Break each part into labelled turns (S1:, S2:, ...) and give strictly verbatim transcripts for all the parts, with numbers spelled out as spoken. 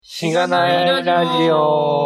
S1: しがないラジオ。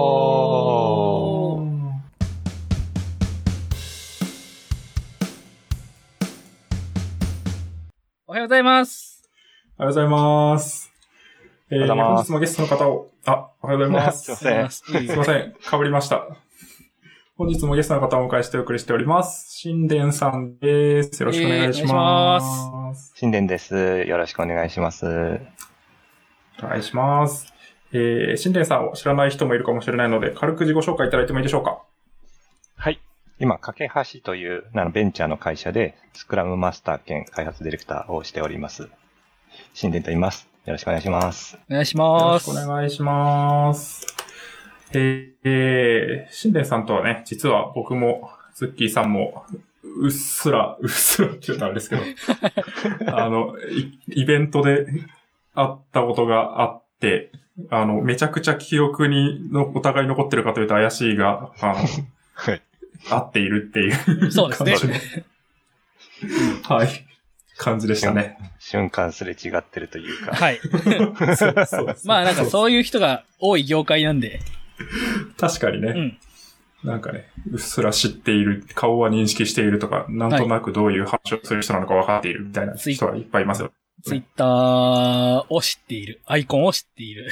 S2: おはようございます。
S3: おはようございます。えー、本日もゲストの方を、あ、おはようございます。
S1: すいません。
S3: すいません。被りました。本日もゲストの方をお迎えしてお送りしております。神殿さんです。よろしくお願いします。えー、お願いします。
S1: 神殿です。よろしくお願いします。
S3: お願いします。えー、神殿さんを知らない人もいるかもしれないので、軽く自己紹介いただいてもいいでしょうか。
S1: はい。今、架け橋というあのベンチャーの会社で、スクラムマスター兼開発ディレクターをしております。神殿と言います。よろしくお願いします。
S2: お願いします。
S3: よろしくお願いします。えー、えー、神殿さんとはね、実は僕も、ズッキーさんも、うっすら、うっすらって言うとあれですけど、あのイ、イベントで会ったことがあって、あの、めちゃくちゃ記憶にのお互い残ってるかというと怪しいが、あの、はい。合っているっていう。
S2: そうですね。
S3: はい。感じでしたね。
S1: 瞬間すれ違ってるというか。
S2: はい。そうそうまあなんかそういう人が多い業界なんで。
S3: 確かにね。うん、なんかね、うっすら知っている、顔は認識しているとか、なんとなくどういう話をする人なのか分かっているみたいな人がいっぱいいますよ。
S2: ツイッターを知っている。アイコンを知っている。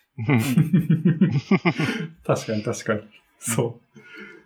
S3: 確かに確かに。そう。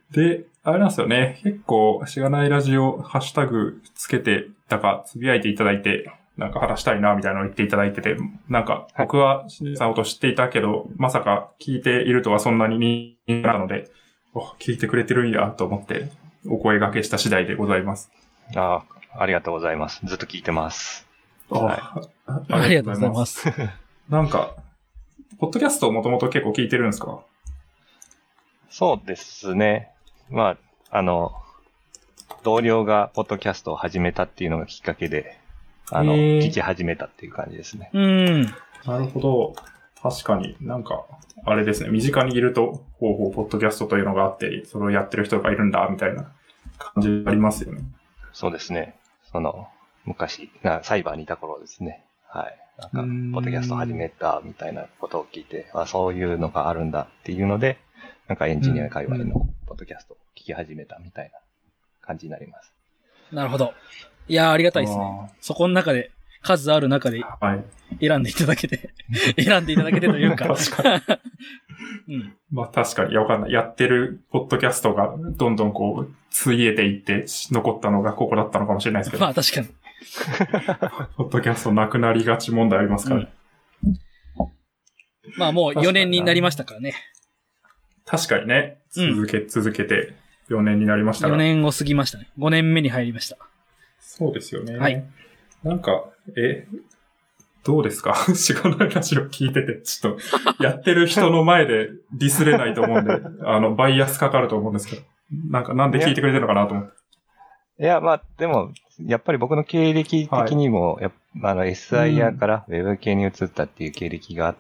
S3: で、あれなんですよね。結構、しがないラジオ、ハッシュタグつけてたか、つぶやいていただいて、なんか話したいな、みたいなのを言っていただいてて、なんか、僕は、しんさんのこと知っていたけど、まさか聞いているとはそんなに人気なので、お、聞いてくれてるんや、と思って、お声掛けした次第でございます。
S1: ああ、ありがとうございます。ずっと聞いてます。
S2: はい、あ, ありがとうございます。
S3: なんか、ポッドキャストをもともと結構聞いてるんですか？
S1: そうですね。まあ、あの、同僚がポッドキャストを始めたっていうのがきっかけで、あの、聞き始めたっていう感じですね。
S2: うん。
S3: なるほど。確かになんか、あれですね。身近にいると、ほうほう、ポッドキャストというのがあって、それをやってる人がいるんだ、みたいな感じありますよね。
S1: そうですね。その、昔、サイバーにいた頃ですね。はい。なんか、ポッドキャスト始めたみたいなことを聞いて、あ、そういうのがあるんだっていうので、なんかエンジニア界隈のポッドキャストを聞き始めたみたいな感じになります。
S2: なるほど。いやー、ありがたいですね。そこの中で、数ある中で、選んでいただけて、はい、選んでいただけてというか。
S3: 確かに。うん、まあ確かに、いやわかんない。やってるポッドキャストがどんどんこう、ついえていって残ったのがここだったのかもしれないですけど。
S2: まあ確かに。
S3: ポッドキャストなくなりがち問題ありますからね。うん、
S2: まあもうよねんになりましたからね。
S3: 確かにね。続け、うん、続けてよねんになりましたから。
S2: よねんを過ぎましたね。ごねんめに入りました。
S3: そうですよね。
S2: はい。
S3: なんか、え、どうですか？しがないラジオ聞いてて、ちょっと、やってる人の前でディスれないと思うんで、あの、バイアスかかると思うんですけど、なんかなんで聞いてくれてるのかなと思って。
S1: いや、まあ、でも、やっぱり僕の経歴的にも、はい、やあの、エスアイアー からウェブ系に移ったっていう経歴があって、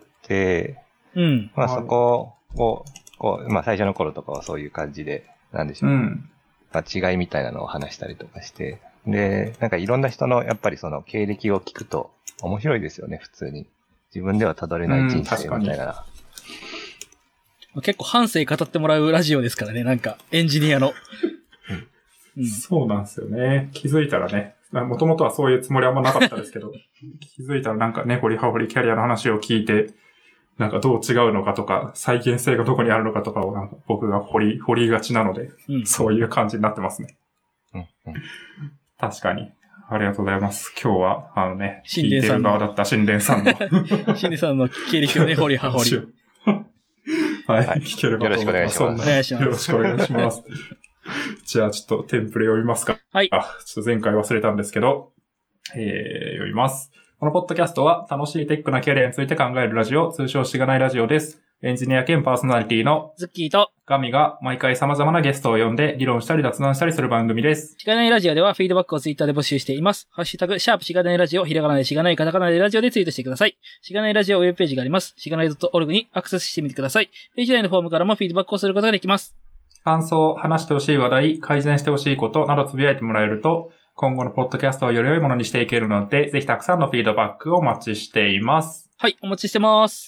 S2: うん。
S1: まあそこを、こう、まあ最初の頃とかはそういう感じで、なんでしょう。うん。まあ違いみたいなのを話したりとかして、で、なんかいろんな人のやっぱりその経歴を聞くと面白いですよね、普通に。自分ではたどれない人生みたいな。
S2: うん、結構半生語ってもらうラジオですからね、なんかエンジニアの。
S3: うん、そうなんですよね。気づいたらね、もともとはそういうつもりはあんまなかったですけど、気づいたらなんかね、掘り葉掘りキャリアの話を聞いて、なんかどう違うのかとか、再現性がどこにあるのかとかをなんか僕が掘り、掘りがちなので、うん、そういう感じになってますね。
S1: うんうん、確
S3: かに。ありがとうございます。今日は、あのね、聞いてる側だった神殿さんの。
S2: 神殿さんの経歴をね、掘り葉掘り。
S3: はい、はい、聞ければと思います。
S1: よろしくお願いします。
S3: よろしくお願いします。じゃあちょっとテンプレ読みますか。
S2: はい。
S3: あ、ちょっと前回忘れたんですけど、えー、読みます。このポッドキャストは楽しいテックなキャリアについて考えるラジオ、通称しがないラジオです。エンジニア兼パーソナリティの
S2: ズッキーと
S3: ガミが毎回様々なゲストを呼んで議論したり雑談したりする番組です。
S2: しがないラジオではフィードバックをツイッターで募集しています。ハッシュタグ、シャープしがないラジオ、ひらがなでしがないカタカナでラジオでツイートしてください。しがないラジオウェブページがあります。しがない .org にアクセスしてみてください。ページ内のフォームからもフィードバックをすることができます。
S3: 感想、話してほしい話題、改善してほしいことなどつぶやいてもらえると、今後のポッドキャストをより良いものにしていけるので、ぜひたくさんのフィードバックをお待ちしています。
S2: はい、お待ちしてます。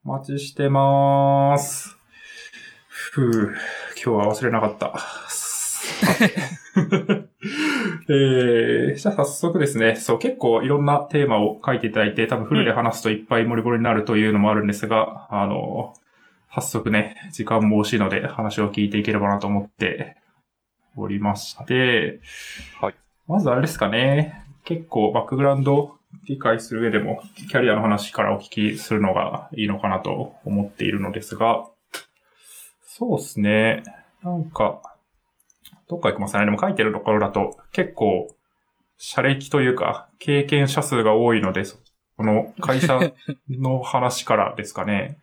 S3: お待ちしてまーす。ふぅ、今日は忘れなかった。えー、じゃあ早速ですね。そう、結構いろんなテーマを書いていただいて、多分フルで話すといっぱい盛り盛りになるというのもあるんですが、うん、あの、早速ね、時間も惜しいので話を聞いていければなと思っておりまして、
S1: はい。
S3: まずあれですかね。結構バックグラウンドを理解する上でも、キャリアの話からお聞きするのがいいのかなと思っているのですが、そうですね。なんか、どっか行きますかね。でも書いてるところだと結構、社歴というか、経験者数が多いので、この会社の話からですかね。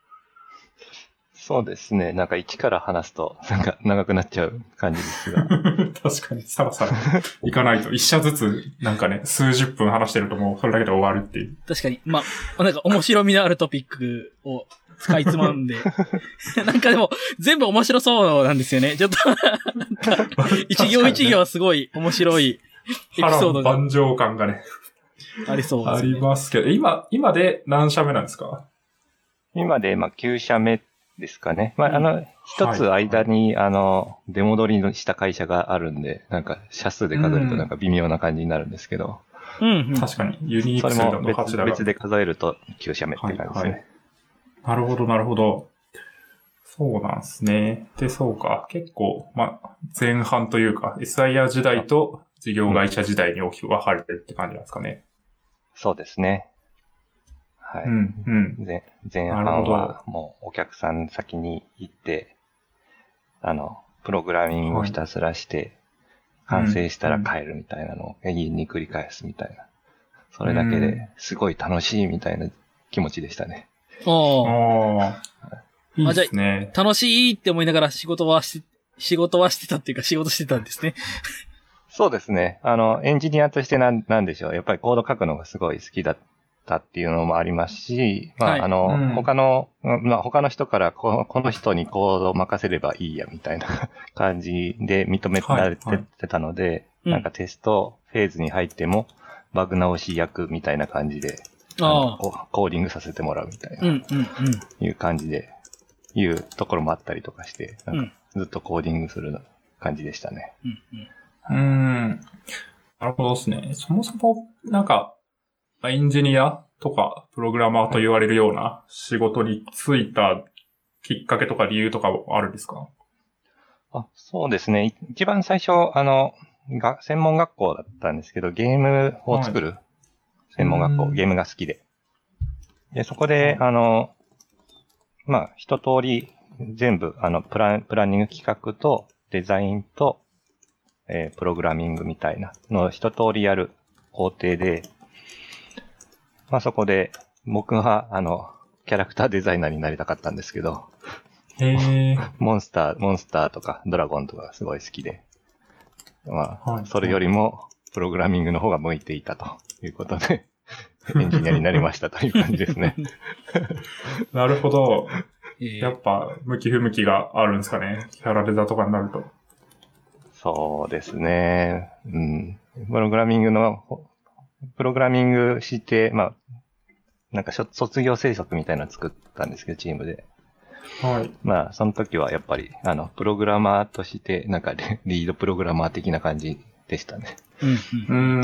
S1: そうですね。なんか一から話すと、なんか長くなっちゃう感じですが。
S3: 確かに、さらさらいかないと。一社ずつ、なんかね、数十分話してるともうそれだけで終わるっていう。
S2: 確かに。まあ、なんか面白みのあるトピックを使いつまんで。なんかでも、全部面白そうなんですよね。ちょっと一行一行はすごい面白いエピソードが。
S3: 波乱万丈感がね。
S2: ありそうですね。
S3: ありますけど、今、今で何社目なんですか？
S1: 今で、まあ、きゅう社目ですかね。まあ、あの、一つ間に、はい、あの、出戻りした会社があるんで、なんか、社数で数えるとなんか微妙な感じになるんですけど。
S2: うん、うん。
S3: 確かに、ユニーク数だとはちだが。
S1: 別で数えるときゅう社目って感じですね。はいはい、
S3: なるほど、なるほど。そうなんですね。で、そうか。結構、まあ、前半というか、エスアイアール 時代と事業会社時代に大きく分かれてるって感じなんですかね。
S1: そうですね。はい。
S3: うんうん、
S1: 前前半はもうお客さん先に行って、あの、プログラミングをひたすらして、はい、完成したら帰るみたいなのを永遠に繰り返すみたいな。それだけですごい楽しいみたいな気持ちでしたね。
S2: ああ。
S3: いいですね。
S2: 楽しいって思いながら仕事はし、仕事はしてたっていうか仕事してたんですね。
S1: そうですね。あの、エンジニアとしてなん、なんでしょう。やっぱりコード書くのがすごい好きだったっていうのもありますし、まあ、はい、あの、うん、他の、まあ、他の人からこ、この人にコードを任せればいいや、みたいな感じで認められてたので、はいはい、なんかテストフェーズに入っても、バグ直し役みたいな感じで、ああコーディングさせてもらうみたいな、うんうんうん、いう感じで、いうところもあったりとかして、なんかずっとコーディングする感じでしたね。
S3: うん、うん、うんなるほどですね。そもそも、なんか、エンジニアとか、プログラマーと言われるような仕事に就いたきっかけとか理由とかあるんですか？
S1: あ、そうですね。一番最初、あの、が専門学校だったんですけど、ゲームを作る専門学校、はい、ゲームが好きで。で、そこで、あの、まあ、一通り全部、あの、プラン、プランニング企画とデザインと、えー、プログラミングみたいなのを一通りやる工程で、まあそこで、僕は、あの、キャラクターデザイナーになりたかったんですけど、
S3: へー
S1: モンスター、モンスターとかドラゴンとかがすごい好きで、まあ、はい、それよりも、プログラミングの方が向いていたということで、エンジニアになりましたという感じですね。
S3: なるほど。やっぱ、向き不向きがあるんですかね。キャラデザとかになると。
S1: そうですね。うん。プログラミングの、プログラミングして、まあ、なんか卒業制作みたいなの作ったんですけど、チームで。
S3: はい。
S1: まあ、その時はやっぱり、あの、プログラマーとして、なんかリードプログラマー的な感じでしたね。
S3: うん。うん。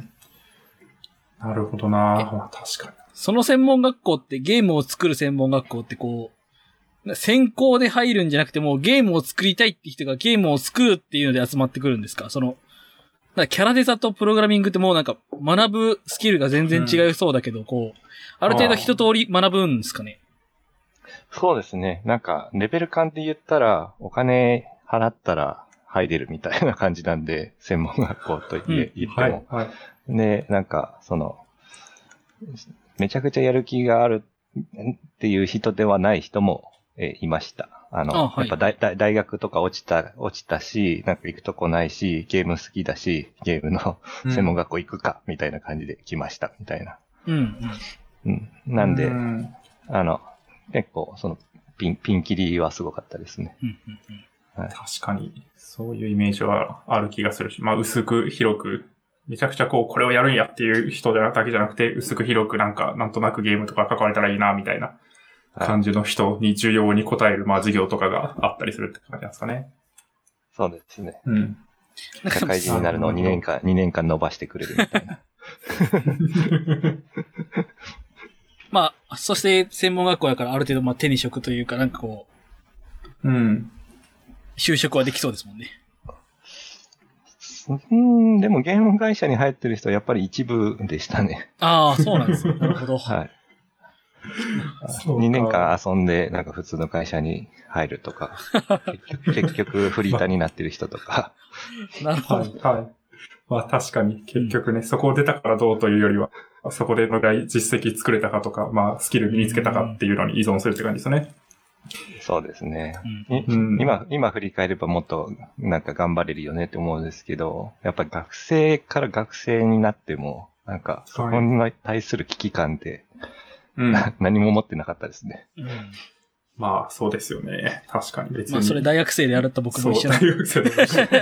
S3: なるほどな。まあ、確かに。
S2: その専門学校ってゲームを作る専門学校ってこう、専攻で入るんじゃなくてもうゲームを作りたいって人がゲームを作るっていうので集まってくるんですか？その、なんかキャラデザとプログラミングってもうなんか学ぶスキルが全然違いそうだけど、うん、こう、ある程度一通り学ぶんですかね？
S1: そうですね。なんか、レベル感で言ったら、お金払ったら入れるみたいな感じなんで、専門学校と言って、うん、言っても。はいはい、で、なんか、その、めちゃくちゃやる気があるっていう人ではない人も、えいました。あの、あはい、やっぱ大、大学とか落ちた、落ちたし、なんか行くとこないし、ゲーム好きだし、ゲームの専門学校行くか、みたいな感じで来ました、みたいな。
S2: うん、
S1: うん。なんで、うん、あの、結構、その、ピン、ピンキリはすごかったですね。
S2: うんうん
S3: うんはい、確かに、そういうイメージはある気がするし、まあ、薄く広く、めちゃくちゃこう、これをやるんやっていう人だけじゃなくて、薄く広くなんか、なんとなくゲームとか関われたらいいな、みたいな感じの人に需要に応える、まあ授業とかがあったりするって感じなんですかね。
S1: そうですね。
S3: うん。
S1: 社会人になるのをにねんかん、にねんかん伸ばしてくれるみたいな。
S2: まあ、そして専門学校やからある程度まあ手に職というかなんかこ
S3: う、うん。
S2: 就職はできそうですもんね。
S1: うん、でもゲーム会社に入ってる人はやっぱり一部でしたね。
S2: ああ、そうなんですね。なるほど。
S1: はい。にねんかん遊んで、なんか普通の会社に入るとか、結局、結局フリーターになってる人とか。
S2: なるほど。
S3: はい、はい。まあ確かに、結局ね、うん、そこを出たからどうというよりは、そこでどのぐらい実績作れたかとか、まあスキル身につけたかっていうのに依存するって感じですね。
S1: そうですね、
S3: うん、
S1: 今、今振り返ればもっとなんか頑張れるよねって思うんですけど、やっぱり学生から学生になっても、なんかそこに対する危機感って、うん、何も持ってなかったですね。
S2: うん、
S3: まあそうですよね。確かに別に。
S2: まあそれ大学生でやると僕も一緒
S3: そう、大学生でも一緒。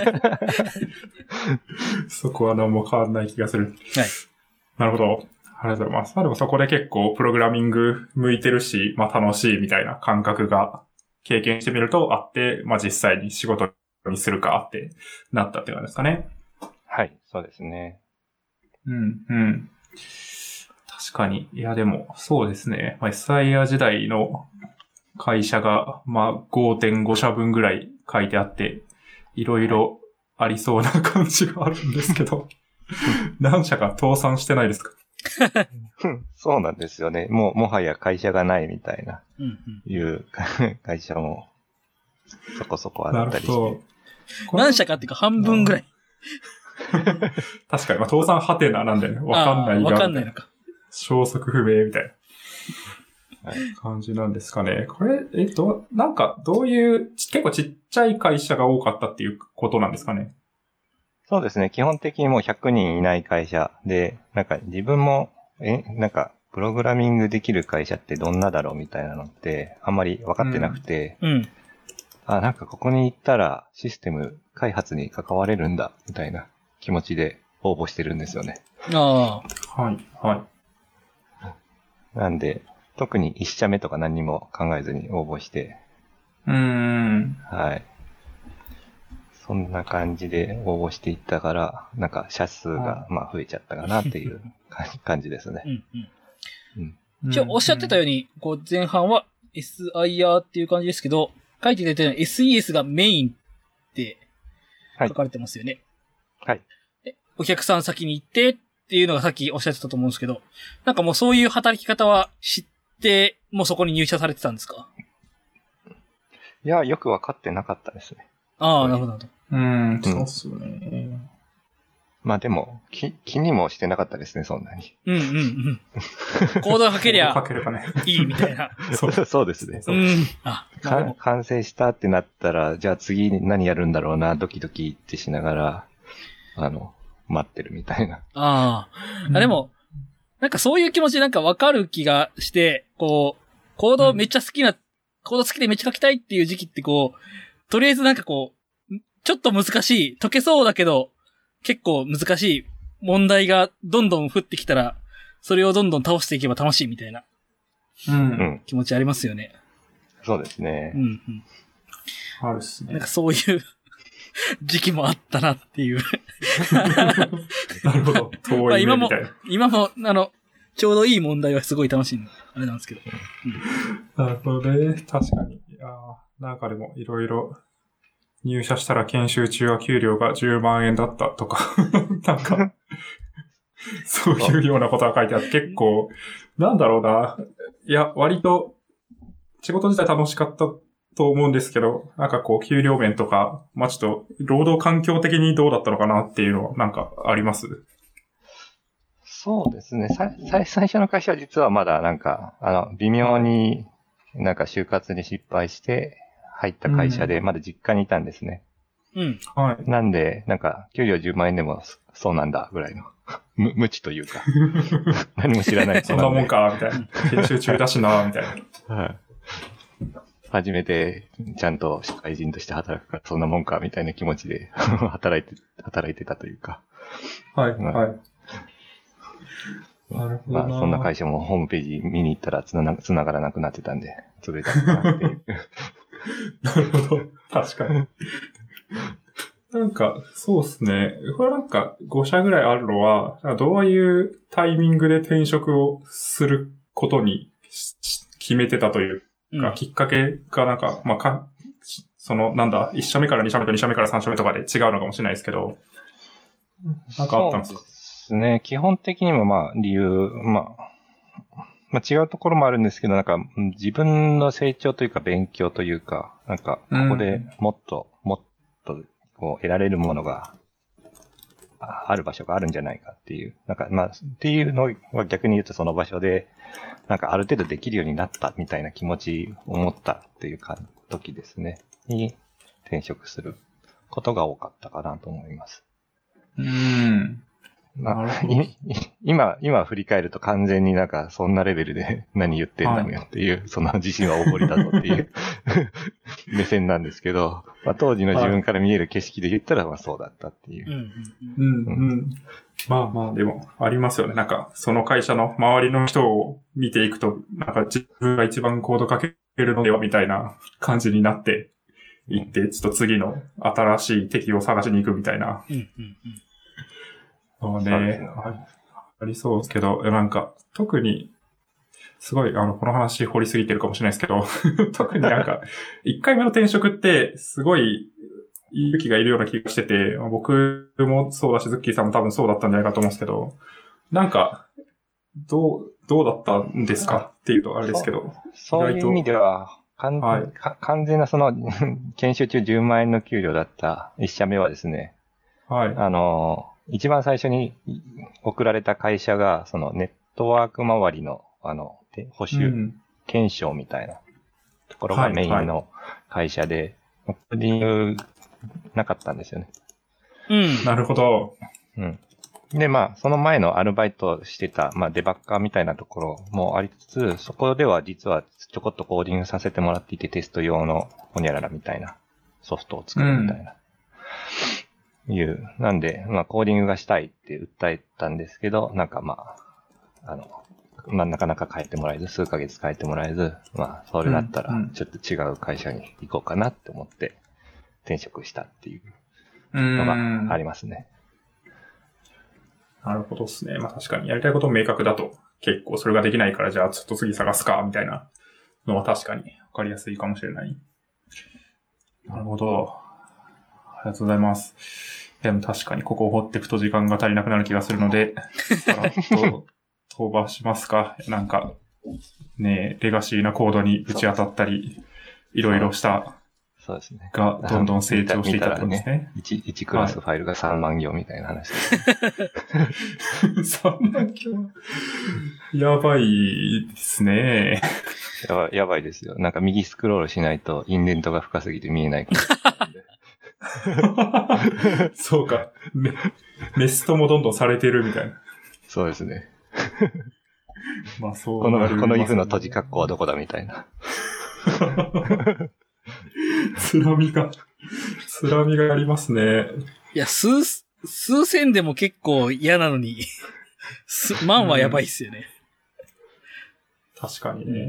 S3: そこは何も変わらない気がする。
S2: はい。
S3: なるほど。ありがとうございます。まあでもそこで結構プログラミング向いてるし、まあ楽しいみたいな感覚が経験してみるとあって、まあ実際に仕事にするかってなったって感じですかね。
S1: はい、そうですね。
S3: うん、うん。確かに。いやでもそうですね。まあ、エスアイア 時代の会社がまあ ごてんご 社分ぐらい書いてあって、いろいろありそうな感じがあるんですけど、何社か倒産してないですか？
S1: そうなんですよね。もう、もはや会社がないみたいな、
S2: うんうん、
S1: いう会社もそこそこあったりして。なるほ
S2: ど。何社かっていうか半分ぐらい。
S3: 確かに、まあ、倒産ハテナなんだよね。わかんないが。
S2: わかんないのか。
S3: 消息不明みたいな感じなんですかね。これ、えっと、なんか、どういう、結構ちっちゃい会社が多かったっていうことなんですかね。
S1: そうですね。基本的にもうひゃくにんいない会社で、なんか自分も、え、なんか、プログラミングできる会社ってどんなだろうみたいなのって、あんまり分かってなくて、
S2: うんうん、
S1: あ、なんかここに行ったらシステム開発に関われるんだ、みたいな気持ちで応募してるんですよね。
S2: あ
S3: あ。はい、はい。
S1: なんで、特に一社目とか何にも考えずに応募して、
S3: うーん。
S1: はい。そんな感じで応募していったから、なんか社数がまあ増えちゃったかなっていう感じですね。
S2: うんうんうん、一応おっしゃってたように、こう前半は エスアイアール っていう感じですけど、書いていたように エスイーエス がメインって書かれてますよね。
S1: はい。
S2: でお客さん先に行ってっていうのがさっきおっしゃってたと思うんですけど、なんかもうそういう働き方は知って、もうそこに入社されてたんですか？
S1: いや、よくわかってなかったですね。
S2: ああ、なるほど。
S3: うん、そうっすよね。
S1: まあでも、気、気にもしてなかったですね、そんなに。
S2: うんうんうん。コードかけりゃ、
S3: かければね。
S2: いいみたいな。
S1: そうそうですね。
S2: うん。あ、
S1: か完成したってなったら、じゃあ次何やるんだろうな、ドキドキってしながら、あの、待ってるみたいな。
S2: ああ。でも、なんかそういう気持ちなんかわかる気がして、こう、コードめっちゃ好きな、うん、コード好きでめっちゃ書きたいっていう時期ってこう、とりあえずなんかこう、ちょっと難しい、解けそうだけど、結構難しい問題がどんどん降ってきたら、それをどんどん倒していけば楽しいみたいな、
S3: うん、
S2: 気持ちありますよね。
S1: そうですね。
S2: うんうん。
S3: あるっすね。
S2: なんかそういう時期もあったなっていう。
S3: なるほど。遠い
S2: まあ今も、
S3: みたいな。
S2: 今も、あの、ちょうどいい問題はすごい楽しいあれなんですけど。
S3: うん、なるほどね。確かに。いやなんかでもいろいろ入社したら研修中は給料がじゅうまんえんだったとか、なんか、そういうようなことが書いてあって結構、なんだろうな。いや、割と仕事自体楽しかったと思うんですけど、なんかこう、給料面とか、まあちょっと、労働環境的にどうだったのかなっていうのは、なんかあります？
S1: そうですね。さ最最初の会社は実はまだなんか、あの、微妙になんか就活に失敗して入った会社で、まだ実家にいたんですね。
S2: うん。
S3: はい。
S1: なんで、なんか、給料じゅうまんえんでもそうなんだぐらいの、無無知というか、何も知らない
S3: そんなもんか、みたいな。研修中だしな、みたいな。
S1: はい。初めてちゃんと社会人として働くからそんなもんかみたいな気持ちで働いて、働いてたというか。
S3: はい、はい。 なるほどな。
S1: まあ、そんな会社もホームページ見に行ったらつな、つながらなくなってたんで、潰れたかなっていう。
S3: なるほど。確かに。なんか、そうですね。これなんかご社ぐらいあるのは、どういうタイミングで転職をすることに決めてたというか、うん、きっかけがなんか、まあか、その、なんだ、いち社目からに社目とに社目からさん社目とかで違うのかもしれないですけど、なんかあったんですか？
S1: そうですね。基本的にもまあ、理由、まあ、まあ違うところもあるんですけど、なんか、自分の成長というか勉強というか、なんか、ここでもっと、うん、もっと、こう得られるものがある場所があるんじゃないかっていう、なんかまあっていうのは逆に言うとその場所でなんかある程度できるようになったみたいな気持ちを持ったっていうか時ですねに転職することが多かったかなと思います。
S3: うーん。
S1: まあ、今、今振り返ると完全になんかそんなレベルで何言ってんだよっていう、はい、その自信はおごりだぞっていう目線なんですけど、まあ、当時の自分から見える景色で言ったらまあそうだったっていう。
S3: うんうんうん、まあまあでもありますよね。なんかその会社の周りの人を見ていくと、なんか自分が一番コードかけるのではみたいな感じになっていって、ちょっと次の新しい敵を探しに行くみたいな。うんうんうんそうね、ねありそうですけど、なんか、特に、すごい、あの、この話掘りすぎてるかもしれないですけど、特になんか、一回目の転職って、すごい、勇気がいるような気がしてて、僕もそうだし、ズッキーさんも多分そうだったんじゃないかと思うんですけど、なんか、どう、どうだったんですかっていうとあれですけど。
S1: そ, そういう意味では、完全、はい、完全なその、研修中じゅうまん円の給料だった一社目はですね、はい。あの、一番最初に送られた会社が、そのネットワーク周りの、あの、保守検証みたいなところがメインの会社で、コーディングなかったんですよね。
S3: うん。なるほど。
S1: うん。で、まあ、その前のアルバイトしてた、まあ、デバッカーみたいなところもありつつ、そこでは実はちょこっとコーディングさせてもらっていて、テスト用のホニャララみたいなソフトを作るみたいな。うんいう。なんで、まあ、コーディングがしたいって訴えたんですけど、なんかまあ、あの、まあ、なかなか帰ってもらえず、数ヶ月帰ってもらえず、まあ、それだったら、ちょっと違う会社に行こうかなって思って、転職したっていうのがありますね。
S3: なるほどですね。まあ確かに、やりたいこと明確だと、結構それができないから、じゃあちょっと次探すか、みたいなのは確かにわかりやすいかもしれない。なるほど。ありがとうございます。でも確かにここを掘っていくと時間が足りなくなる気がするので、さらっと飛ばしますか。なんか、ねレガシーなコードにぶち当たったり、いろいろした、
S1: そうですね。
S3: がどんどん成長していったってことですね。
S1: いち、いちクラスファイルがさんまん行みたいな話です、
S3: ね。さんまん行やばいですね。
S1: やばい、やばいですよ。なんか右スクロールしないとインデントが深すぎて見えないから。
S3: そうか、ね。メストもどんどんされてるみたいな。
S1: そうですね。
S3: まあそう、
S1: この、この if の閉じ括弧はどこだみたいな。
S3: つらみが、つらみがありますね。
S2: いや、数、数千でも結構嫌なのに、万はやばいっすよね。
S3: うん、確かにね、うん。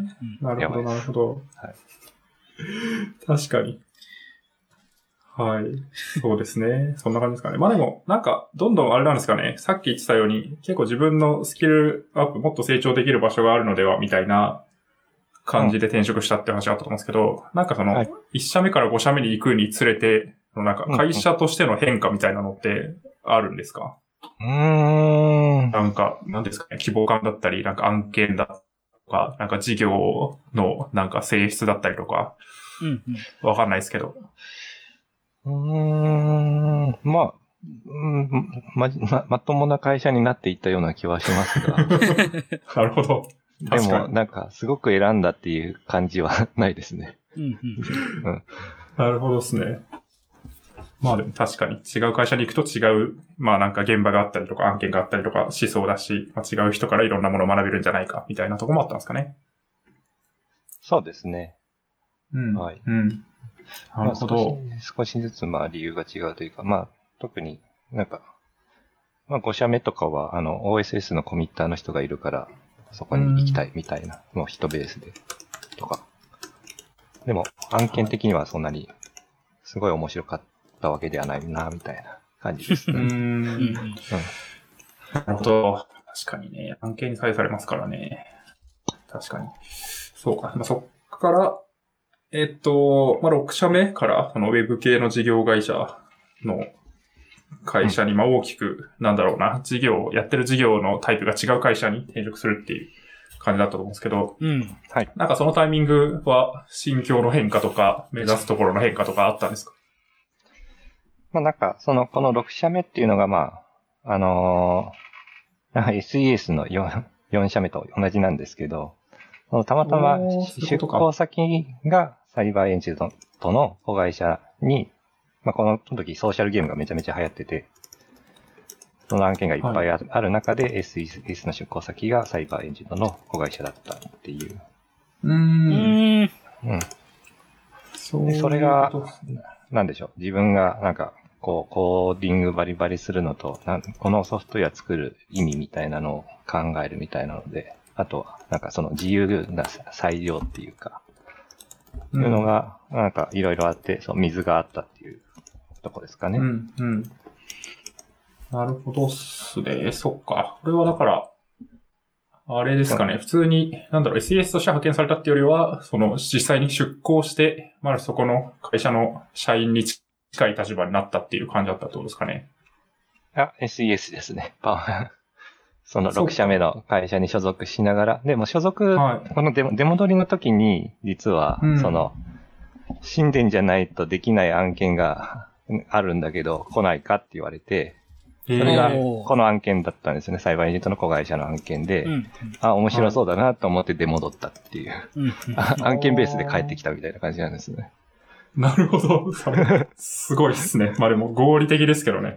S3: なるほど、なるほど。はい、確かに。はい。そうですね。そんな感じですかね。まあでも、なんか、どんどんあれなんですかね。さっき言ってたように、結構自分のスキルアップ、もっと成長できる場所があるのでは、みたいな感じで転職したって話があったと思うんですけど、なんかその、いち社目からご社目に行くにつれて、なんか会社としての変化みたいなのってあるんですか？
S1: うーん。
S3: なんか、なんですかね。希望感だったり、なんか案件だとか、なんか事業のなんか性質だったりとか、うんうん、わかんないですけど。
S1: うーん、まあ、うんま、ま、まともな会社になっていったような気はしますが。
S3: なるほど。
S1: でも、なんか、すごく選んだっていう感じはないですね。うんうん
S3: うん、なるほどですね。まあでも確かに違う会社に行くと違う、まあなんか現場があったりとか案件があったりとかしそうだし、まあ、違う人からいろんなものを学べるんじゃないかみたいなところもあったんですかね。
S1: そうですね。
S3: うん。はい。うん。なるほど。
S1: まあ、少し、少しずつまあ理由が違うというか、まあ特になんか、 まあご社目とかは、あの、オーエスエス のコミッターの人がいるから、そこに行きたいみたいな、もう人ベースで、とか。でも、案件的にはそんなに、すごい面白かったわけではないな、みたいな感じですね。
S3: うーん。
S2: うんうん
S3: なるほど。確かにね。案件に左右されますからね。確かに。そうか。まあ、そっから、えっと、まあ、ろく社目から、そのウェブ系の事業会社の会社に、まあ、大きく、なんだろうな、事業、やってる事業のタイプが違う会社に転職するっていう感じだったと思うんですけど、
S2: うん。
S1: はい。
S3: なんかそのタイミングは、心境の変化とか、目指すところの変化とかあったんですか？
S1: まあなんか、その、このろく社目っていうのが、まあ、あのー、なんか エスイーエス の 4, 4社目と同じなんですけど、そのたまたま
S3: おーそういう
S1: 出
S3: ことか
S1: 向先がサイバーエンジェルとの子会社に、まあこの時ソーシャルゲームがめちゃめちゃ流行ってて、その案件がいっぱいある,、ある中で エスイーエス の出向先がサイバーエンジェルの子会社だったっていう。
S3: うー。
S2: うんん。
S1: うん。
S3: そう
S1: でそれが
S3: いうことですね
S1: なんでしょう。自分がなんか、こう、コーディングバリバリするのと、なんこのソフトウェア作る意味みたいなのを考えるみたいなので、あとは、なんかその自由な裁量っていうか、いうのが、なんかいろいろあって、そう、水があったっていうとこですかね。
S3: うん、うん。なるほどっすね。そっか。これはだから、あれですかね。普通に、なんだろう、エスイーエス として派遣されたっていうよりは、その、実際に出向して、まあそこの会社の社員に近い立場になったっていう感じだったってことですかね。
S1: あ、エスイーエス ですね。パワー。その
S3: そうか
S1: ろく社目の会社に所属しながら、でも所属、
S3: はい
S1: このデモデモ取りの時に、実は
S3: うん、
S1: その、神殿じゃないとできない案件があるんだけど、来ないかって言われて、
S3: そ
S1: それが
S2: おー
S1: この案件だったんですね。サイバーエージェントの子会社の案件で、
S2: うん。
S1: あ、面白そうだなと思って出戻ったっていう、
S2: うん。うん
S1: あ案件ベースで帰ってきたみたいな感じなんですね。
S3: なるほど。それすごいですね。まあでも合理的ですけどね。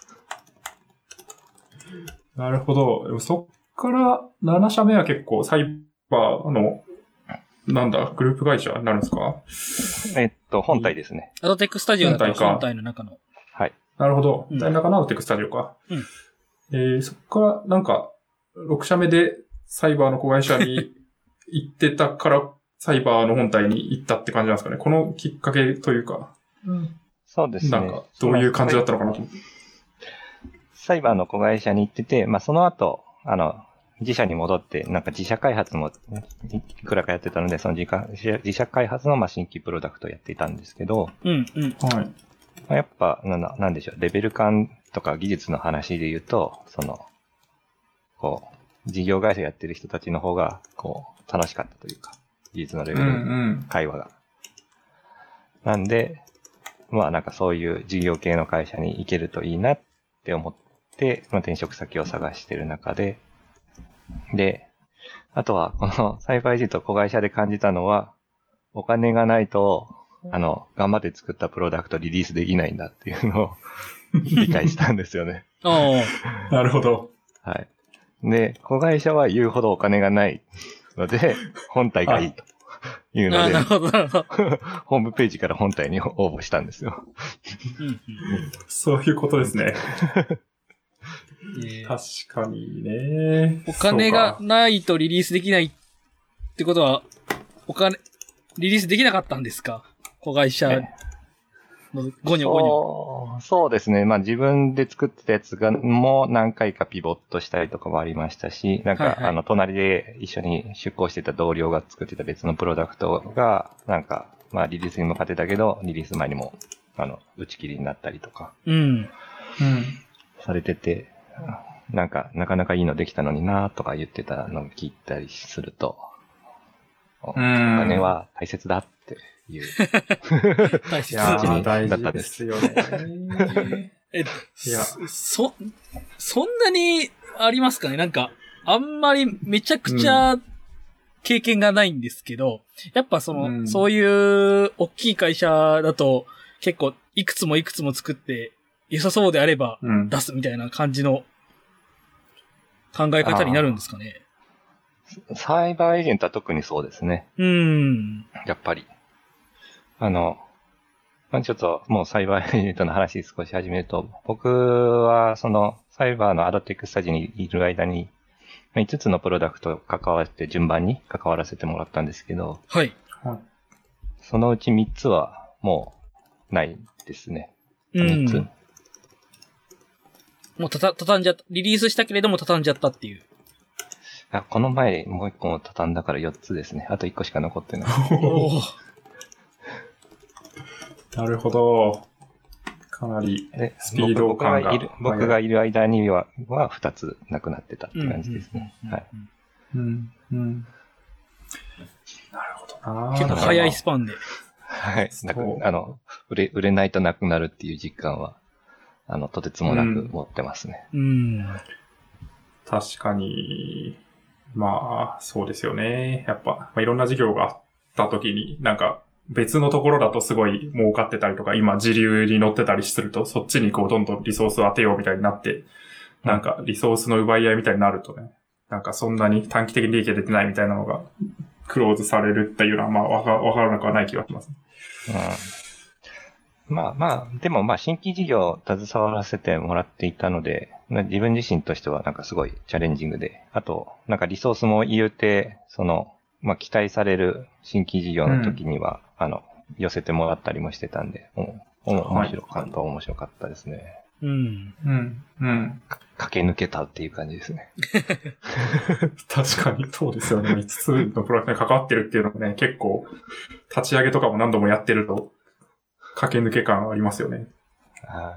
S3: なるほど。でもそっからなな社目は結構サイバーの、なんだ、グループ会社になるんですか？
S1: えっと、本体ですね。
S2: アドテックスタジオだったら
S3: 本体か
S2: 本体の中の。
S1: はい。
S3: なるほど。
S2: うん
S3: 大中のアウテックスタジオか。
S2: うん
S3: えー、そっからなんか、ろく社目でサイバーの子会社に行ってたから、サイバーの本体に行ったって感じなんですかね。このきっかけというか。
S1: そうですね。
S3: なんか、どういう感じだったのかなと思って。
S1: サイバーの子会社に行ってて、まあその後、あの、自社に戻って、なんか自社開発もいくらかやってたので、その自家自社開発のまあ新規プロダクトをやっていたんですけど、
S2: うん。うん。
S3: はい。
S1: まあやっぱ、なんだなんでしょう、レベル感とか技術の話で言うと、その、こう、事業会社やってる人たちの方が、こう、楽しかったというか、技術のレベ
S3: うんう
S1: ル、
S3: ん。
S1: 会話が。なんで、まあなんかそういう事業系の会社に行けるといいなって思って、まあ、転職先を探してる中で、で、あとはこのサイバーエージェント子会社で感じたのは、お金がないと、あの、頑張って作ったプロダクトリリースできないんだっていうのを理解したんですよね。
S2: おー
S3: なるほど。
S1: はい。で、子会社は言うほどお金がないので、本体がいいというので
S2: あー、なる、ほど、なるほど。
S1: ホームページから本体に応募したんですよ。
S2: うんうん
S3: そういうことですね。
S2: えー
S3: 確かにね。
S2: お金が
S3: そうか
S2: ないとリリースできないってことは、お金、リリースできなかったんですか？子会社のゴニョゴニョ。
S1: そうそうですね。まあ自分で作ってたやつが、もう何回かピボットしたりとかもありましたし、なんか、
S2: はいはい
S1: あの、隣で一緒に出向してた同僚が作ってた別のプロダクトが、なんか、まあリリースに向かってたけど、リリース前にも、あの、打ち切りになったりとか
S2: うん。
S3: うん。
S1: されてて、なんか、なかなかいいのできたのになとか言ってたのを聞いたりすると、お
S3: うん
S1: 金は大切だっていう。
S2: 大切。
S3: いやー、
S1: 一日
S3: 大事で
S1: だったです
S3: すよね。
S2: え、
S3: いや
S2: そ、そんなにありますかね？なんか、あんまりめちゃくちゃ経験がないんですけど、やっぱその、
S3: うん
S2: そういう大きい会社だと結構いくつもいくつも作って良さそうであれば
S3: うん。
S2: 出すみたいな感じの考え方になるんですかね？
S1: サイバーエージェントは特にそうですね。
S2: うん。
S1: やっぱり。あの、 まあ、ちょっともうサイバーエージェントの話少し始めると、僕はそのサイバーのアドテックスタジオにいる間に、いつつのプロダクト関わって順番に関わらせてもらったんですけど、
S2: はい。
S1: そのうちみっつはもうないですね。
S2: うん。
S1: みっつ。
S2: もうたた、畳んじゃった。リリースしたけれども畳んじゃったっていう。
S1: あ、この前もういっこも畳んだからよっつですね。あといっこしか残ってない。
S2: おー
S3: なるほど。かなりスピード感が。
S1: 僕がいる、僕がいる間には、はふたつなくなってたって感じですね。はい。
S3: うん。うん。なるほどな。
S2: 結構早いスパンで。
S1: はい。なく、あの、売れ、売れないとなくなるっていう実感は、あの、とてつもなく持ってますね。
S2: うん。うん
S3: 確かに、まあ、そうですよね。やっぱ、まあ、いろんな事業があった時に、なんか、別のところだとすごい儲かってたりとか、今時流に乗ってたりすると、そっちにこうどんどんリソースを当てようみたいになって、なんかリソースの奪い合いみたいになるとね、なんかそんなに短期的に利益が出てないみたいなのがクローズされるっていうのは、まあわか、わからなくはない気がしますね。
S1: うん、まあまあ、でもまあ新規事業を携わらせてもらっていたので、自分自身としてはなんかすごいチャレンジングで、あとなんかリソースも言うて、その、まあ期待される新規事業の時には、うん、あの、寄せてもらったりもしてたんで、うん、面白かった、はい、面白かったですね。
S2: うん。
S3: うん。うん。
S1: 駆け抜けたっていう感じですね。
S3: 確かにそうですよね。いつつのプロダクトに関わってるっていうのもね、結構、立ち上げとかも何度もやってると、駆け抜け感ありますよね。
S1: はい。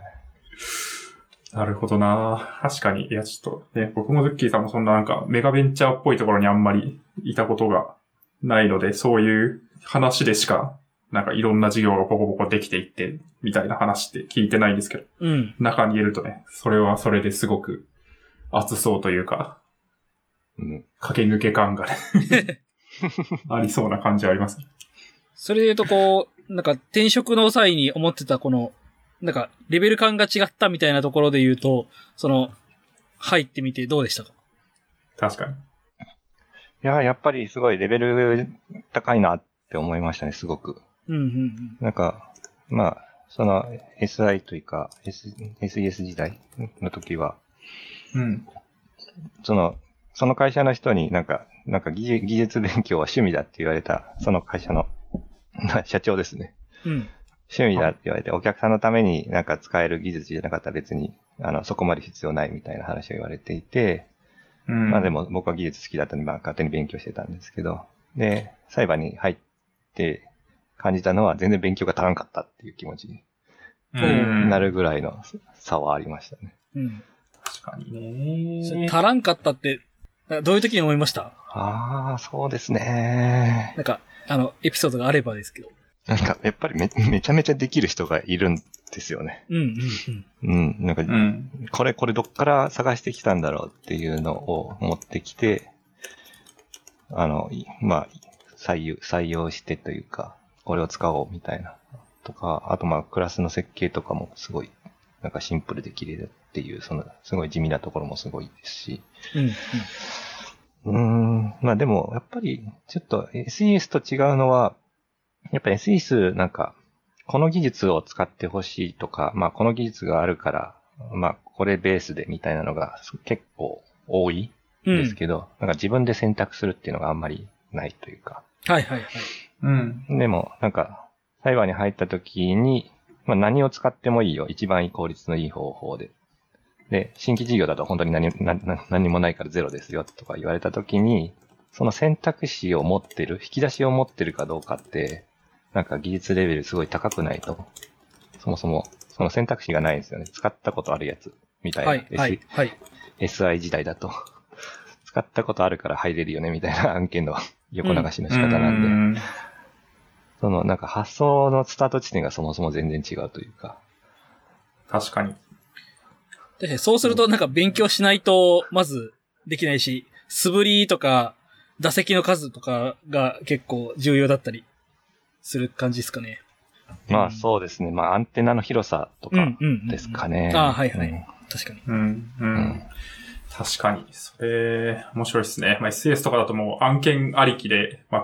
S3: なるほどな。確かに。いや、ちょっとね、僕もズッキーさんもそんななんかメガベンチャーっぽいところにあんまりいたことがないので、そういう話でしか、なんかいろんな事業がポコポコできていって、みたいな話って聞いてないんですけど、
S2: うん、
S3: 中にいるとね、それはそれですごく熱そうというか、
S1: うん、
S3: 駆け抜け感がね、ありそうな感じはあります。
S2: それで言うとこう、なんか転職の際に思ってたこの、なんか、レベル感が違ったみたいなところで言うと、その、入ってみてどうでしたか？
S3: 確かに。
S1: いや、やっぱりすごいレベル高いなって思いましたね、すごく。
S2: うんうんうん。
S1: なんか、まあ、その エスアイ というか、S、エスイーエス 時代の時は、
S3: うん。
S1: その、その会社の人になんか、なんか技術、技術勉強は趣味だって言われた、その会社の社長ですね。
S2: うん。
S1: 趣味だって言われて、お客さんのためになんか使える技術じゃなかったら別に、あの、そこまで必要ないみたいな話を言われていて、
S3: うん、
S1: まあでも僕は技術好きだったんで、まあ勝手に勉強してたんですけど、で、サイバーに入って感じたのは全然勉強が足らんかったっていう気持ちになるぐらいの差はありましたね。
S2: うん。
S3: 確かにね。
S2: 足らんかったって、どういう時に思いました？
S1: ああ、そうですね。
S2: なんか、あの、エピソードがあればですけど。
S1: なんか、やっぱりめ、めちゃめちゃできる人がいるんですよね。
S2: うんうん
S1: うん。うん。なんか、
S3: うん、
S1: これ、これどっから探してきたんだろうっていうのを持ってきて、あの、まあ、採用、採用してというか、これを使おうみたいな。とか、あとまあ、クラスの設計とかもすごい、なんかシンプルで綺麗だっていう、その、すごい地味なところもすごいですし。
S2: うん、うん。
S1: うーん。まあでも、やっぱり、ちょっと エスイーエス と違うのは、やっぱ エスイーエス なんか、この技術を使ってほしいとか、まあこの技術があるから、まあこれベースでみたいなのが結構多いんですけど、うん、なんか自分で選択するっていうのがあんまりないというか。
S2: はいはいはい。
S3: うん。
S1: でも、なんか、サイバーに入った時に、まあ何を使ってもいいよ。一番効率のいい方法で。で、新規事業だと本当に何、何、何もないからゼロですよとか言われた時に、その選択肢を持ってる、引き出しを持ってるかどうかって、なんか技術レベルすごい高くないと、そもそもその選択肢がないんですよね。使ったことあるやつみたいな。
S2: はい、はい、はい。
S1: エスアイ 時代だと、使ったことあるから入れるよねみたいな案件の横流しの仕方なんで、うん、そのなんか発想のスタート地点がそもそも全然違うというか。
S3: 確かに。
S2: 確かにそうするとなんか勉強しないとまずできないし、素振りとか打席の数とかが結構重要だったりする感じですかね。
S1: まあそうですね。まあアンテナの広さとかですかね。
S2: うんうんうんうん、ああ、はいはい、うん。確かに。
S3: うん、うん。うん。確かに。それ、面白いですね。まあ エスイーエス とかだともう案件ありきで、まあ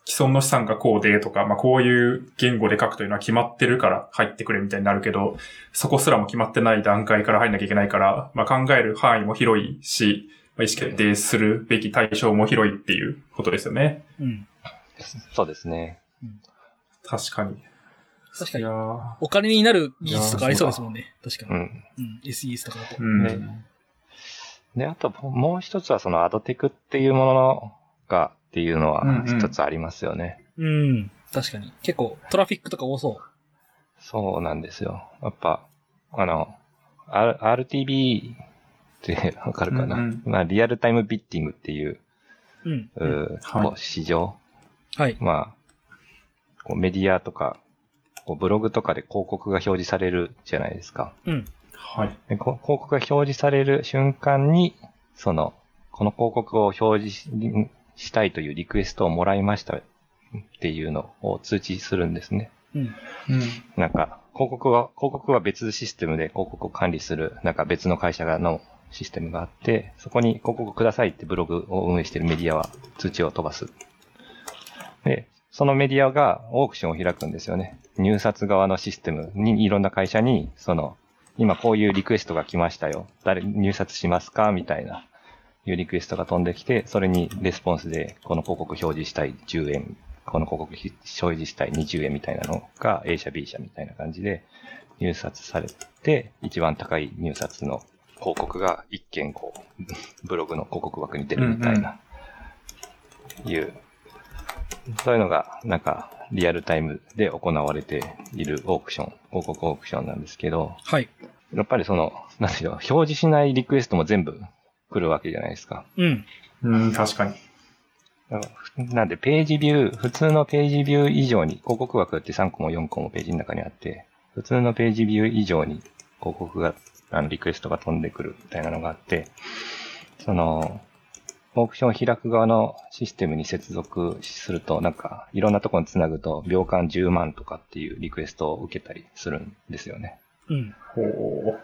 S3: 既存の資産がこうでとか、まあこういう言語で書くというのは決まってるから入ってくれみたいになるけど、そこすらも決まってない段階から入んなきゃいけないから、まあ考える範囲も広いし、まあ、意思決定するべき対象も広いっていうことですよね。
S2: うん。
S1: そうですね。
S2: うん、
S3: 確かに。
S2: 確かに。お金になる技術とかありそうですもんね。確かに。
S1: うん。
S2: うん。エスイーエス とかだと。
S3: うん。
S1: で、であともう一つはそのアドテクっていうものがっていうのは一つありますよね。
S2: うん、うん。うん。確かに。結構トラフィックとか多そう。
S1: そうなんですよ。やっぱ、あの、R、アールティービー ってわかるかな、うんうん、まあ、リアルタイムビッティングっていう、うん。うはい、市場。
S2: はい。
S1: まあ、こうメディアとか、こうブログとかで広告が表示されるじゃないですか。
S2: うん。
S3: はい。
S1: で広告が表示される瞬間に、その、この広告を表示したいというリクエストをもらいましたっていうのを通知するんですね。
S2: うん。うん。
S1: なんか、広告は、広告は別システムで広告を管理する、なんか別の会社のシステムがあって、そこに広告くださいってブログを運営しているメディアは通知を飛ばす。で、そのメディアがオークションを開くんですよね。入札側のシステムにいろんな会社に、その、今こういうリクエストが来ましたよ。誰入札しますかみたいな、いうリクエストが飛んできて、それにレスポンスで、この広告表示したいじゅうえん、この広告表示したいにじゅうえんみたいなのが A 社 B 社みたいな感じで入札されて、一番高い入札の広告が一件こう、ブログの広告枠に出るみたいな、いう、そういうのがなんかリアルタイムで行われているオークション、広告オークションなんですけど、
S2: はい。
S1: やっぱりその、なんでしょう、表示しないリクエストも全部来るわけじゃないですか。
S2: うん。
S3: うん、確かに。
S1: なんでページビュー、普通のページビュー以上に、広告枠ってさんこもよんこもページの中にあって、普通のページビュー以上に広告が、あの、リクエストが飛んでくるみたいなのがあって、その、オークションを開く側のシステムに接続すると、なんか、いろんなところにつなぐと、秒間じゅうまんとかっていうリクエストを受けたりするんですよね。
S2: うん。
S3: ほ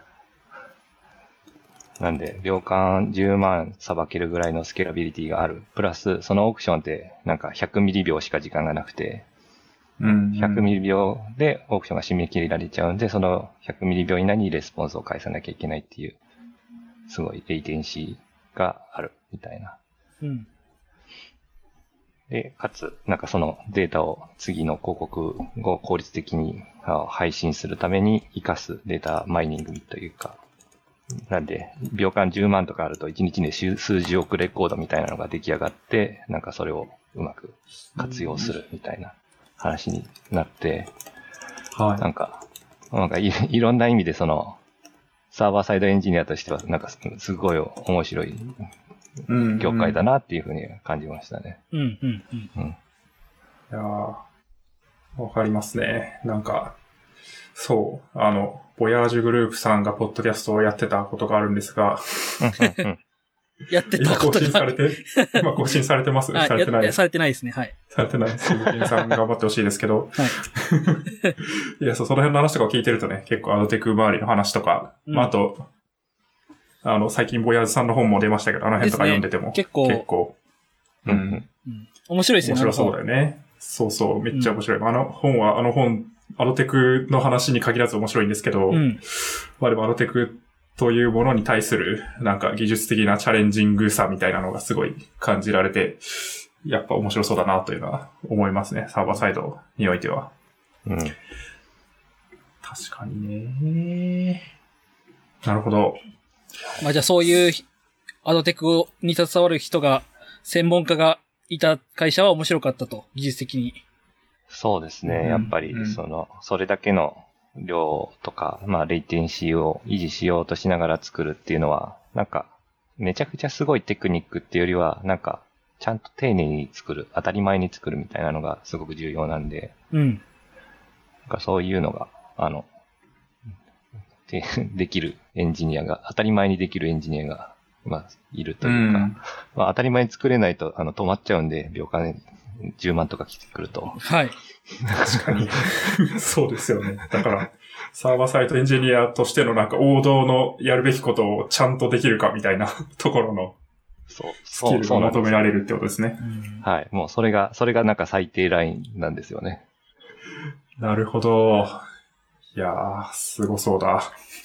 S1: う。なんで、秒間じゅうまんさばけるぐらいのスケーラビリティがある。プラス、そのオークションって、なんかひゃくミリびょうしか時間がなくて、
S3: うんうん、
S1: ひゃくミリびょうでオークションが締め切られちゃうんで、そのひゃくミリびょう以内にレスポンスを返さなきゃいけないっていう、すごいレイテンシーがあるみたいな。
S2: うん。
S1: で、かつ、なんかそのデータを次の広告を効率的に配信するために活かすデータマイニングというか、なんで、秒間じゅうまんとかあるといちにちで数十億レコードみたいなのが出来上がって、なんかそれをうまく活用するみたいな話になって、
S3: はい。
S1: なんか、なんか い, いろんな意味でその、サーバーサイドエンジニアとしては、なんかすごい面白い業界だなっていうふうに感じましたね。
S2: うん、うん、うん。うん、い
S3: やー、わかりますね。なんか、そう、あの、ボヤージュグループさんがポッドキャストをやってたことがあるんですが、
S2: やってたことが
S3: 今更新されて、今更新されてますされてない
S2: されてないですね、はい。
S3: されてない。鈴木さん頑張ってほしいですけど、
S2: はい。
S3: いや、そう、その辺の話とかを聞いてるとね、結構アドテク周りの話とか、うん、まあ、あと、あの、最近ボヤーズさんの本も出ましたけど、あの辺とか読んでても、ね、
S2: 結構、
S3: 結構、
S2: うん、うん。面白いですよね。
S3: 面白そうだよね。そうそう、めっちゃ面白い。うん、あの本は、あの本、アドテクの話に限らず面白いんですけど、
S2: うん、
S3: まあでもアドテクというものに対する、なんか技術的なチャレンジングさみたいなのがすごい感じられて、やっぱ面白そうだなというのは思いますね。サーバーサイドにおいては。
S1: うん。
S3: 確かにね。なるほど。
S2: まあじゃあそういうアドテクに携わる人が、専門家がいた会社は面白かったと、技術的に。
S1: そうですね。やっぱり、その、それだけの量とか、まあ、レイテンシーを維持しようとしながら作るっていうのは、なんか、めちゃくちゃすごいテクニックっていうよりは、なんか、ちゃんと丁寧に作る、当たり前に作るみたいなのがすごく重要なんで、
S2: うん。
S1: なんかそういうのが、あの、で、できるエンジニアが、当たり前にできるエンジニアが、まあ、いるというか、うん、まあ、当たり前に作れないと、あの、止まっちゃうんで、秒間じゅうまんとか来てくると。
S2: はい。
S3: 確かに。そうですよね。だから、サーバーサイトエンジニアとしてのなんか王道のやるべきことをちゃんとできるかみたいなところの
S1: そう、
S3: スキルが求められるってことですね。
S1: はい。もうそれが、それがなんか最低ラインなんですよね。
S3: なるほど。いやー、すごそうだ。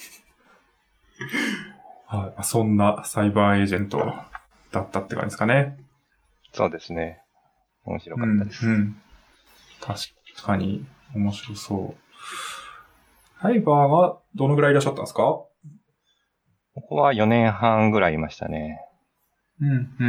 S3: はい。そんなサイバーエージェントだったって感じですかね。
S1: そうですね。面白かったです。
S3: うん、うん。確かに、面白そう。サイバーはどのぐらいいらっしゃったんですか？
S1: ここはよねんはんぐらいいましたね。
S3: うん、うん。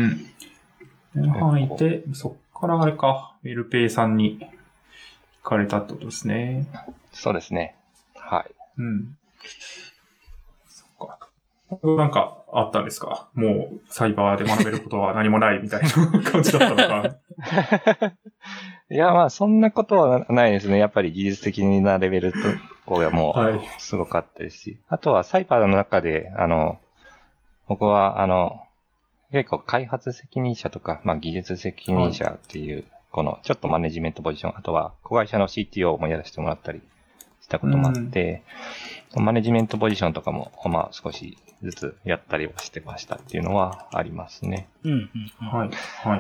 S3: よねんはんいて、そっからあれか、メルペイさんに行かれたってことですね。
S1: そうですね。はい。
S3: うん。そっか。なんかあったんですか？もうサイバーで学べることは何もないみたいな感じだったのか。
S1: いや、まあそんなことはないですね。やっぱり技術的なレベルとこがもうすごかったですし。はい、あとはサイバーの中で、あの、僕はあの、結構開発責任者とか、まあ技術責任者っていう、このちょっとマネジメントポジション、あとは子会社の シーティーオー もやらせてもらったりしたこともあって、うん、マネジメントポジションとかも、まあ少しずつやったりはしてましたっていうのはありますね。
S2: うんうんうん、
S3: はい。はい。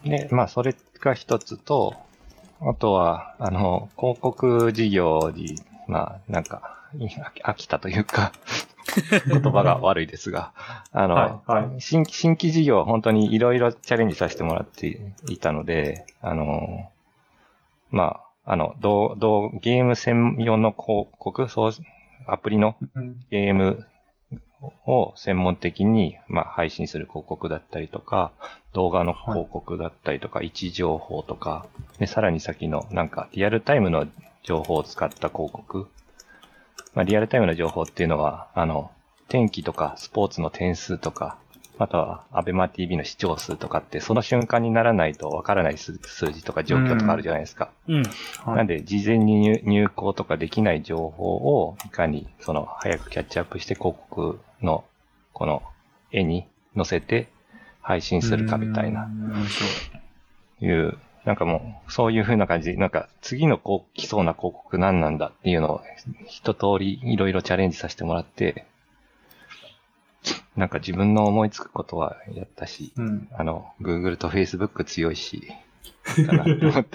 S1: で、まあそれが一つと、あとは、あの、広告事業に、まあなんか、飽きたというか、言葉が悪いですが、あの、はいはい、新, 新規事業は本当にいろいろチャレンジさせてもらっていたので、あの、まあ、あの、どう、どう、ゲーム専用の広告、そう、アプリのゲームを専門的に、まあ、配信する広告だったりとか、動画の広告だったりとか、はい、位置情報とか、で、さらに先の、なんか、リアルタイムの情報を使った広告、まあ、リアルタイムの情報っていうのは、あの、天気とかスポーツの点数とか、あとはアベマ ティービー の視聴数とかって、その瞬間にならないとわからない数字とか状況とかあるじゃないですか。
S2: うん。
S1: うん、なんで、事前に 入, 入稿とかできない情報を、いかに、その、早くキャッチアップして広告の、この、絵に載せて配信するかみたいな、いう、なんかもう、そういう風な感じで、なんか、次のこう来そうな広告何なんだっていうのを、一通りいろいろチャレンジさせてもらって、なんか自分の思いつくことはやったし、うん、あの、Google と Facebook 強いし、かなって思って。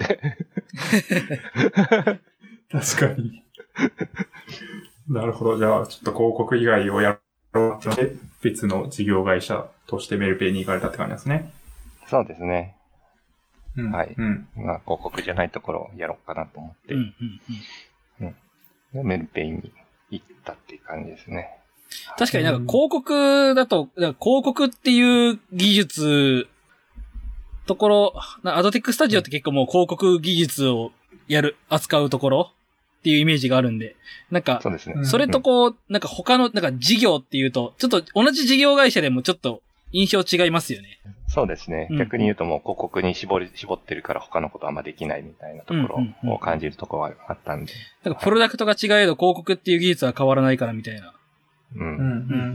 S3: 確かに。なるほど。じゃあ、ちょっと広告以外をやろうってので、別の事業会社としてメルペイに行かれたって感じですね。
S1: そうですね。
S3: うん、
S1: はい、
S3: うん。
S1: まあ、広告じゃないところをやろうかなと思って、
S2: うんうんうん
S1: うんで、メルペイに行ったっていう感じですね。
S2: 確かになんか広告だと、広告っていう技術、ところ、アドテックスタジオって結構もう広告技術をやる、扱うところっていうイメージがあるんで、なんか、
S1: そうですね。
S2: それとこう、なんか他の、なんか事業っていうと、ちょっと同じ事業会社でもちょっと印象違いますよね。
S1: そうですね。うん、逆に言うともう広告に絞り、絞ってるから他のことはあんまできないみたいなところを感じるところはあったんで。
S2: なんかプロダクトが違えど広告っていう技術は変わらないからみたいな。
S1: うん。うんうんうん、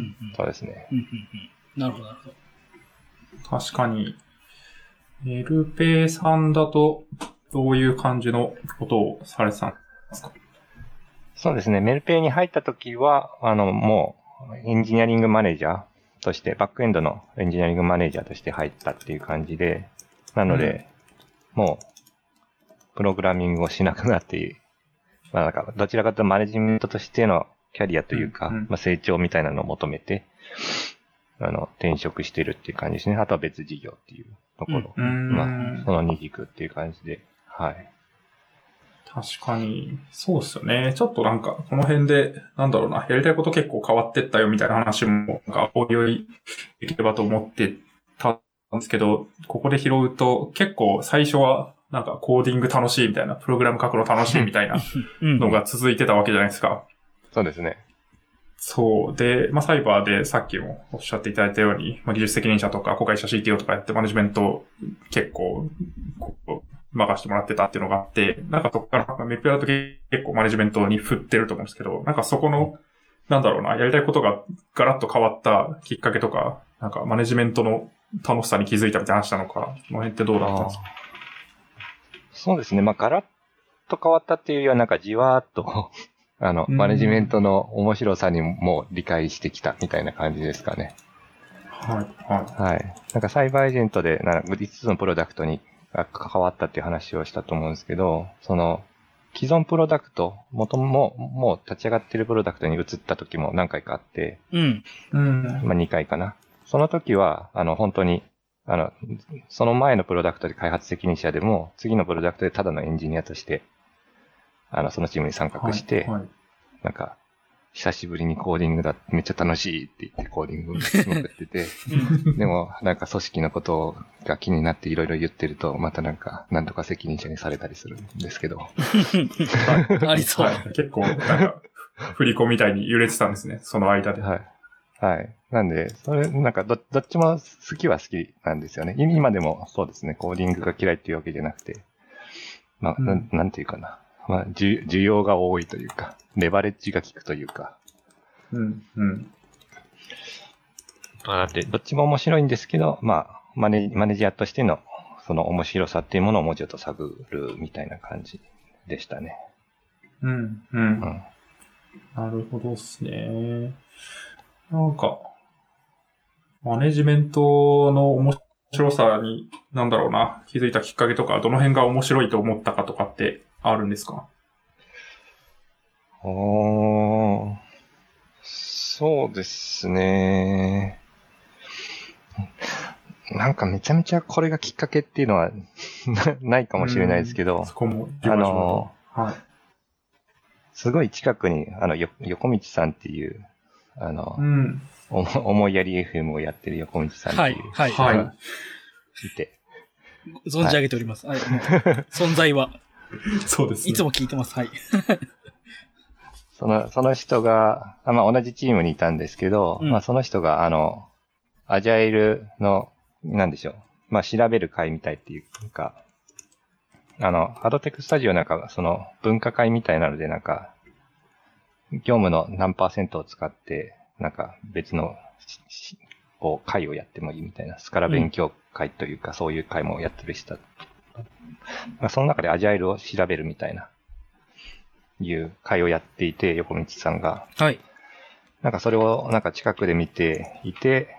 S1: そうですね、
S2: うんうんうん。なるほど、なるほ
S3: ど。確かに、メルペイさんだとどういう感じのことをされてたんですか？
S1: そうですね。メルペイに入った時は、あの、もうエンジニアリングマネージャーとして、バックエンドのエンジニアリングマネージャーとして入ったっていう感じで、なので、うん、もう、プログラミングをしなくなって、まあなんか、どちらかというとマネジメントとしてのキャリアというか、うんうん、まあ成長みたいなのを求めて、あの、転職してるっていう感じですね。あとは別事業っていうところ。うん、まあ、その二軸っていう感じで、はい。
S3: 確かに、そうですよね。ちょっとなんか、この辺で、なんだろうな、やりたいこと結構変わってったよみたいな話も、なんか、おいおいできればと思ってたんですけど、ここで拾うと、結構最初は、なんかコーディング楽しいみたいな、プログラム書くの楽しいみたいなのが続いてたわけじゃないですか。
S1: そうですね。
S3: そう。で、まあ、サイバーでさっきもおっしゃっていただいたように、まあ、技術責任者とか、子会社 シーティーオー とかやってマネジメント結構、こう任してもらってたっていうのがあって、なんかそこから、メルペイだと結構マネジメントに振ってると思うんですけど、なんかそこの、なんだろうな、やりたいことがガラッと変わったきっかけとか、なんかマネジメントの楽しさに気づいたみたいな話なのか、この辺ってどうだったんですか？
S1: そうですね。まあ、ガラッと変わったっていうよりは、なんかじわーっと、あの、マネジメントの面白さにも理解してきたみたいな感じですかね。
S3: はいはい。
S1: はい。なんかサイバーエージェントで、なんかいつつのプロダクトに関わったっていう話をしたと思うんですけど、その、既存プロダクト、元も、もう立ち上がってるプロダクトに移った時も何回かあって、
S2: うん。
S3: うん。
S1: まあにかいかな。その時は、あの、本当に、あの、その前のプロダクトで開発責任者でも、次のプロダクトでただのエンジニアとして、あの、そのチームに参画して、
S3: はいはい、
S1: なんか、久しぶりにコーディングだ、めっちゃ楽しいって言ってコーディングをしまくってて、でも、なんか組織のことが気になっていろいろ言ってると、またなんか、なんとか責任者にされたりするんですけど。
S2: ありそう、
S3: はい。結構、なんか、振り子みたいに揺れてたんですね、その間で。
S1: はい。はい。なんで、それ、なんかど、どっちも好きは好きなんですよね。今でもそうですね、コーディングが嫌いっていうわけじゃなくて、まあ、うん、なん、なんていうかな。まあ、需、需要が多いというか、レバレッジが効くというか。
S3: うん、うん。
S1: だって、どっちも面白いんですけど、まあ、マネ、マネージャーとしての、その面白さっていうものをもうちょっと探るみたいな感じでしたね。
S3: うん、うん。うん、なるほどですね。なんか、マネジメントの面白さに、なんだろうな、気づいたきっかけとか、どの辺が面白いと思ったかとかってあるんですか？
S1: おー、そうですね。なんかめちゃめちゃこれがきっかけっていうのはないかもしれないですけど、
S3: そこも
S1: あの、
S3: はい、
S1: すごい近くに、あの、よ、横道さんっていう、あの、
S3: うん、
S1: 思いやり エフエム をやってる横道さんっていう、
S2: はい、はい、はい。
S1: いて。
S2: 存じ上げております。はい、存在は。
S3: そうですね。
S2: いつも聞いてます。はい。
S1: その、その人が、まあ同じチームにいたんですけど、うん、まあその人が、あの、アジャイルの、なんでしょう。まあ調べる会みたいっていうか、あの、ハドテックスタジオなんか、その文化会みたいなので、なんか、業務の何パーセントを使って、なんか別の、こう、会をやってもいいみたいな、スカラ勉強会というか、うん、そういう会もやってる人。まあ、その中でアジャイルを調べるみたいな、いう会をやっていて、横道さんが。
S2: はい。
S1: なんかそれをなんか近くで見ていて、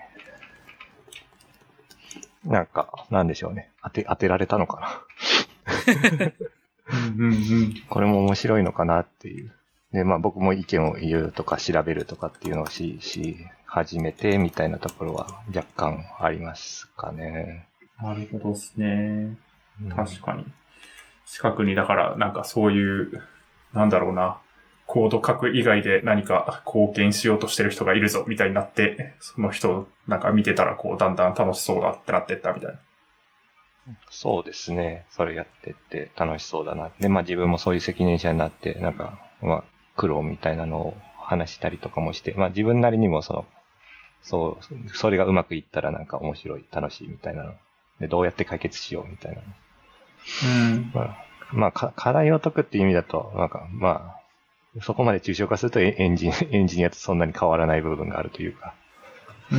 S1: なんか、なんでしょうね。当て、当てられたのかな。
S3: うんうんうん、
S1: これも面白いのかなっていう。で、まあ僕も意見を言うとか調べるとかっていうのをし、し、始めてみたいなところは若干ありますかね。
S3: なるほどですね。確かに。近くにだからなんかそういう、なんだろうな、コード書く以外で何か貢献しようとしてる人がいるぞみたいになって、その人なんか見てたらこうだんだん楽しそうだってなってったみたいな。
S1: そうですね。それやってって楽しそうだな。で、まあ自分もそういう責任者になって、なんか、まあ苦労みたいなのを話したりとかもして、まあ自分なりにもその、そう、それがうまくいったらなんか面白い、楽しいみたいなの。で、どうやって解決しようみたいな。
S3: うん。
S1: まあ、まあ、か課題を解くっていう意味だと、なんか、まあ、そこまで抽象化するとエンジン、エンジニアとそんなに変わらない部分があるというか。
S3: うん。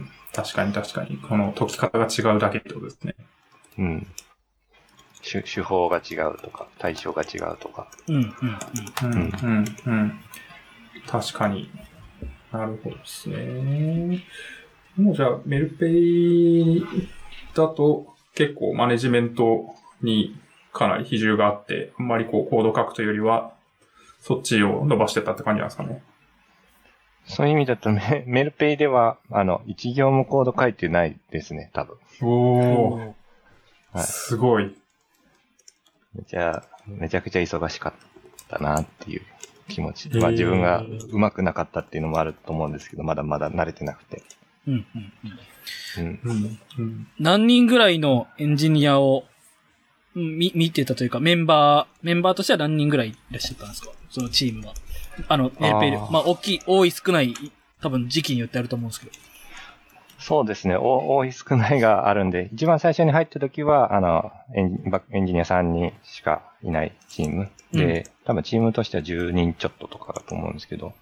S3: 確かに確かに。この解き方が違うだけってことですね。
S1: うん。手、手法が違うとか、対象が違うとか。
S2: うん、うん、
S3: うん。うん、うん、うん。確かに。なるほどですね。もうじゃあ、メルペイだと結構マネジメントにかなり比重があって、あんまりこうコード書くというよりは、そっちを伸ばしてたって感じなんですかね。
S1: そういう意味だとメ、メルペイでは、あの、一行もコード書いてないですね、多分。
S3: おー。
S1: はい、
S3: すごい。
S1: めちゃ、めちゃくちゃ忙しかったなっていう気持ち。まあ自分が上手くなかったっていうのもあると思うんですけど、まだまだ慣れてなくて。
S2: うん、うん、
S1: うん。
S3: うんうん、
S2: 何人ぐらいのエンジニアを見、見てたというか、メンバー、メンバーとしては何人ぐらいいらっしゃったんですか？そのチームは。あの、メルペイで。まあ、大きい、多い少ない、多分時期によってあると思うんですけど。
S1: そうですね。お多い少ないがあるんで、一番最初に入った時は、あの、エンジ、エンジニアさんにんしかいないチーム。で、うん、多分チームとしてはじゅうにんちょっととかだと思うんですけど。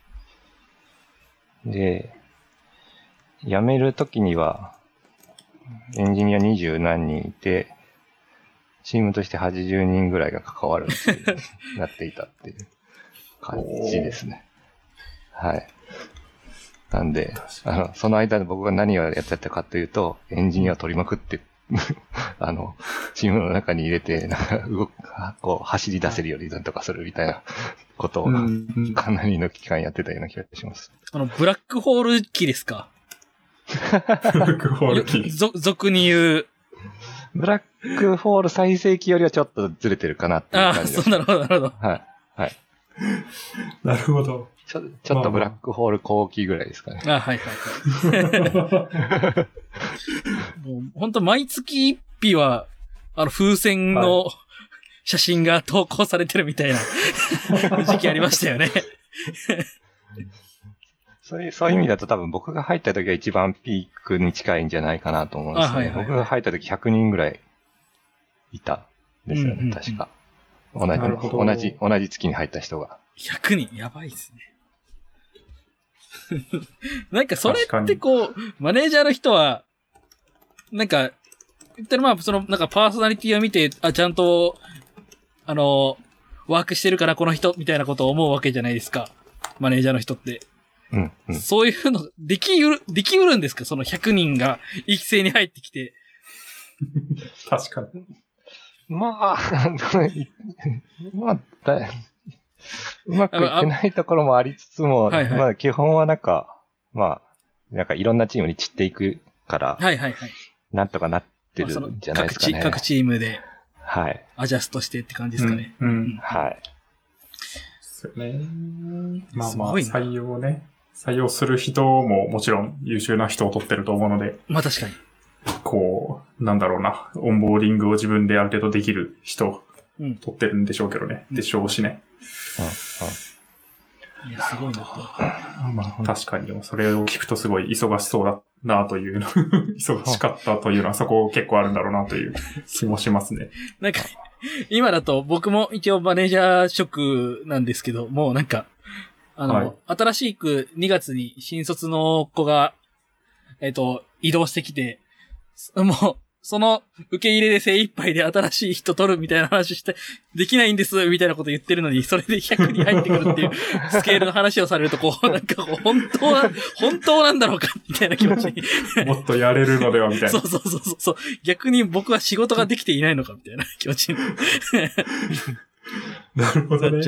S1: で、辞める時には、エンジニアにじゅうなんにんいて、チームとしてはちじゅうにんぐらいが関わるっていうなっていたっていう感じですね。はい。 なんで、あの、その間で僕が何をやってたかというと、エンジニアを取りまくって、あの、チームの中に入れて、なんか動く、こう、走り出せるようになんとかするみたいなことを、かなりの期間やってたような気がします。
S2: あの、ブラックホール機ですか？
S3: ブラックホール機。
S2: 俗に言う。
S1: ブラックホール最盛期よりはちょっとずれてるかなっていう感じ。
S2: ああ、そう、なるほど、なるほど。
S1: はい。はい。
S3: なるほど。
S1: ちょ、ちょっとブラックホール後期ぐらいですかね。
S2: ああ、はいはいはい。もう本当毎月一日は、あの、風船の写真が投稿されてるみたいな時期ありましたよね。
S1: そういう、そういう意味だと多分僕が入った時が一番ピークに近いんじゃないかなと思うんですね。はいはいはい、僕が入った時ひゃくにんぐらいいたんですよね、うんうんうん、確か。同じ、同じ、同じ月に入った人が。
S2: ひゃくにん、やばいですね。なんかそれってこう、マネージャーの人は、なんか、言ったらまあ、その、なんかパーソナリティを見て、あ、ちゃんと、あの、ワークしてるからこの人、みたいなことを思うわけじゃないですか。マネージャーの人って。
S1: うんうん、
S2: そういうの、できうる、できうるんですか？そのひゃくにんが一斉に入ってきて。
S3: 確かに。
S1: まあ、まあ、だうまくいってないところもありつつも、はいはい、まあ基本はなんか、まあ、なんかいろんなチームに散っていくから、
S2: はいはいはい。
S1: なんとかなってるんじゃないですかね。
S2: まあ、各, 各チームで、
S1: はい。
S2: アジャストしてって感じですかね。
S3: うん。うん、
S1: はい。
S3: ですよね。まあまあ、採用ね。採用する人ももちろん優秀な人を取ってると思うので。
S2: まあ確かに。
S3: こう、なんだろうな。オンボーディングを自分である程度できる人を取ってるんでしょうけどね。うん、でしょうしね。
S2: うんうん、いや、すごいなと。
S3: まあ確かに、でもそれを聞くとすごい忙しそうだなというの、忙しかったというのはそこ結構あるんだろうなという気もしますね。
S2: なんか、今だと僕も一応マネージャー職なんですけど、もうなんか、あの、はい、新しくにがつに新卒の子が、えっと、移動してきて、もう、その受け入れで精一杯で新しい人取るみたいな話して、できないんです、みたいなこと言ってるのに、それでひゃくにん入ってくるっていうスケールの話をされると、こう、なんかこう、本当は、本当なんだろうか、みたいな気持ちに。
S3: もっとやれるのでは、みたいな。
S2: そうそうそうそう。逆に僕は仕事ができていないのか、みたいな気持ちに。
S3: なるほどね。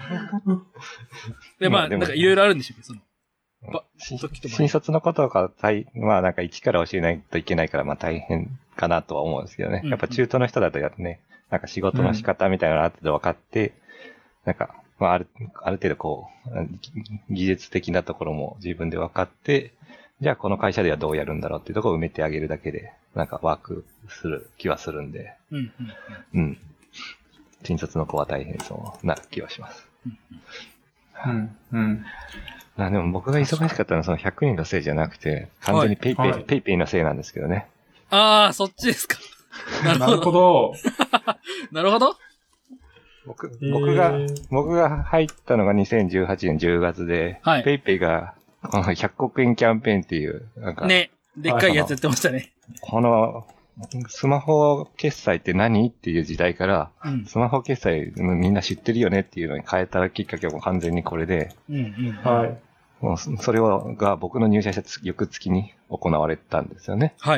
S2: で、まあ、なんかいろいろあるんでしょうけど、その。
S1: 新卒のことが大、まあなんか一から教えないといけないからまあ大変かなとは思うんですけどね。やっぱ中途の人だとやってね、なんか仕事の仕方みたいなのがある程度分かって、うん、なんか、まあある、ある程度こう、技術的なところも自分で分かって、じゃあこの会社ではどうやるんだろうっていうところを埋めてあげるだけで、なんかワークする気はするんで、
S2: うん、
S1: うん。うん。新卒の子は大変そうな気はします。
S3: うん、うん。
S1: あ、でも僕が忙しかったのはそのひゃくにんのせいじゃなくて、完全にペイペイ、はい、ペイペイのせいなんですけどね。
S2: ああ、そっちですか。なるほど。
S3: なるほど。
S2: なるほど。
S1: 僕、僕が、僕が入ったのがにせんじゅうはちねんじゅうがつで、はい、ペイペイがこのひゃくおくえんキャンペーンっていう、なんか。
S2: ね、でっかいやつやってましたね。
S1: この、スマホ決済って何っていう時代から、うん、スマホ決済みんな知ってるよねっていうのに変えたきっかけはもう完全にこれで、
S2: うんうん、
S3: はい。
S1: もうそれをが僕の入社した翌月に行われたんですよね。
S2: はい。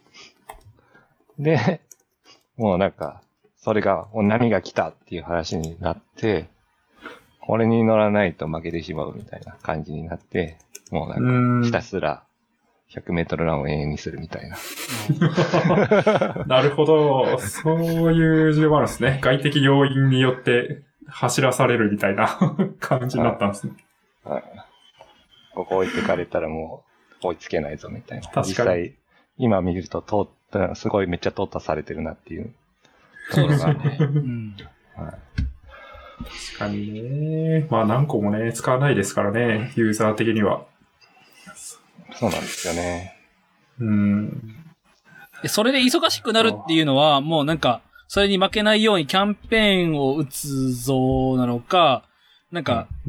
S1: で、もうなんか、それが、もう波が来たっていう話になって、これに乗らないと負けてしまうみたいな感じになって、もうなんか、ひたすらひゃくメートルランを永遠にするみたいな。
S3: なるほど。そういう事情もあるんですね。外的要因によって走らされるみたいな感じになったんですね。
S1: はい。ここ置いてかれたらもう追いつけないぞみたいな。
S3: 確かに。
S1: 実際、今見ると通った、すごいめっちゃ淘汰されてるなっていう。
S2: そうですよね。うん。
S1: はい。
S3: 確かにね。まあ何個もね、使わないですからね、ユーザー的には。
S1: そうなんですよね。
S3: うん。
S2: それで忙しくなるっていうのは、もうなんか、それに負けないようにキャンペーンを打つぞなのか、なんか、
S3: うん。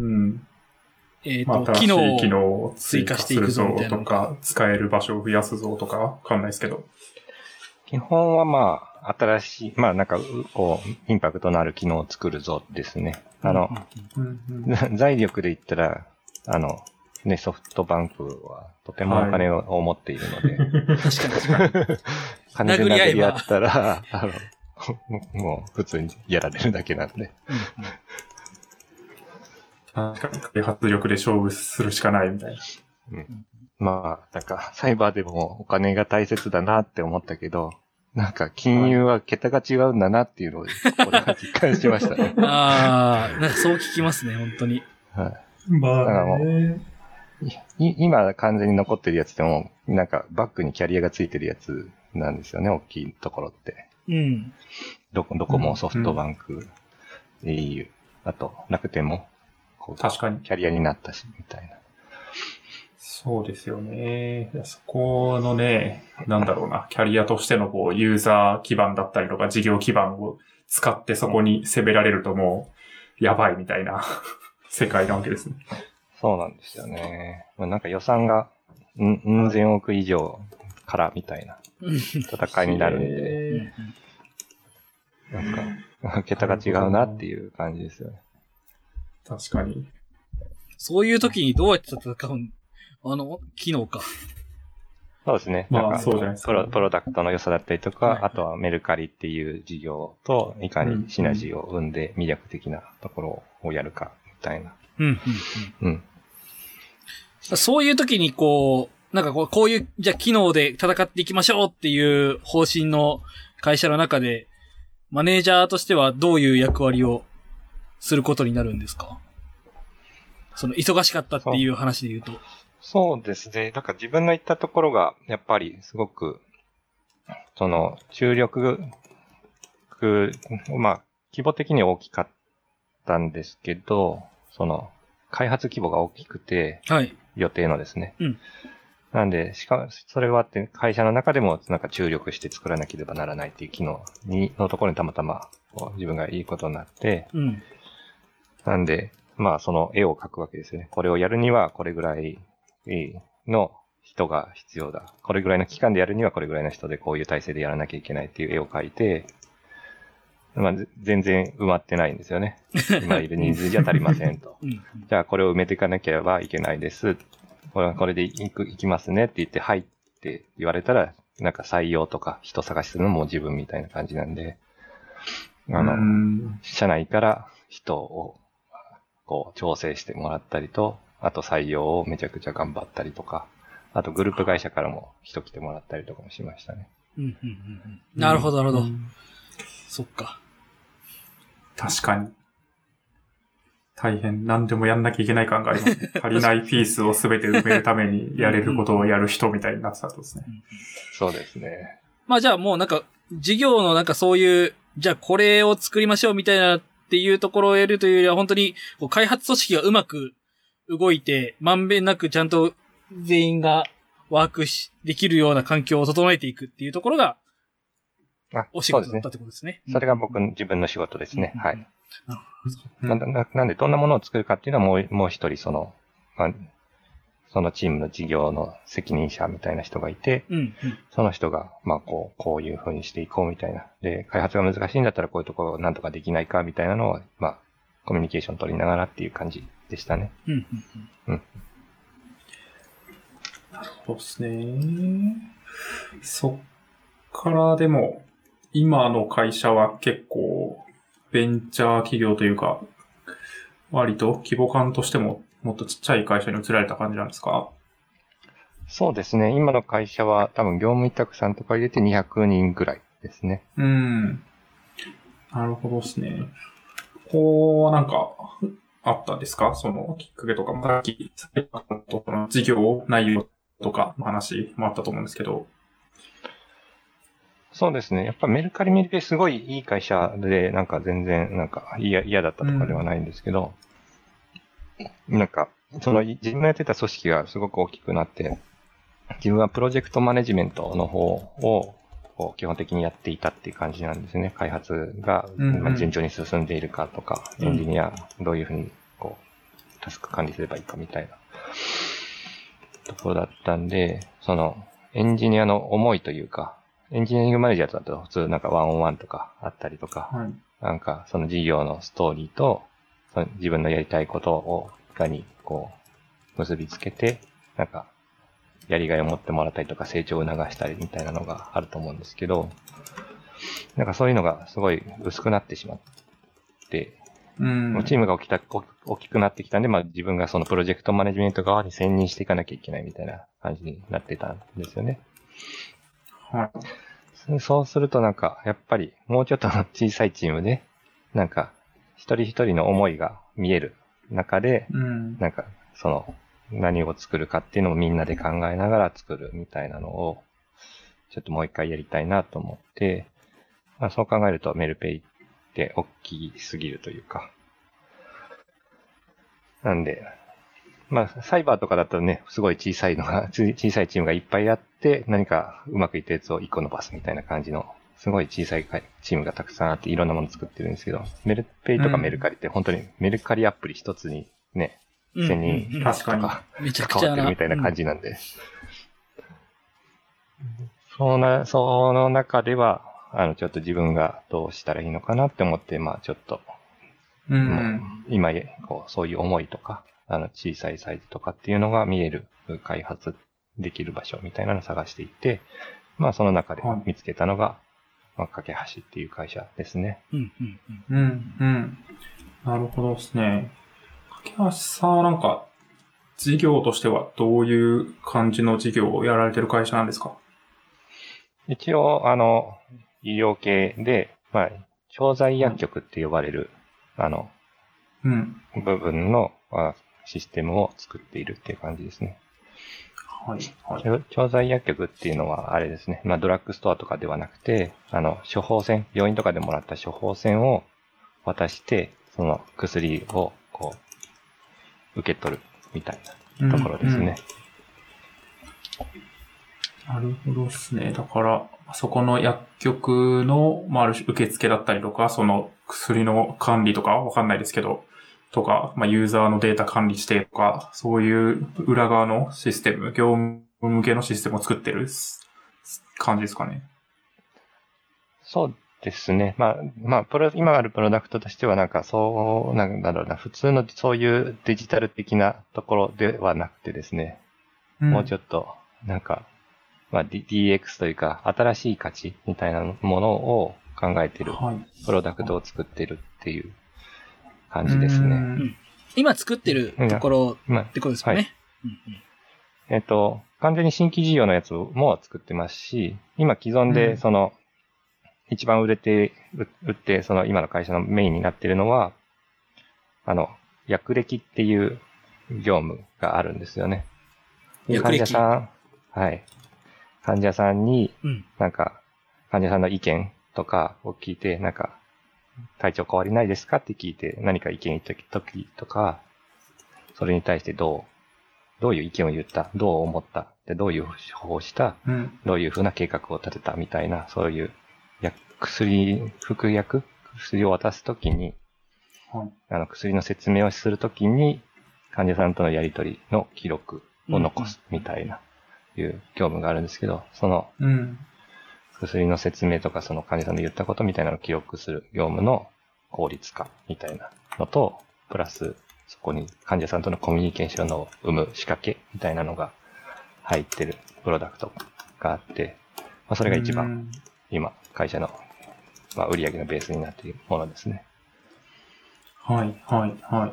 S2: えっと、
S3: まあ、
S2: 機能
S3: 機能を追加していくぞとか、使える場所を増やすぞとか、わかんないですけど。
S1: 基本はまあ、新しい、まあなんか、こう、インパクトのある機能を作るぞですね。あの、
S3: うんうん、
S1: 財力で言ったら、あの、 ですね。ソフトバンクはとてもお金を持っているので。
S2: 確かに確かに。
S1: 金で殴り合ったら、あの、もう普通にやられるだけなんで。
S3: 確かに開発力で勝負するしかないみたいな。
S1: うん、まあ、なんか、サイバーでもお金が大切だなって思ったけど、なんか金融は桁が違うんだなっていうのを、ここで実感しましたね。
S2: ああ、なんかそう聞きますね、本当に。
S1: はい。
S3: まあ、ね、
S1: だからもう、今完全に残ってるやつでも、なんかバックにキャリアがついてるやつなんですよね、大きいところって。
S2: うん。
S1: どこ、どこもソフトバンク、うん、エーユー、あと楽天も、こう、
S3: 確かに。
S1: キャリアになったし、みたいな。
S3: そうですよね。そこのね、なんだろうな、キャリアとしてのこう、ユーザー基盤だったりとか、事業基盤を使ってそこに攻められるともう、やばいみたいな世界なわけですね。
S1: そうなんですよね。まあ、なんか予算が、うん、うん千億以上からみたいな戦いになるんで、なんか、桁が違うなっていう感じですよね。
S3: 確かに。
S2: そういう時にどうやって戦うんあの、機能か。
S1: そうですね。
S3: まあ、そうじゃないですか。
S1: プロ、プロダクトの良さだったりとか、はい、あとはメルカリっていう事業と、いかにシナジーを生んで魅力的なところをやるか、みたいな。
S2: うん、うん、うん。うん。そういう時にこう、なんかこう、こういう、じゃあ機能で戦っていきましょうっていう方針の会社の中で、マネージャーとしてはどういう役割をすることになるんですか？その忙しかったっていう話で言うと。
S1: そうですね。なんか自分の言ったところが、やっぱりすごく、その、注力、まあ、規模的に大きかったんですけど、その、開発規模が大きくて、
S2: はい。
S1: 予定のですね。
S2: うん。
S1: なんで、しか、それはって会社の中でもなんか注力して作らなければならないっていう機能に、のところにたまたま自分がいいことになって、
S2: うん。
S1: なんで、まあその絵を描くわけですよね。これをやるにはこれぐらいの人が必要だ。これぐらいの期間でやるにはこれぐらいの人でこういう体制でやらなきゃいけないっていう絵を描いて、まあ全然埋まってないんですよね。今いる人数じゃ足りませんと。
S2: うん、
S1: じゃあこれを埋めていかなければいけないです。これこれで行く、行きますねって言って、はいって言われたら、なんか採用とか人探しするのも自分みたいな感じなんで、あの、社内から人をこう調整してもらったりと、あと採用をめちゃくちゃ頑張ったりとか、あとグループ会社からも人来てもらったりとかもしましたね。
S2: うんうんうんうん、なるほど、なるほど。うん、そっか。
S3: 確かに。大変何でもやんなきゃいけない感がありますね。足りないピースをすべて埋めるためにやれることをやる人みたいになってたとですね。
S1: そうですね。
S2: まあじゃあもうなんか、事業のなんかそういう、じゃあこれを作りましょうみたいなっていうところをやるというよりは本当にこう開発組織がうまく動いて、まんべんなくちゃんと全員がワークし、できるような環境を整えていくっていうところが、お仕事だったってことですね。
S1: それが僕、自分の仕事ですね。はい。な, な, なんで、どんなものを作るかっていうのはもう、もう一人その、まあ、そのチームの事業の責任者みたいな人がいて、
S2: うんうん、
S1: その人が、まあ、こう、こういう風にしていこうみたいな。で、開発が難しいんだったらこういうところをなんとかできないかみたいなのを、まあ、コミュニケーション取りながらっていう感じでしたね。
S2: うんうんうん。うん。
S3: なるほどですね。そっからでも、今の会社は結構、ベンチャー企業というか、割と規模感としてももっとちっちゃい会社に移られた感じなんですか？
S1: そうですね。今の会社は多分業務委託さんとか入れてにひゃくにんぐらいですね。
S3: うん。なるほどですね。こう、なんか、あったんですか？そのきっかけとか、さっき、事業内容とかの話もあったと思うんですけど。
S1: そうですね。やっぱメルカリ見てすごいいい会社で、なんか全然、なんか嫌、嫌だったとかではないんですけど、うん、なんか、その自分のやってた組織がすごく大きくなって、自分はプロジェクトマネジメントの方をこう基本的にやっていたっていう感じなんですね。開発が順調に進んでいるかとか、うんうん、エンジニアどういうふうにこうタスク管理すればいいかみたいなところだったんで、そのエンジニアの思いというか、エンジニアリングマネージャーだと普通なんかワンオンワンとかあったりとか、
S3: はい、
S1: なんかその事業のストーリーとその自分のやりたいことをいかにこう結びつけて、なんか、やりがいを持ってもらったりとか成長を促したりみたいなのがあると思うんですけど、なんかそういうのがすごい薄くなってしまって、
S3: うん、
S1: チームが大きた大きくなってきたんで、まあ自分がそのプロジェクトマネジメント側に専任していかなきゃいけないみたいな感じになってたんですよね。
S3: はい。
S1: そうするとなんか、やっぱりもうちょっとの小さいチームで、なんか、一人一人の思いが見える中で、
S3: うん、
S1: なんか、その、何を作るかっていうのをみんなで考えながら作るみたいなのを、ちょっともう一回やりたいなと思って、まあそう考えるとメルペイって大きすぎるというか。なんで、まあサイバーとかだとね、すごい小さいのが、小さいチームがいっぱいあって、何かうまくいったやつをいっこ伸ばすみたいな感じの、すごい小さいチームがたくさんあっていろんなもの作ってるんですけど、メルペイとかメルカリって本当にメルカリアプリ一つにね、せんにんとか関わってるみたいな感じなんで。そな、その中では、あの、ちょっと自分がどうしたらいいのかなって思って、まあちょっと、
S3: うん、
S1: 今、こう、そういう思いとか、あの、小さいサイズとかっていうのが見える開発できる場所みたいなのを探していって、まあその中で見つけたのが、はい、まあ、架け橋っていう会社ですね。
S2: うん、うん、
S3: うん。うん、なるほどですね。架け橋さんはなんか、事業としてはどういう感じの事業をやられてる会社なんですか？
S1: 一応、あの、医療系で、まあ、調剤薬局って呼ばれる、うん、あの、
S3: うん、
S1: 部分のシステムを作っているっていう感じですね。
S3: はい。はい、
S1: 調剤薬局っていうのはあれですね。まあドラッグストアとかではなくて、あの、処方箋、病院とかでもらった処方箋を渡して、その薬をこう、受け取るみたいなところですね。
S3: うんうん、なるほどですね。だから、そこの薬局の、まあ、ある種受付だったりとか、その薬の管理とかわかんないですけど、とか、まあ、ユーザーのデータ管理してとか、そういう裏側のシステム、業務向けのシステムを作ってる感じですかね。
S1: そうですね。まあ、まあ、プロ、今あるプロダクトとしてはなんかそう、なんだろうな、普通のそういうデジタル的なところではなくてですね、うん、もうちょっと、なんか、まあ、ディーエックス というか、新しい価値みたいなものを考えているプロダクトを作っているっていう感じですね。
S2: うん、今作ってるところってことですよね。はい
S1: うんうん、えっと、完全に新規事業のやつも作ってますし、今既存でその、うん、一番売れて、売って、その今の会社のメインになっているのは、あの、薬歴っていう業務があるんですよね。
S2: 薬歴。
S1: 患者さん、はい。患者さんに、なんか、患者さんの意見とかを聞いて、なんか、体調変わりないですかって聞いて、何か意見言った時とか、それに対してどう、どういう意見を言った、どう思った、でどういう処方をした、
S3: うん、
S1: どういうふうな計画を立てたみたいな、そういう薬、服薬、薬を渡すときに、
S3: はい、
S1: あの薬の説明をするときに、患者さんとのやりとりの記録を残すみたいな、いう業務があるんですけど、その、薬の説明とかその患者さんの言ったことみたいなのを記録する業務の効率化みたいなのと、プラスそこに患者さんとのコミュニケーションを生む仕掛けみたいなのが入ってるプロダクトがあって、まあ、それが一番今会社の、まあ、売上のベースになっているものですね。
S3: はい、はい、はい。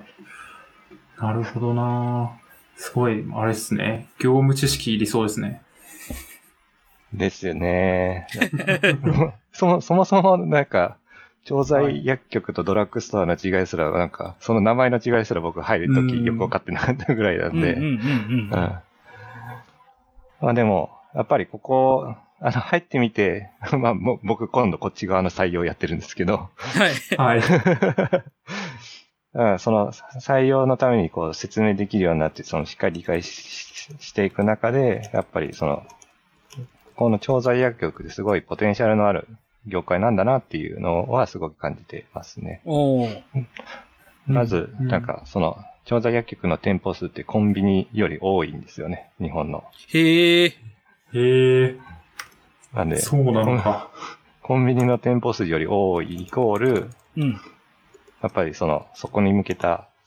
S3: なるほどなぁ。すごい、あれですね。業務知識いりそうですね。
S1: ですよね。そも、そもそもなんか、調剤薬局とドラッグストアの違いすら、なんか、その名前の違いすら僕入るときよく分かってなかったぐらいなんで。まあでも、やっぱりここ、あの、入ってみて、まあも僕今度こっち側の採用やってるんですけど。
S3: はい。はい。
S1: うん、その採用のためにこう説明できるようになって、そのしっかり理解 し, していく中で、やっぱりその、この調剤薬局ですごいポテンシャルのある業界なんだなっていうのはすごく感じてますね。
S2: お
S1: まず、なんかその、調剤薬局の店舗数ってコンビニより多いんですよね、日本の。
S2: へー。
S3: へー。
S1: なんで、
S3: そうなのか。
S1: コンビニの店舗数より多いイコール、
S2: うん。
S1: やっぱりその、そこに向けた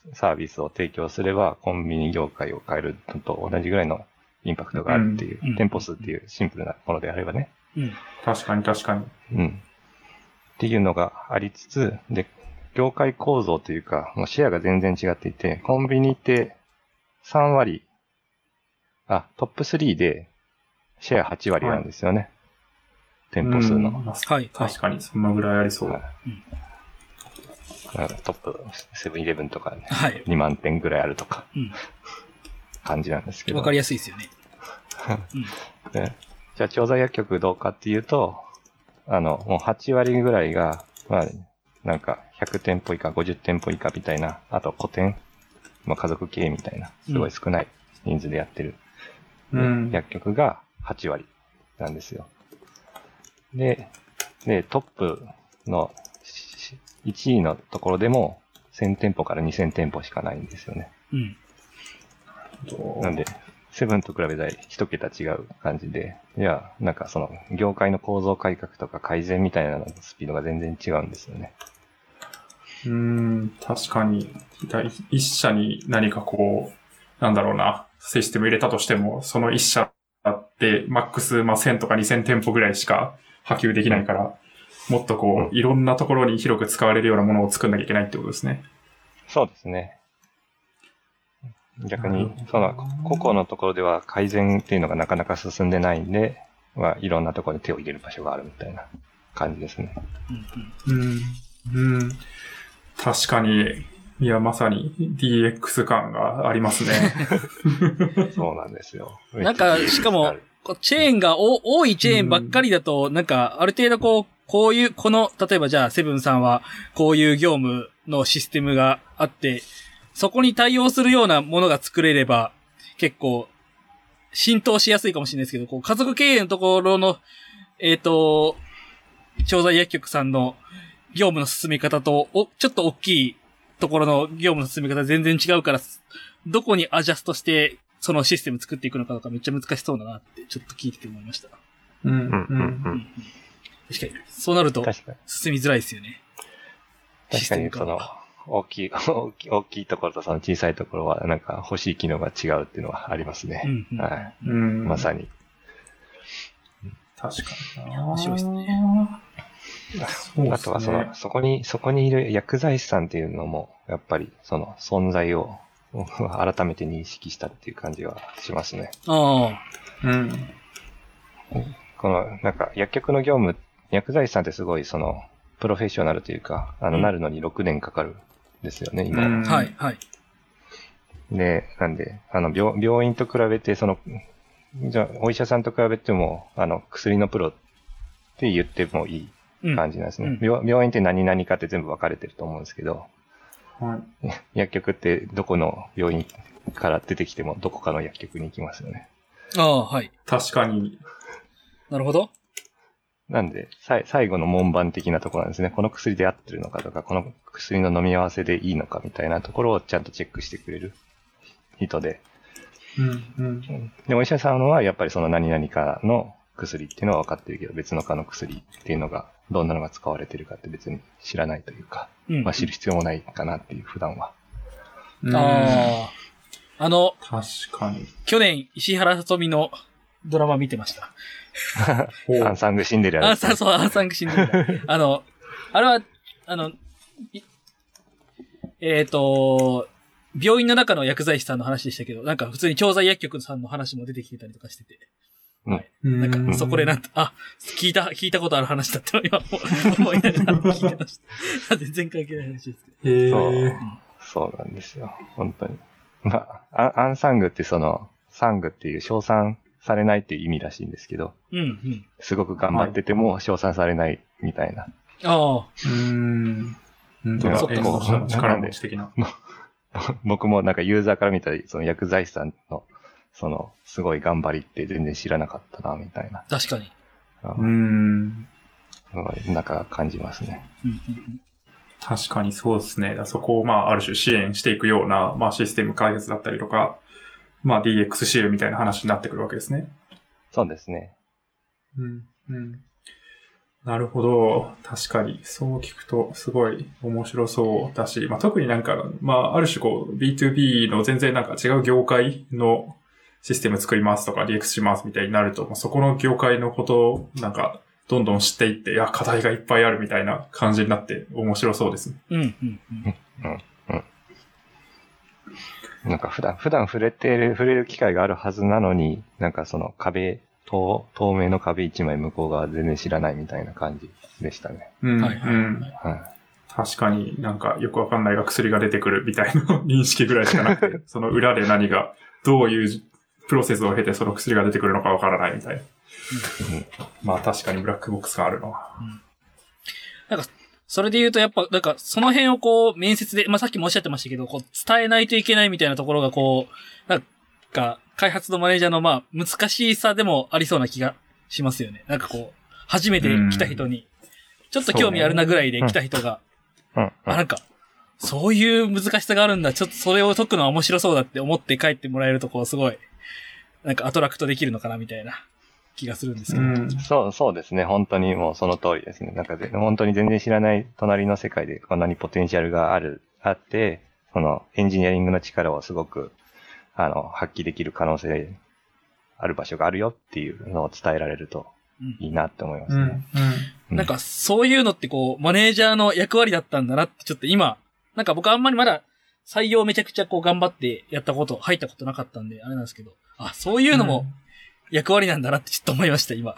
S1: サービスを提供すれば、コンビニ業界を変えるのと同じぐらいのインパクトがあるっていう、
S2: うん、
S1: 店舗数っていうシンプルなものであればね。
S2: うん。
S3: 確かに確かに。
S1: うん。っていうのがありつつ、で、業界構造というか、もうシェアが全然違っていて、コンビニってさん割、あ、トップスリーでシェアはち割なんですよね。はい、店舗数の。
S3: はい。確かに、そのぐらいありそう。はい、うん、
S1: トップセブンイレブンとか、ね、
S2: はい、
S1: にまん店ぐらいあるとか、
S2: うん、
S1: 感じなんですけど。
S2: わかりやすいですよね。
S1: うんでじゃあ、調剤薬局どうかっていうと、あの、もうはち割ぐらいが、まあ、なんかひゃく店舗以下、ごじゅう店舗以下みたいな、あと個店、まあ、家族経営みたいな、すごい少ない人数でやってる、うん、薬局がはち割なんですよ。で、で、トップのいちいのところでもせん店舗からにせん店舗しかないんですよね。
S2: うん。
S1: なんで、セブンと比べたら一桁違う感じで、いや、なんかその業界の構造改革とか改善みたいなのスピードが全然違うんですよね。
S3: うーん、確かに、一社に何かこう、なんだろうな、システム入れたとしても、その一社ってマックス、まあ、せんとかにせん店舗ぐらいしか波及できないから、うん、もっとこう、いろんなところに広く使われるようなものを作んなきゃいけないってことですね。
S1: そうですね。逆に、その、個々のところでは改善っていうのがなかなか進んでないんで、まあ、いろんなところに手を入れる場所があるみたいな感じですね。
S3: うん、うん、確かに、いや、まさに ディーエックス 感がありますね。
S1: そうなんですよ。
S2: なんか、しかも、チェーンがお多いチェーンばっかりだと、なんか、ある程度こう、こういう、この、例えばじゃあ、セブンさんは、こういう業務のシステムがあって、そこに対応するようなものが作れれば、結構、浸透しやすいかもしれないですけど、こう、家族経営のところの、えっと、調剤薬局さんの業務の進め方と、お、ちょっと大きいところの業務の進め方全然違うから、どこにアジャストして、そのシステム作っていくのかとかめっちゃ難しそうだなって、ちょっと聞いてて思いました。
S3: うん、うん、うん。
S2: 確かに。そうなると、進みづらいですよね。
S1: 確かに、その、大きい、大きい、大きいところとその小さいところは、なんか欲しい機能が違うっていうのはありますね。
S2: うんうん、
S1: はい。
S3: うん、
S1: まさに。
S3: 確かにな。
S2: 面白いですね。
S1: ねあとはその、そこに、そこにいる薬剤師さんっていうのも、やっぱりその存在を改めて認識したっていう感じはしますね。
S2: あ
S3: あ。うん。
S1: この、なんか薬局の業務、薬剤師さんってすごいその、プロフェッショナルというか、あの、なるのにろくねんかかるんですよね、今は。
S2: はい、はい。
S1: で、なんで、あの、病、病院と比べて、その、じゃあ、お医者さんと比べても、あの、薬のプロって言ってもいい感じなんですね。うん、病, 病院って何々かって全部分かれてると思うんですけど、
S3: はい、
S1: 薬局ってどこの病院から出てきてもどこかの薬局に行きますよね。
S2: ああ、はい。
S3: 確かに。
S2: なるほど。
S1: なんで、さ最後の門番的なところなんですね。この薬で合ってるのかとか、この薬の飲み合わせでいいのかみたいなところをちゃんとチェックしてくれる人で。
S3: うんうん、
S1: で、お医者さんはやっぱりその何々かの薬っていうのは分かってるけど、別の科の薬っていうのが、どんなのが使われてるかって別に知らないというか、うん、まあ知る必要もないかなっていう、普段は。
S2: うん、ああ。あの、
S3: 確かに。
S2: 去年、石原さとみのドラマ見てました。
S1: アンサングシンデレラ、
S2: ね。あ、そうそう、アンサングシンデレラ。あの、あれは、あの、えっ、ー、と、病院の中の薬剤師さんの話でしたけど、なんか普通に調剤薬局さんの話も出てきてたりとかしてて。はい。なんか、そこでなんと、あ、聞いた、聞いたことある話だったの今思いながら聞いてました。全然関係ない話ですけど。
S3: へ
S1: そう、うん。そうなんですよ。本当に。まあ、アンサングってその、サングっていう称賛されないっていう意味らしいんですけど、
S2: うんうん、
S1: すごく頑張ってても称賛されないみたいな。
S2: ああ。
S3: うーん。うんと、
S1: そっか。
S3: 力持ち的な。
S1: 僕もなんかユーザーから見たら、その薬剤師さんの、その、すごい頑張りって全然知らなかったな、みたいな。
S2: 確かに。
S3: うーん。
S1: なんか感じますね。
S2: うんうんうん、
S3: 確かにそうですね。そこをまあ、ある種支援していくような、まあ、システム開発だったりとか、まあ、ディーエックス シーエルみたいな話になってくるわけですね。
S1: そうですね。
S3: うん、うん。 なるほど。確かに、そう聞くとすごい面白そうだし、まあ、特になんか、まあ、ある種こう、ビーツービー の全然なんか違う業界のシステム作りますとか ディーエックス しますみたいになると、まあ、そこの業界のことをなんか、どんどん知っていって、いや、課題がいっぱいあるみたいな感じになって面白そうですね。
S2: うん、うん、うん。
S1: うんうんなんか普段、普段触れてる、触れる機会があるはずなのに、なんかその壁、透、透明の壁一枚向こう側全然知らないみたいな感じでしたね。
S3: うん、
S2: はいはい
S3: うん。確かになんかよくわかんないが薬が出てくるみたいな認識ぐらいしかなくて、その裏で何が、どういうプロセスを経てその薬が出てくるのかわからないみたいな。まあ確かにブラックボックスがあるのは。
S2: うん、なんか、それで言うとやっぱ、なんかその辺をこう面接で、まあさっきもおっしゃってましたけど、こう伝えないといけないみたいなところがこう、なんか開発のマネージャーのまあ難しさでもありそうな気がしますよね。なんかこう、初めて来た人に、ちょっと興味あるなぐらいで来た人が、
S1: うんうん、
S2: あ、なんか、そういう難しさがあるんだ、ちょっとそれを解くのは面白そうだって思って帰ってもらえるとこうすごい、なんかアトラクトできるのかなみたいな気がするんですけど。
S3: うん、
S1: そう、そうですね。本当にもうその通りですね。なんか本当に全然知らない隣の世界でこんなにポテンシャルがある、あって、そのエンジニアリングの力をすごく、あの、発揮できる可能性ある場所があるよっていうのを伝えられるといいなって思いますね。
S3: うん
S2: うん、なんかそういうのってこう、マネージャーの役割だったんだなってちょっと今、なんか僕あんまりまだ採用めちゃくちゃこう頑張ってやったこと、入ったことなかったんで、あれなんですけど、あ、そういうのも役割なんだなってちょっと思いました、今。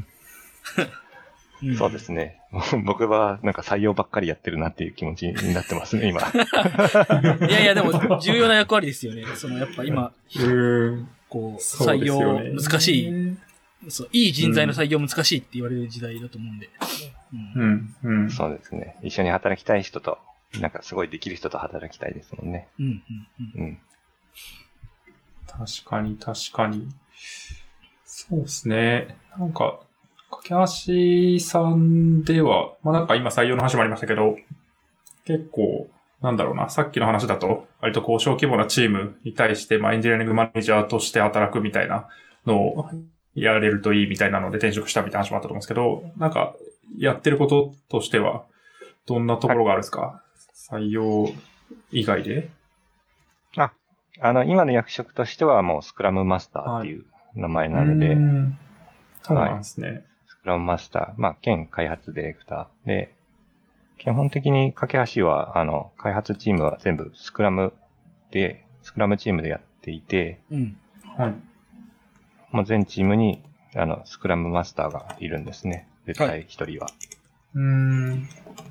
S1: うん、そうですね。僕はなんか採用ばっかりやってるなっていう気持ちになってますね、今。
S2: いやいや、でも重要な役割ですよね。そのやっぱ今、こう、採用難しい、そう、いい人材の採用難しいって言われる時代だと思うんで。
S3: うん、うん、
S1: そうですね。一緒に働きたい人と、なんかすごいできる人と働きたいですもんね。
S2: うん、うん、うん。うん、
S3: 確かに、確かに。そうですね。なんか、架橋さんでは、まあなんか今採用の話もありましたけど、結構、なんだろうな、さっきの話だと、割とこう小規模なチームに対して、まあエンジニアリングマネージャーとして働くみたいなのをやれるといいみたいなので転職したみたいな話もあったと思うんですけど、なんか、やってることとしては、どんなところがあるんですか？採用以外で？
S1: あ、あの、今の役職としてはもうスクラムマスターっていう名前なので、はい、
S3: そうなんですね。
S1: スクラムマスター、まあ、兼開発ディレクターで、基本的に架橋は、あの、開発チームは全部スクラムで、スクラムチームでやっていて、
S2: うん。
S3: はい。
S1: もう全チームに、あの、スクラムマスターがいるんですね。絶対一人は。
S3: うーん。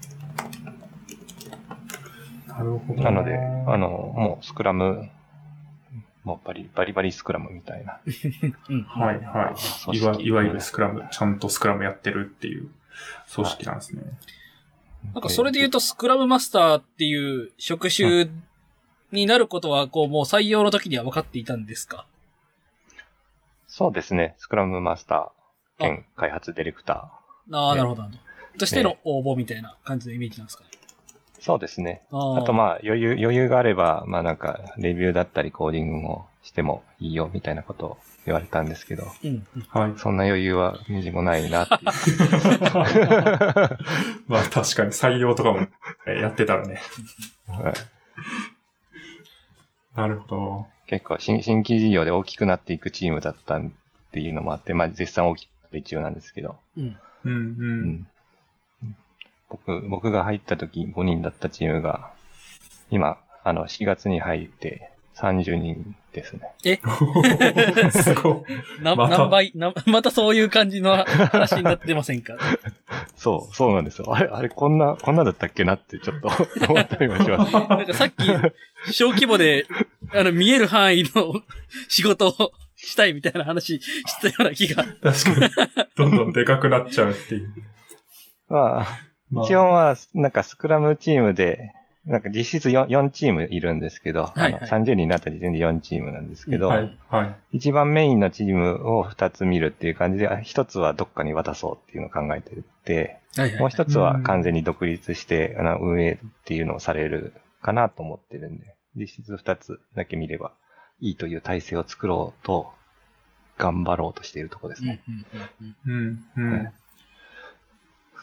S3: なるほど。
S1: なので、あの、もうスクラム、もうバリバリバリスクラムみたいな。
S2: うん、
S3: はいはい。いわ、いわゆるスクラム、ちゃんとスクラムやってるっていう組織なんですね。はい、
S2: なんかそれで言うとスクラムマスターっていう職種になることは、こうもう採用の時には分かっていたんですか？
S1: そうですね。スクラムマスター兼開発ディレクタ
S2: ー。ああ、なるほどなるほど。としての応募みたいな感じのイメージなんですかね。
S1: そうですね。あ, あとまあ余裕、余裕があれば、まあなんかレビューだったりコーディングもしてもいいよみたいなことを言われたんですけど、
S2: うんうん、
S3: はい。
S1: そんな余裕はみじもないなっていう。
S3: まあ確かに採用とかもやってたらね。
S1: はい、
S3: なるほど。
S1: 結構新新規事業で大きくなっていくチームだったっていうのもあって、まあ絶賛大きく一応なんですけど。
S2: うん
S3: うんうんうん
S1: 僕、僕が入った時ごにんだったチームが、今、あの、しがつに入ってさんじゅうにんですね。
S2: え
S3: すごい。
S2: な、また、何倍な、またそういう感じの話になってませんか？
S1: そう、そうなんですよ。あれ、あれ、こんな、こんなだったっけなってちょっと思ったりもします。
S2: なんかさっき、小規模で、あの、見える範囲の仕事をしたいみたいな話したような気が。
S3: 確かに。どんどんでかくなっちゃうっていう。
S1: まあ、一応は、なんかスクラムチームで、なんか実質 4, よんチームいるんですけど、はいはい、あのさんじゅうにんになった時点でよんチームなんですけど、
S3: はいはい、
S1: 一番メインのチームをふたつ見るっていう感じで、ひとつはどっかに渡そうっていうのを考えてて、はいはい、もうひとつは完全に独立してあの運営っていうのをされるかなと思ってるんで、実質ふたつだけ見ればいいという体制を作ろうと頑張ろうとしているところですね。
S3: うんうんうん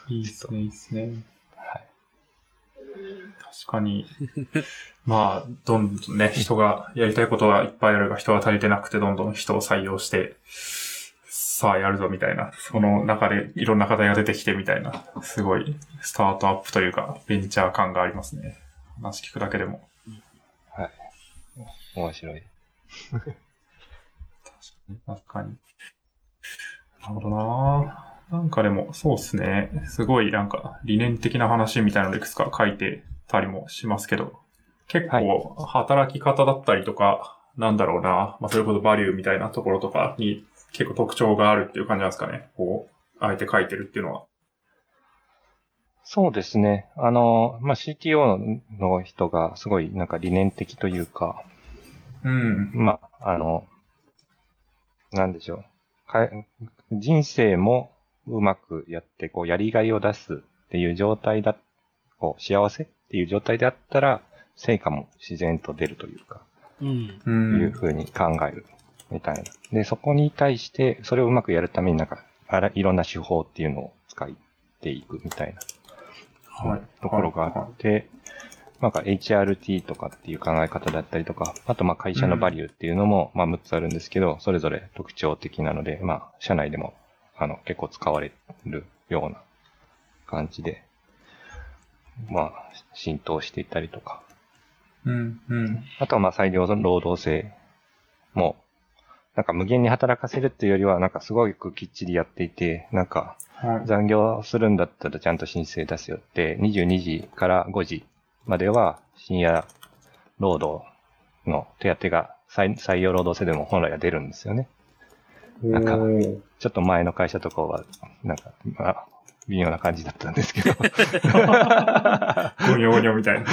S3: いいですね、いいですね。
S1: はい。
S3: 確かに。まあ、どんどんね、人がやりたいことはいっぱいあるが、人が足りてなくて、どんどん人を採用して、さあやるぞみたいな、その中でいろんな課題が出てきてみたいな、すごいスタートアップというか、ベンチャー感がありますね。話聞くだけでも。
S1: はい。面白い。
S3: 確かに、確かに。なるほどなぁ。なんかでも、そうですね。すごいなんか理念的な話みたいなのでいくつか書いてたりもしますけど、結構働き方だったりとか、はい、なんだろうな、まあそれこそバリューみたいなところとかに結構特徴があるっていう感じなんですかね。こう、あえて書いてるっていうのは。
S1: そうですね。あの、まあ シーティーオー の人がすごいなんか理念的というか、
S3: うん。
S1: まあ、あの、なんでしょう。か人生もうまくやって、こう、やりがいを出すっていう状態だ、こう、幸せっていう状態であったら、成果も自然と出るというか、
S2: うん。
S1: いうふうに考えるみたいな。で、そこに対して、それをうまくやるためになんか、あら、いろんな手法っていうのを使っていくみたいな、はい、ところがあって、はいはい、なんか エイチアールティー とかっていう考え方だったりとか、あとまあ会社のバリューっていうのもまあむっつあるんですけど、それぞれ特徴的なので、まあ社内でもあの結構使われるような感じで、まあ浸透していったりとか。
S3: うんうん。
S1: あとはまあ裁量労働制も、なんか無限に働かせるっていうよりはなんかすごくきっちりやっていて、なんか残業するんだったらちゃんと申請出すよって、にじゅうにじからごじまでは深夜労働の手当が採採用労働制でも本来は出るんですよね。なんか、ちょっと前の会社とかは、なんか、まあ、微妙な感じだったんですけど。ゴ
S3: ニョゴニョみたいな。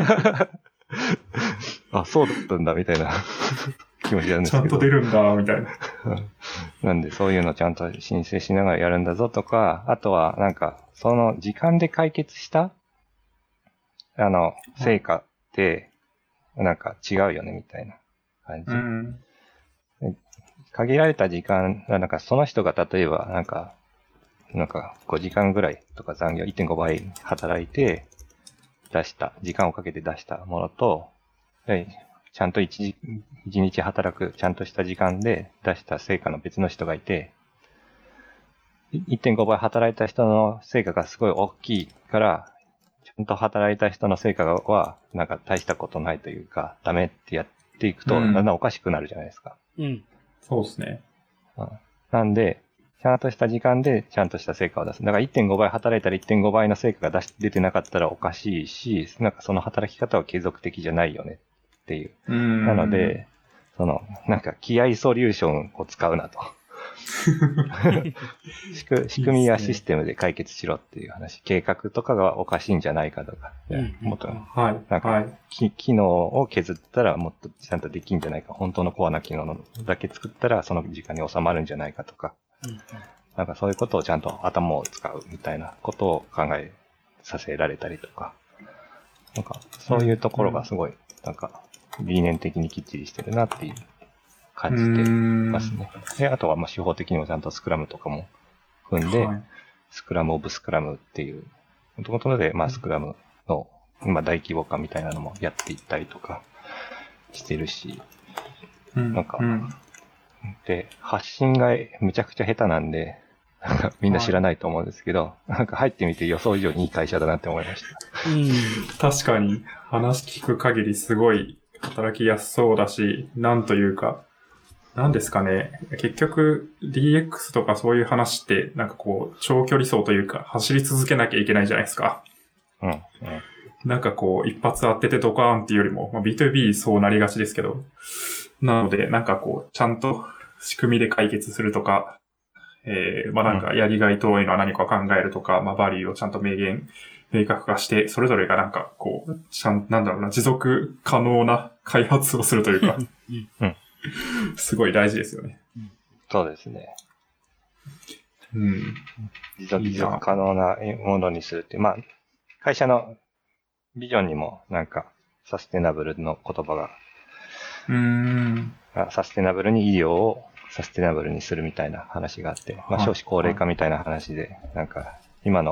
S1: あ、そうだったんだ、みたいな気持ちなんですけど。
S3: ちゃんと出るんだ、みたいな。
S1: なんで、そういうのちゃんと申請しながらやるんだぞとか、あとは、なんか、その時間で解決したあの、成果って、なんか違うよね、みたいな感じ。うん、限られた時間、なんかその人が例えば、なんか、なんかごじかんぐらいとか残業 いってんご 倍働いて出した、時間をかけて出したものと、ちゃんと一日働く、ちゃんとした時間で出した成果の別の人がいて、いってんご 倍働いた人の成果がすごい大きいから、ちゃんと働いた人の成果は、なんか大したことないというか、ダメってやっていくと、だんだんおかしくなるじゃないですか。
S2: うん。
S3: そうですね。
S1: なんで、ちゃんとした時間でちゃんとした成果を出す。だから いってんご 倍働いたら いってんご 倍の成果が出し出てなかったらおかしいし、なんかその働き方は継続的じゃないよねっていう。
S3: うん
S1: なので、その、なんか気合ソリューションを使うなと。仕組みやシステムで解決しろっていう話。計画とかがおかしいんじゃないかとか。
S2: うん、
S1: もっと、
S3: はい。
S1: なんか、
S3: はい
S1: 機能を削ったらもっとちゃんとできんじゃないか。本当のコアな機能だけ作ったらその時間に収まるんじゃないかとか。
S2: うん、
S1: なんかそういうことをちゃんと頭を使うみたいなことを考えさせられたりとか。なんかそういうところがすごい、なんか理念的にきっちりしてるなっていう感じてますね。で、あとはまあ手法的にもちゃんとスクラムとかも組んで、はい、スクラムオブスクラムっていうことで、まあスクラムのまあ大規模化みたいなのもやっていったりとかしてるし、
S3: うん、
S1: なんか、
S3: うん、
S1: で、発信がむちゃくちゃ下手なんで、みんな知らないと思うんですけど、はい、なんか入ってみて予想以上にいい会社だなって思いました。
S3: うん、確かに話聞く限りすごい働きやすそうだし、なんというか、なんですかね。結局 ディーエックス とかそういう話ってなんかこう長距離走というか走り続けなきゃいけないじゃないですか。
S1: うん。うん、
S3: なんかこう一発当ててドカーンっていうよりも、まあ、ビーツービー そうなりがちですけど、なのでなんかこうちゃんと仕組みで解決するとか、えー、まあなんかやりがいというのは何か考えるとか、うん、まあバリューをちゃんと明言、明確化して、それぞれがなんかこう、ちゃん、なんだろうな、持続可能な開発をするというか、
S1: うん、
S3: すごい大事ですよね。
S1: そうですね。
S3: うん。
S1: 持続可能なものにするって、まあ、会社のビジョンにもなんかサステナブルの言葉が、
S3: うーん
S1: サステナブルに医療をサステナブルにするみたいな話があって、まあ少子高齢化みたいな話で、なんか今の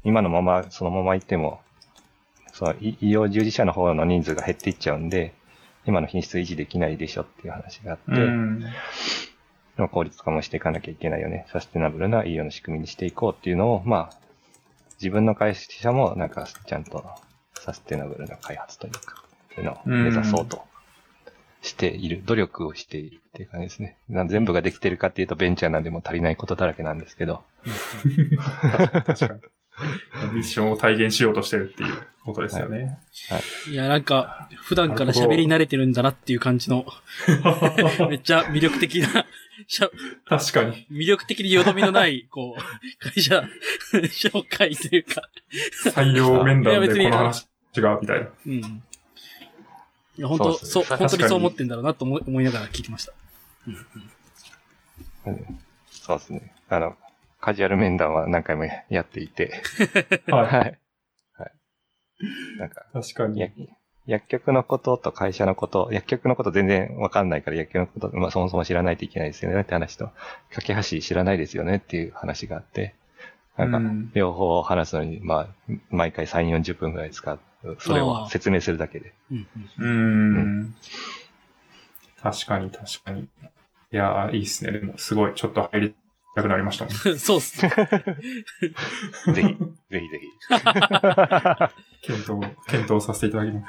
S1: 今のまま、そのまま行っても、その医療従事者の方の人数が減っていっちゃうんで、今の品質維持できないでしょっていう話があって、うん、効率化もしていかなきゃいけないよね。サステナブルな医療の仕組みにしていこうっていうのを、まあ、自分の会社もなんかちゃんとサステナブルな開発というか、そういうのを目指そうとしている、努力をしているっていう感じですね。全部ができてるかっていうとベンチャーなんでも足りないことだらけなんですけど。
S3: 確かに。ミッションを体現しようとしてるっていうことですよね。はい
S2: はい、いや、なんか、普段から喋り慣れてるんだなっていう感じの、めっちゃ魅力的な、
S3: 確かに。
S2: 魅力的によどみのない、こう、会社紹介というか。
S3: 採用面談でこの話違うみたいな。うん。い
S2: や、本当そう、本当にそう思ってんだろうなと思い、思いながら聞いてました。うん
S1: うん、そうですね。あの、カジュアル面談は何回もやっていて。はい。はい。はい。なんか、
S3: 確かに。
S1: 薬局のことと会社のこと、薬局のこと全然わかんないから薬局のこと、まあそもそも知らないといけないですよねって話と、架け橋知らないですよねっていう話があって、なんか、両方話すのに、まあ、毎回さんじゅう、よんじゅっぷんくらい使う。それを説明するだけで。
S3: うん。うん。うん、確かに確かに。いやー、いいっすね。でも、すごい、ちょっと入り、なくなりましたもん。
S2: そうっすね。
S1: ぜひ、ぜひぜひ。
S3: 検討、検討させていただきます。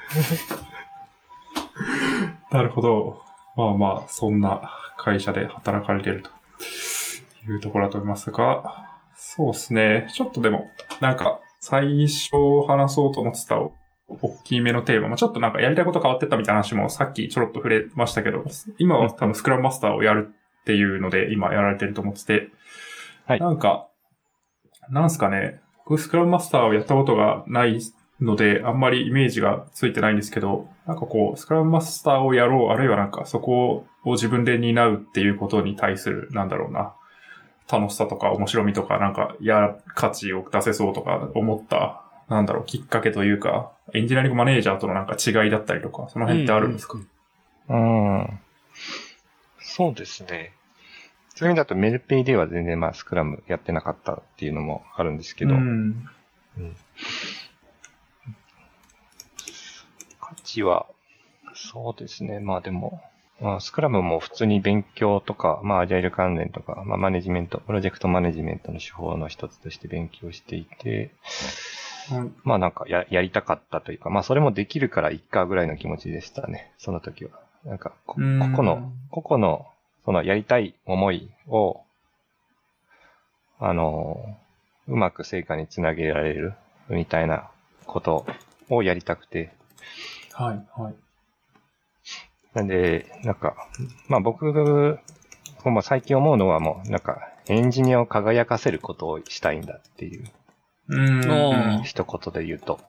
S3: なるほど。まあまあ、そんな会社で働かれているというところだと思いますが、そうですね。ちょっとでも、なんか、最初話そうと思ってた大きめのテーマ、まあ、ちょっとなんかやりたいこと変わってったみたいな話もさっきちょろっと触れましたけど、今は多分スクラムマスターをやるっていうので今やられてると思ってて、はい。なんか、なんすかね、僕スクラムマスターをやったことがないので、あんまりイメージがついてないんですけど、なんかこう、スクラムマスターをやろう、あるいはなんかそこを自分で担うっていうことに対する、なんだろうな、楽しさとか面白みとか、なんか、や、価値を出せそうとか思った、なんだろう、きっかけというか、エンジニアリングマネージャーとのなんか違いだったりとか、その辺ってあるんですか？
S1: うん、うん。そうですね。そういう意味だとメルペイでは全然まあスクラムやってなかったっていうのもあるんですけど、うんうん、価値は、そうですね。まあでも、まあ、スクラムも普通に勉強とか、まあアジャイル関連とか、まあマネジメント、プロジェクトマネジメントの手法の一つとして勉強していて、うん、まあなんかや、やりたかったというか、まあそれもできるからいっかぐらいの気持ちでしたね。その時は。なんかこ、ここの、個々の、そのやりたい思いを、あの、うまく成果につなげられるみたいなことをやりたくて。
S3: はい、はい。
S1: なんで、なんか、まあ僕が、まあ最近思うのはもう、なんか、エンジニアを輝かせることをしたいんだっていう。
S3: うん。
S1: 一言で言うと。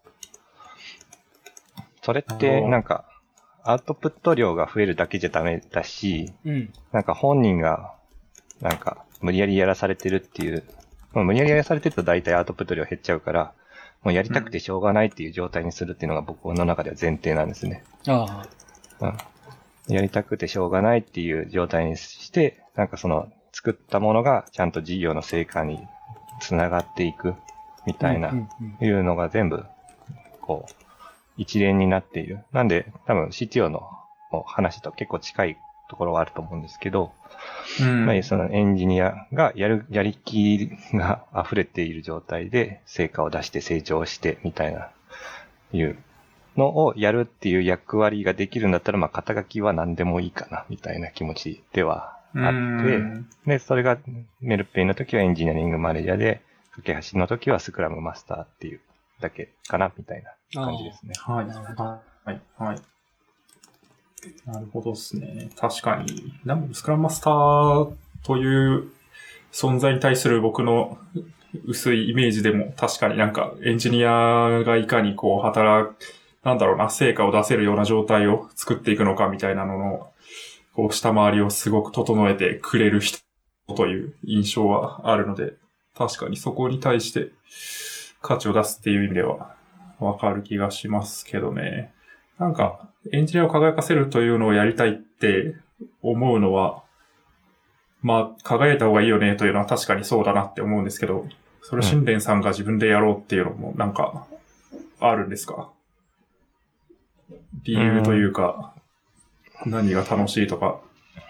S1: それって、なんか、アウトプット量が増えるだけじゃダメだし、うん、なんか本人が、なんか、無理やりやらされてるっていう、もう無理やりやらされてると大体アウトプット量減っちゃうから、もうやりたくてしょうがないっていう状態にするっていうのが僕の中では前提なんですね。
S2: あ
S1: あ。うん。やりたくてしょうがないっていう状態にして、なんかその、作ったものがちゃんと事業の成果につながっていくみたいな、いうのが全部、こう、一連になっている。なんで、多分 シーティーオー の話と結構近いところはあると思うんですけど、うん、まあ、そのエンジニアがやる、やりきが溢れている状態で成果を出して成長してみたいな、いうのをやるっていう役割ができるんだったら、まあ、肩書きは何でもいいかな、みたいな気持ちではあって、で、それがメルペイの時はエンジニアリングマネージャーで、架け橋の時はスクラムマスターっていうだけかな、みたいな感じですね。
S3: はい、はい、はい。なるほどですね。確かに。スクラムマスターという存在に対する僕の薄いイメージでも確かになんかエンジニアがいかにこう働く、なんだろうな、成果を出せるような状態を作っていくのかみたいなのの、こう下回りをすごく整えてくれる人という印象はあるので、確かにそこに対して価値を出すっていう意味ではわかる気がしますけどね。なんか、エンジニアを輝かせるというのをやりたいって思うのは、まあ、輝いた方がいいよねというのは確かにそうだなって思うんですけど、 それ、新蓮さんが自分でやろうっていうのも、なんか、あるんですか？理由というか、うん、何が楽しいとか。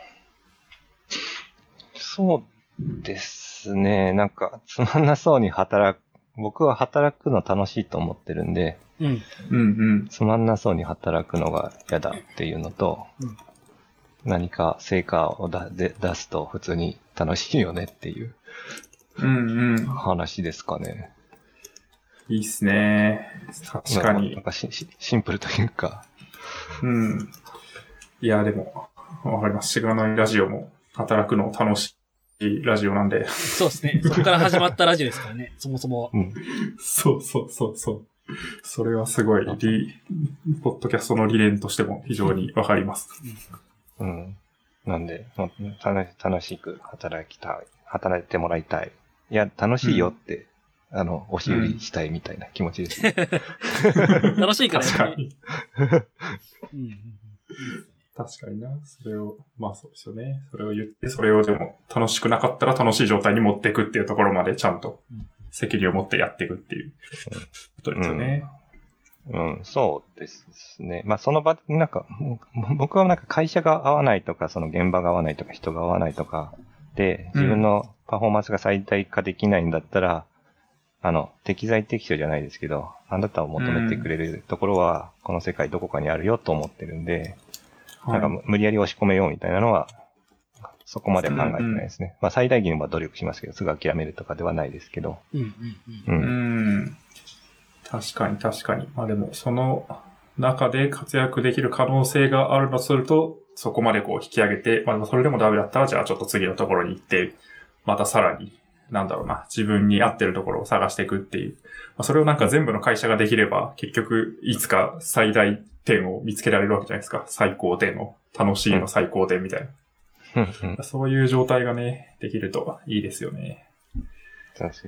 S1: そうですね。なんか、つまんなそうに働く、僕は働くの楽しいと思ってるんで、
S2: うん。
S3: うんうん。
S1: つまんなそうに働くのが嫌だっていうのと、うん、何か成果をだで出すと普通に楽しいよねっていう
S3: うんうん。
S1: 話ですかね。
S3: いいっすね。確かに。
S1: なんかシンプルというか。
S3: うん。いや、でも、わかります。しがないラジオも働くの楽しいラジオなんで。
S2: そうですね。そこから始まったラジオですからね、そもそも。
S1: うん、
S3: そうそうそうそう。それはすごい、リポッドキャストの理念としても非常にわかります。
S1: うん。うん、なんで、楽しく働きたい。働いてもらいたい。いや、楽しいよって、うん、あの、押し売りしたいみたいな気持ちです、ね。
S2: うん、楽しいからね。
S3: 確かに。
S2: うん、
S3: 確かにな。それを、まあそうですよね。それを言って、それをでも楽しくなかったら楽しい状態に持っていくっていうところまでちゃんと責任を持ってやっていくっていうことですよね。
S1: うん、うん、そうですね。まあその場、なんか、僕はなんか会社が合わないとか、その現場が合わないとか、人が合わないとか、で、自分のパフォーマンスが最大化できないんだったら、うん、あの、適材適所じゃないですけど、あなたを求めてくれるところは、この世界どこかにあるよと思ってるんで、うん、なんか無理やり押し込めようみたいなのは、そこまで考えてないですね。うんうん、まあ最大限は努力しますけど、すぐ諦めるとかではないですけど。
S2: うんうん
S3: うん。うん。確かに確かに。まあでも、その中で活躍できる可能性があるとすると、そこまでこう引き上げて、まあそれでもダメだったら、じゃあちょっと次のところに行って、またさらに、なんだろうな、自分に合ってるところを探していくっていう。まあ、それをなんか全部の会社ができれば、結局、いつか最大点を見つけられるわけじゃないですか。最高点の、楽しいの最高点みたいな。
S1: うん、
S3: そういう状態がね、できるといいですよね。
S1: 確かに。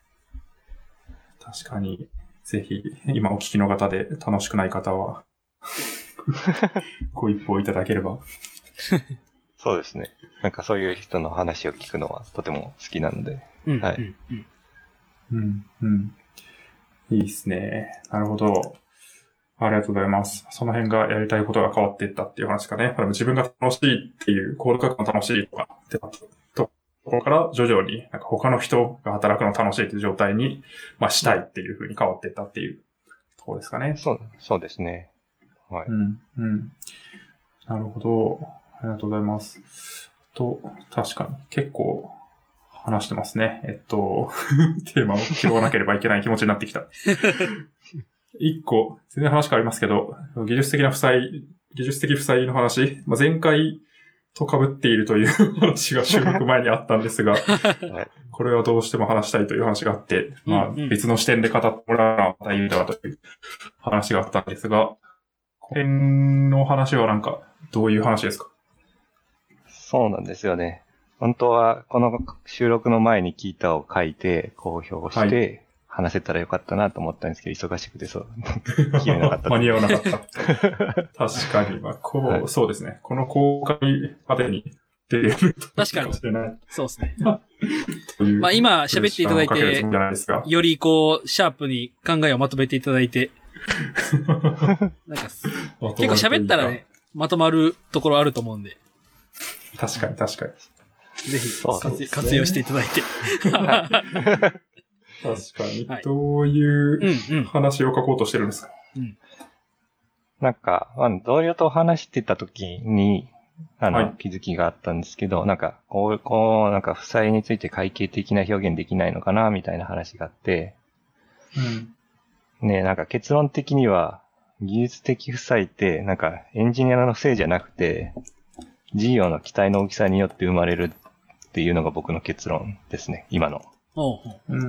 S3: 確かに、ぜひ、今お聞きの方で楽しくない方は、ご一報いただければ。
S1: そうですね。なんかそういう人の話を聞くのはとても好きなので。
S2: うん、
S1: はい。
S2: うん、
S3: うん、うん。いいですね。なるほど。ありがとうございます。その辺がやりたいことが変わっていったっていう話かね。自分が楽しいっていう、コード書くの楽しいとかってところから徐々になんか他の人が働くの楽しいっていう状態に、まあ、したいっていう風に変わっていったっていうところですかね。
S1: そう、そうですね。はい。
S3: うん、うん。なるほど。ありがとうございます。と、確かに結構話してますね。えっと、テーマを拾わなければいけない気持ちになってきた。一個、全然話変わりますけど、技術的な負債、技術的負債の話、まあ、前回と被っているという話が収録前にあったんですが、これはどうしても話したいという話があって、まあ、別の視点で語ってもらうのは大変だという話があったんですが、これの話はなんか、どういう話ですか？
S1: そうなんですよね。本当は、この収録の前に聞いたを書いて、公表して、はい話せたらよかったなと思ったんですけど、忙しくてそう、聞けなかった。
S3: 間に合わなかった。確かに、まあ、こう、はい、そうですね。この公開までに出る
S2: 確かに。そうですね。
S3: ま
S2: あ今喋っていただいて、よりこう、シャープに考えをまとめていただいて、なんか結構喋ったらね、まとまるところあると思うんで。
S3: 確かに確かに。
S2: ぜひ活、ね、活用していただいて。
S3: 確かに、はい。どういう話を書こうとしてるんですか？
S2: うんうん、
S1: なんか、まあ、同僚と話してた時に、あの、はい、気づきがあったんですけど、なんか、こう、こう、なんか、負債について会計的な表現できないのかな、みたいな話があって、
S3: うん、
S1: ね、なんか結論的には、技術的負債って、なんか、エンジニアのせいじゃなくて、事業の期待の大きさによって生まれるっていうのが僕の結論ですね、今の。
S3: うんうん、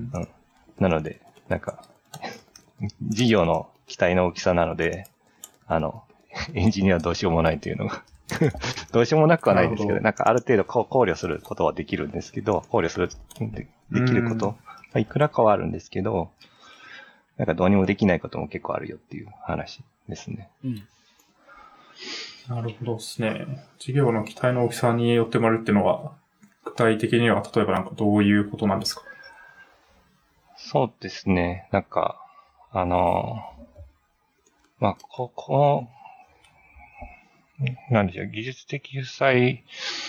S1: なので、なんか、事業の期待の大きさなので、あの、エンジニアはどうしようもないというのが、どうしようもなくはないですけど、なんかある程度考慮することはできるんですけど、考慮する、で, できること、まあ、いくらかはあるんですけど、なんかどうにもできないことも結構あるよっていう話ですね。
S2: うん、
S3: なるほどですね。事業の期待の大きさによって生まれるっていうのは、具体的には例えばなんかどういうことなんですか？
S1: そうですね。なんか、あの、まあ、ここ、なんでしょう、技術的負債、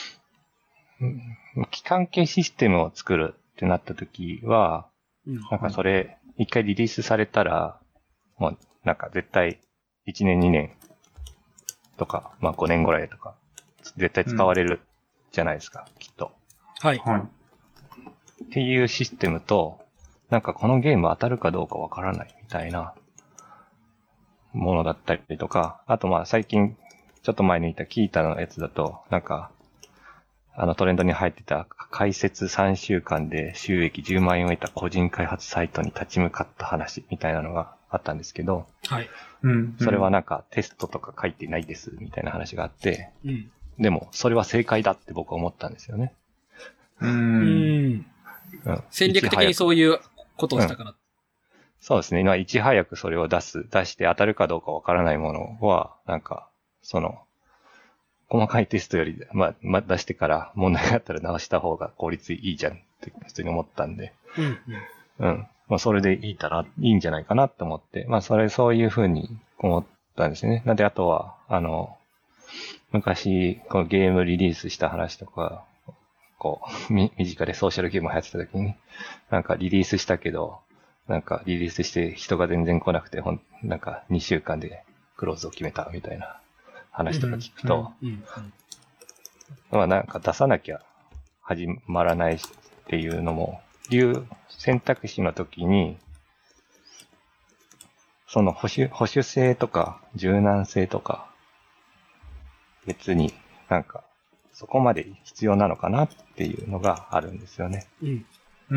S1: 機関系システムを作るってなった時は、
S2: うん、
S1: なんかそれ、一回リリースされたら、もう、なんか絶対いちねんにねんとか、まあごねんぐらいとか、絶対使われるじゃないですか、うん、きっと。
S2: はい。
S3: はい。
S1: っていうシステムと、なんかこのゲーム当たるかどうかわからないみたいなものだったりとか、あとまあ最近、ちょっと前に言ったキータのやつだと、なんか、あのトレンドに入ってた開設さんしゅうかんで収益じゅうまんえんを得た個人開発サイトに立ち向かった話みたいなのがあったんですけど、
S2: はい。
S3: うん。
S1: それはなんかテストとか書いてないですみたいな話があって、
S2: うん。
S1: でもそれは正解だって僕は思ったんですよね。
S3: う。
S2: うんん。うん、戦略的にそういうことをしたから。うん、
S1: そうですね。今いち早くそれを出す、出して当たるかどうかわからないものは、なんか、その、細かいテストより、まあ、まあ、出してから問題があったら直した方が効率いいじゃんって普通に思ったんで。
S2: うん、
S1: うん。うん。まあ、それでいいたら、いいんじゃないかなと思って、まあ、それ、そういうふうに思ったんですね。なんで、あとは、あの、昔、このゲームリリースした話とか、こう、身近でソーシャルゲームをやってた時に、なんかリリースしたけど、なんかリリースして人が全然来なくて、ほん、なんかにしゅうかんでクローズを決めたみたいな話とか聞くと、
S2: うんうんうん、
S1: まあなんか出さなきゃ始まらないっていうのも、いう選択肢の時に、その保守、保守性とか柔軟性とか、別になんかそこまで必要なのかなっていうのがあるんですよね。
S2: うん。
S3: うん。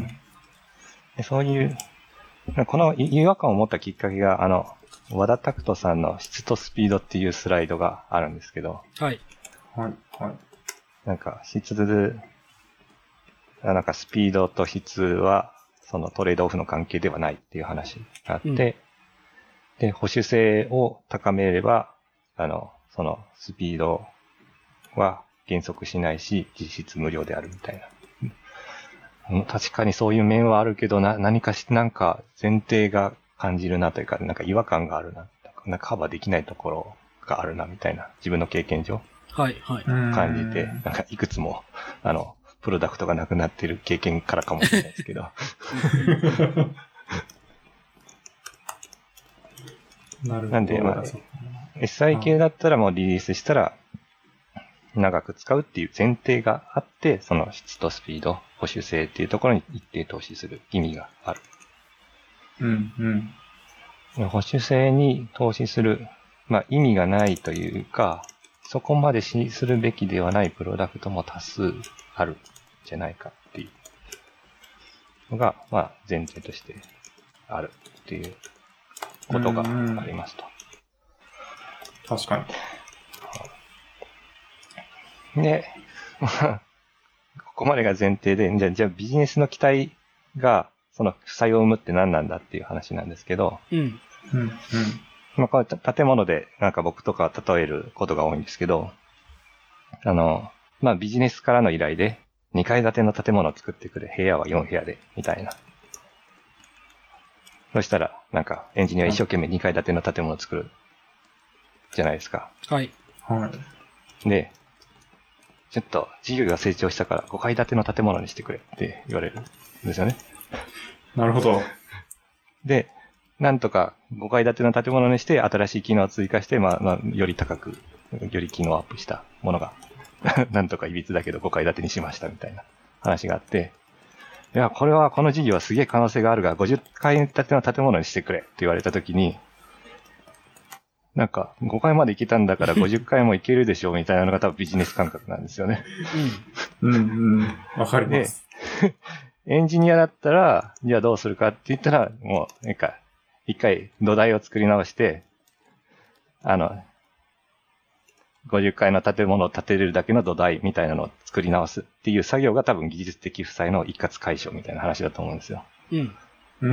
S1: でそういう、この違和感を持ったきっかけが、あの、和田拓人さんの質とスピードっていうスライドがあるんですけど、
S2: はい。
S3: はい、はい。
S1: なんか質、なんかスピードと質は、そのトレードオフの関係ではないっていう話があって、うん、で、保守性を高めれば、あの、そのスピードは減速しないし、実質無料であるみたいな。確かにそういう面はあるけど、な、何かし、なんか前提が感じるなというか、なんか違和感があるな。なんかカバーできないところがあるなみたいな、自分の経験上。
S2: はい、はい。
S1: 感じて、なんかいくつも、あの、プロダクトがなくなってる経験からかもしれないですけど。
S3: なるほど。
S1: なんで、まあ、エスアイ 系だったらもうリリースしたら、長く使うっていう前提があって、その質とスピード、保守性っていうところに一定投資する意味がある。
S3: うん
S1: うん。保守性に投資する、まあ意味がないというか、そこまでしするべきではないプロダクトも多数あるんじゃないかっていうのが、まあ前提としてあるっていうことがありますと。
S3: 確かに。
S1: で、まあ、ここまでが前提で、じゃあ、じゃあビジネスの期待が、その負債を生むって何なんだっていう話なんですけど、
S2: うん。
S3: うん。うん。
S1: まあ、これ建物でなんか僕とか例えることが多いんですけど、あの、まあビジネスからの依頼でにかい建ての建物を作ってくれ、部屋はよんへやで、みたいな。そしたら、なんかエンジニア一生懸命にかい建ての建物を作るじゃないですか。
S2: はい。
S3: はい。
S1: で、ちょっと事業が成長したからごかい建ての建物にしてくれって言われるんですよね。
S3: なるほど。
S1: で、なんとかごかい建ての建物にして新しい機能を追加して、まあ、まあ、より高く、より機能アップしたものが、なんとかいびつだけどごかい建てにしましたみたいな話があって、いや、これはこの事業はすげえ可能性があるが、ごじゅっかい建ての建物にしてくれって言われたときに、なんかごかいまで行けたんだからごじゅっかいも行けるでしょうみたいなのが多分ビジネス感覚なんですよね。
S3: うん。うんうん。わかります。
S1: で、エンジニアだったら、じゃあどうするかって言ったら、もう、なんか、一回土台を作り直して、あの、ごじゅっかいの建物を建てれるだけの土台みたいなのを作り直すっていう作業が多分技術的負債の一括解消みたいな話だと思うんですよ。
S2: うん。
S3: うん。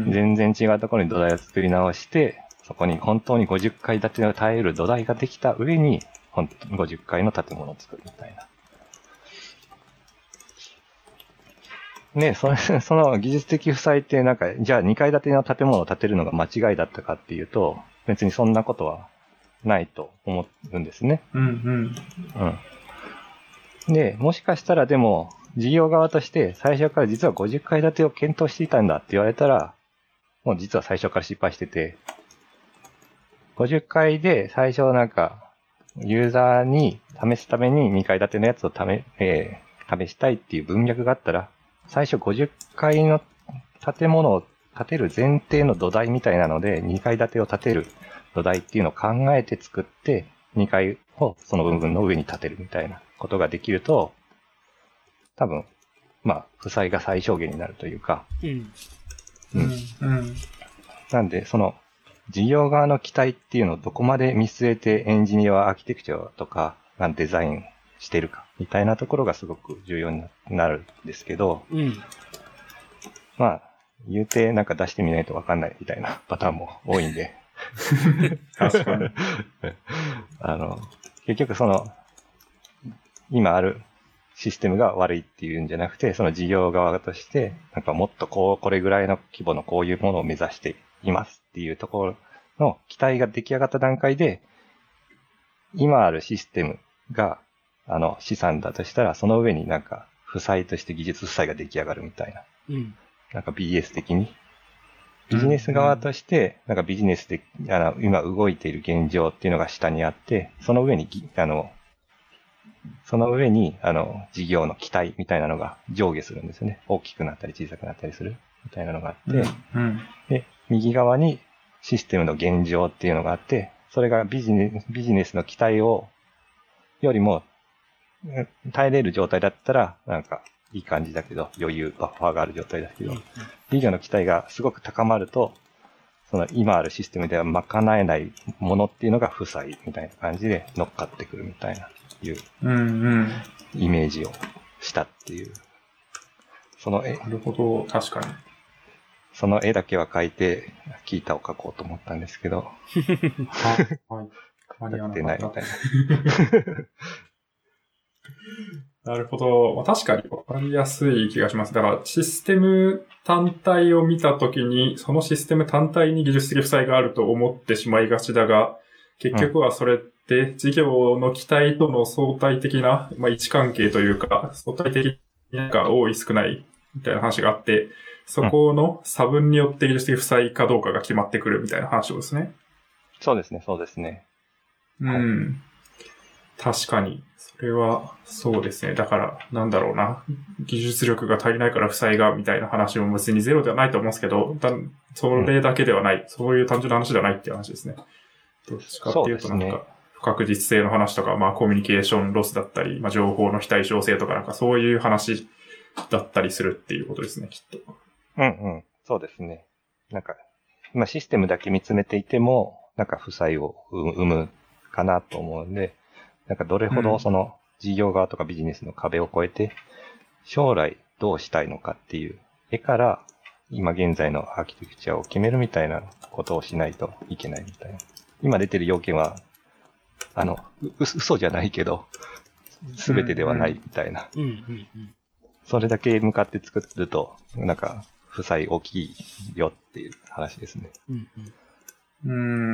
S1: 全然違うところに土台を作り直して、そこに本当にごじゅっかい建てを耐える土台ができた上に、本当にごじゅっかいの建物を作るみたいな。 ね、それ、その技術的負債ってなんか、じゃあにかい建ての建物を建てるのが間違いだったかっていうと、別にそんなことはないと思うんですね。
S3: うんうん
S1: うん。で、もしかしたらでも、事業側として最初から実はごじゅっかい建てを検討していたんだって言われたら、もう実は最初から失敗してて、ごじゅっかいで最初なんか、ユーザーに試すためににかい建てのやつをため、えー、試したいっていう文脈があったら、最初ごじゅっかいの建物を建てる前提の土台みたいなので、にかい建てを建てる土台っていうのを考えて作って、にかいをその部分の上に建てるみたいなことができると、多分、まあ、負債が最小限になるというか。
S2: うん。
S3: うん。うん。
S1: なんで、その、事業側の期待っていうのをどこまで見据えてエンジニアはアーキテクチャとかデザインしてるかみたいなところがすごく重要になるんですけど、
S2: うん、
S1: まあ、言うてなんか出してみないとわかんないみたいなパターンも多いんで。
S3: 確かに。
S1: あの、結局その、今あるシステムが悪いっていうんじゃなくて、その事業側として、なんかもっとこう、これぐらいの規模のこういうものを目指していますっていうところの期待が出来上がった段階で、今あるシステムが、あの、資産だとしたら、その上になんか、負債として技術負債が出来上がるみたいな。
S2: うん。
S1: なんか ビーエス 的に。ビジネス側として、なんかビジネスで、あの、今動いている現状っていうのが下にあって、その上に、あの、その上に、あの、事業の期待みたいなのが上下するんですよね。大きくなったり小さくなったりするみたいなのがあって、
S3: うんうん、
S1: で、右側にシステムの現状っていうのがあって、それがビジネス、ビジネスの期待を、よりも、耐えれる状態だったら、なんか、いい感じだけど、余裕、バッファーがある状態だけど、事業の期待がすごく高まると、その今あるシステムでは賄えないものっていうのが負債みたいな感じで乗っかってくるみたいな、いうイメージをしたっていう。その絵。
S3: なるほど、確かに。
S1: その絵だけは描いて、キータを描こうと思ったんですけど。
S3: はい。はい。
S1: 描けてないみたいな。
S3: なるほど。まあ、確かにわかりやすい気がします。だから、システム単体を見たときに、そのシステム単体に技術的負債があると思ってしまいがちだが、結局はそれって事業の期待との相対的な、まあ、位置関係というか、相対的になんか多い少ないみたいな話があって、そこの差分によって技術的負債かどうかが決まってくるみたいな話ですね。
S1: そうですね、そうですね。
S3: うん。はい、確かに。それは、そうですね。だから、なんだろうな。技術力が足りないから負債が、みたいな話も別にゼロではないと思うんですけど、だそれだけではない、うん。そういう単純な話ではないっていう話ですね。どっちかっていうと、なんか、ね、不確実性の話とか、まあ、コミュニケーションロスだったり、まあ、情報の非対称性とか、なんかそういう話だったりするっていうことですね、きっと。
S1: うんうん。そうですね。なんか、今システムだけ見つめていても、なんか負債を生むかなと思うんで、なんかどれほどその事業側とかビジネスの壁を越えて、将来どうしたいのかっていう絵から、今現在のアーキテクチャを決めるみたいなことをしないといけないみたいな。今出てる要件は、あの、う嘘じゃないけど、すべてではないみたいな。それだけ向かって作ると、なんか、負債大きいよっていう話ですね。
S3: うんうん、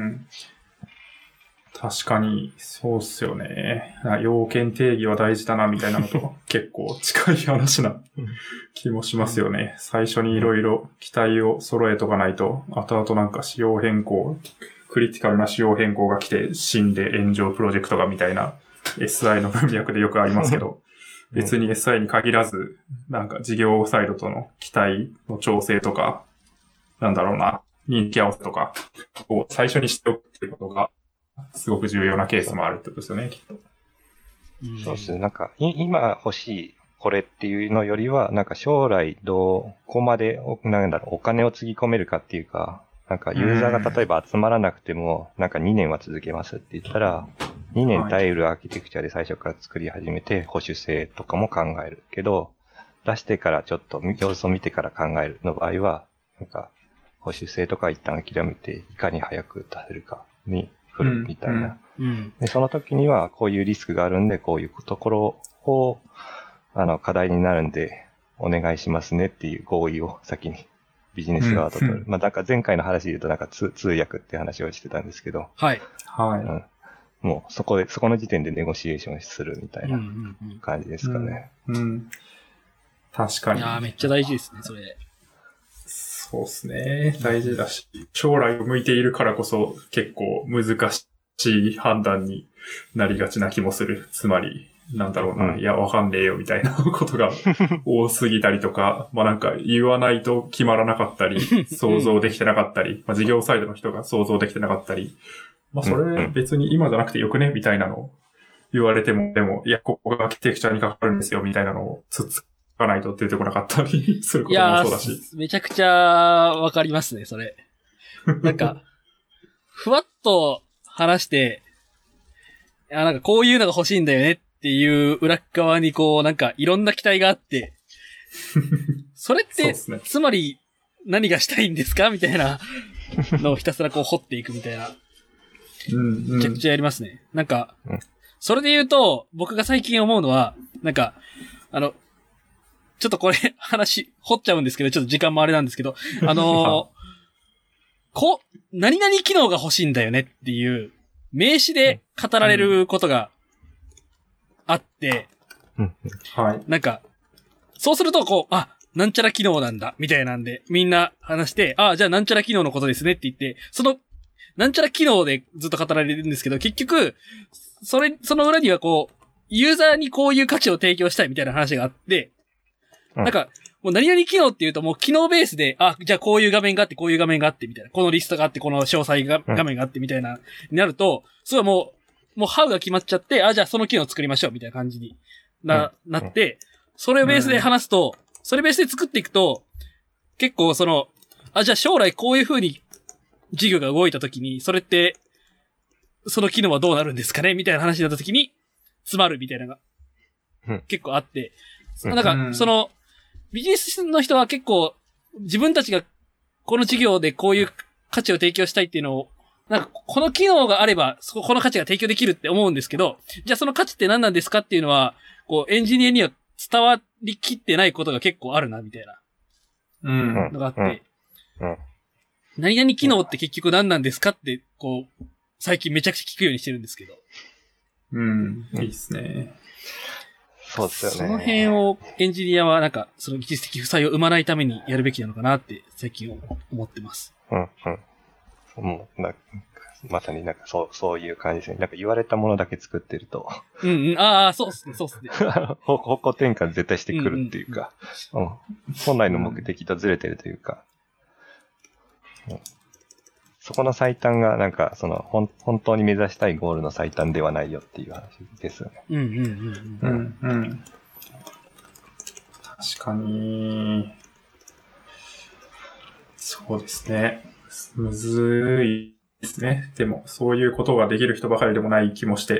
S3: うん確かに、そうっすよね。要件定義は大事だな、みたいなのと結構近い話な気もしますよね。最初にいろいろ期待を揃えとかないと、後々なんか仕様変更、クリティカルな仕様変更が来て死んで炎上プロジェクトがみたいな エスアイ の文脈でよくありますけど、別に エスアイ に限らず、なんか事業サイドとの期待の調整とか、なんだろうな、人気合わせとかを最初にしておくっていうことが、すごく重要なケースもあるってことですよね、きっと。
S1: そうですね。なんか、今欲しいこれっていうのよりは、なんか将来どこまで、なんだろう、お金をつぎ込めるかっていうか、なんかユーザーが例えば集まらなくても、なんかにねんは続けますって言ったら、にねん耐えるアーキテクチャで最初から作り始めて、保守性とかも考えるけど、出してからちょっと様子を見てから考えるの場合は、なんか、保守性とか一旦諦めて、いかに早く出せるかに、みたいな、
S2: うんうん、
S1: で。その時にはこういうリスクがあるんで、こういうところをあの課題になるんで、 お願いしますねっていう合意を先にビジネス側と取る。うん、まあなんか前回の話で言うとなんか通通訳って話をしてたんですけど。
S2: はい。
S3: はい。
S1: うんもうそこで、そこの時点でネゴシエーションするみたいな感じですかね。
S3: うん、うんうん。確かに。
S2: いやーめっちゃ大事ですね、それ。
S3: そうですね。大事だし、将来を向いているからこそ結構難しい判断になりがちな気もする。つまり、なんだろうな、うん、いや、わかんねえよみたいなことが多すぎたりとか、まあなんか言わないと決まらなかったり、想像できてなかったり、まあ事業サイドの人が想像できてなかったり、まあそれ別に今じゃなくてよくねみたいなのを言われても、でも、いや、ここがアーキテクチャにかかるんですよみたいなのをつつかないと出てこなかったりすることもそうだし。
S2: いやめちゃくちゃわかりますね、それ。なんか、ふわっと話して、いや、なんかこういうのが欲しいんだよねっていう裏側にこう、なんかいろんな期待があって、それって、ね、つまり何がしたいんですかみたいなのをひたすらこう掘っていくみたいな。
S3: うんうん、
S2: めちゃくちゃやりますね。なんか、それで言うと、僕が最近思うのは、なんか、あの、ちょっとこれ話掘っちゃうんですけど、ちょっと時間もあれなんですけど、あのー、こ、何々機能が欲しいんだよねっていう名詞で語られることがあって、
S3: うんうん、はい。
S2: なんか、そうするとこう、あ、なんちゃら機能なんだ、みたいなんで、みんな話して、あ、じゃあなんちゃら機能のことですねって言って、その、なんちゃら機能でずっと語られるんですけど、結局、それ、その裏にはこう、ユーザーにこういう価値を提供したいみたいな話があって、うん、なんか、もう何々機能って言うともう機能ベースで、あ、じゃあこういう画面があって、こういう画面があってみたいな、このリストがあって、この詳細が、画面があってみたいな、になると、それはもう、もうハウが決まっちゃって、あ、じゃあその機能作りましょうみたいな感じにな、うん、なって、それをベースで話すと、それベースで作っていくと、結構その、あ、じゃあ将来こういう風に事業が動いたときに、それって、その機能はどうなるんですかねみたいな話になったときに、詰まるみたいなのが、結構あって、うん、なんか、その、ビジネスの人は結構、自分たちがこの事業でこういう価値を提供したいっていうのを、なんか、この機能があれば、そこ、この価値が提供できるって思うんですけど、じゃあその価値って何なんですかっていうのは、こう、エンジニアには伝わりきってないことが結構あるな、みたいな。
S3: うん。
S2: のがあって、うん。何々機能って結局何なんですかって、こう、最近めちゃくちゃ聞くようにしてるんですけど。
S3: うん。いいですね。
S1: そうですよね。
S2: その辺をエンジニアはなんか、その技術的負債を生まないためにやるべきなのかなって最近思ってます。
S1: うん、うん。もうなまさになんかそう、そういう感じですね。なんか言われたものだけ作ってると。
S2: うんうん。ああ、そうっすね、そうっすね。
S1: 方向転換絶対してくるっていうか、うんうんうん、本来の目的とずれてるというか、うん、そこの最短がなんかその本本当に目指したいゴールの最短ではないよっていう話ですよね。
S2: うんうんうんうん。うんうん。
S3: 確かに。そうですね。むずいですね。でも、そういうことができる人ばかりでもない気もして。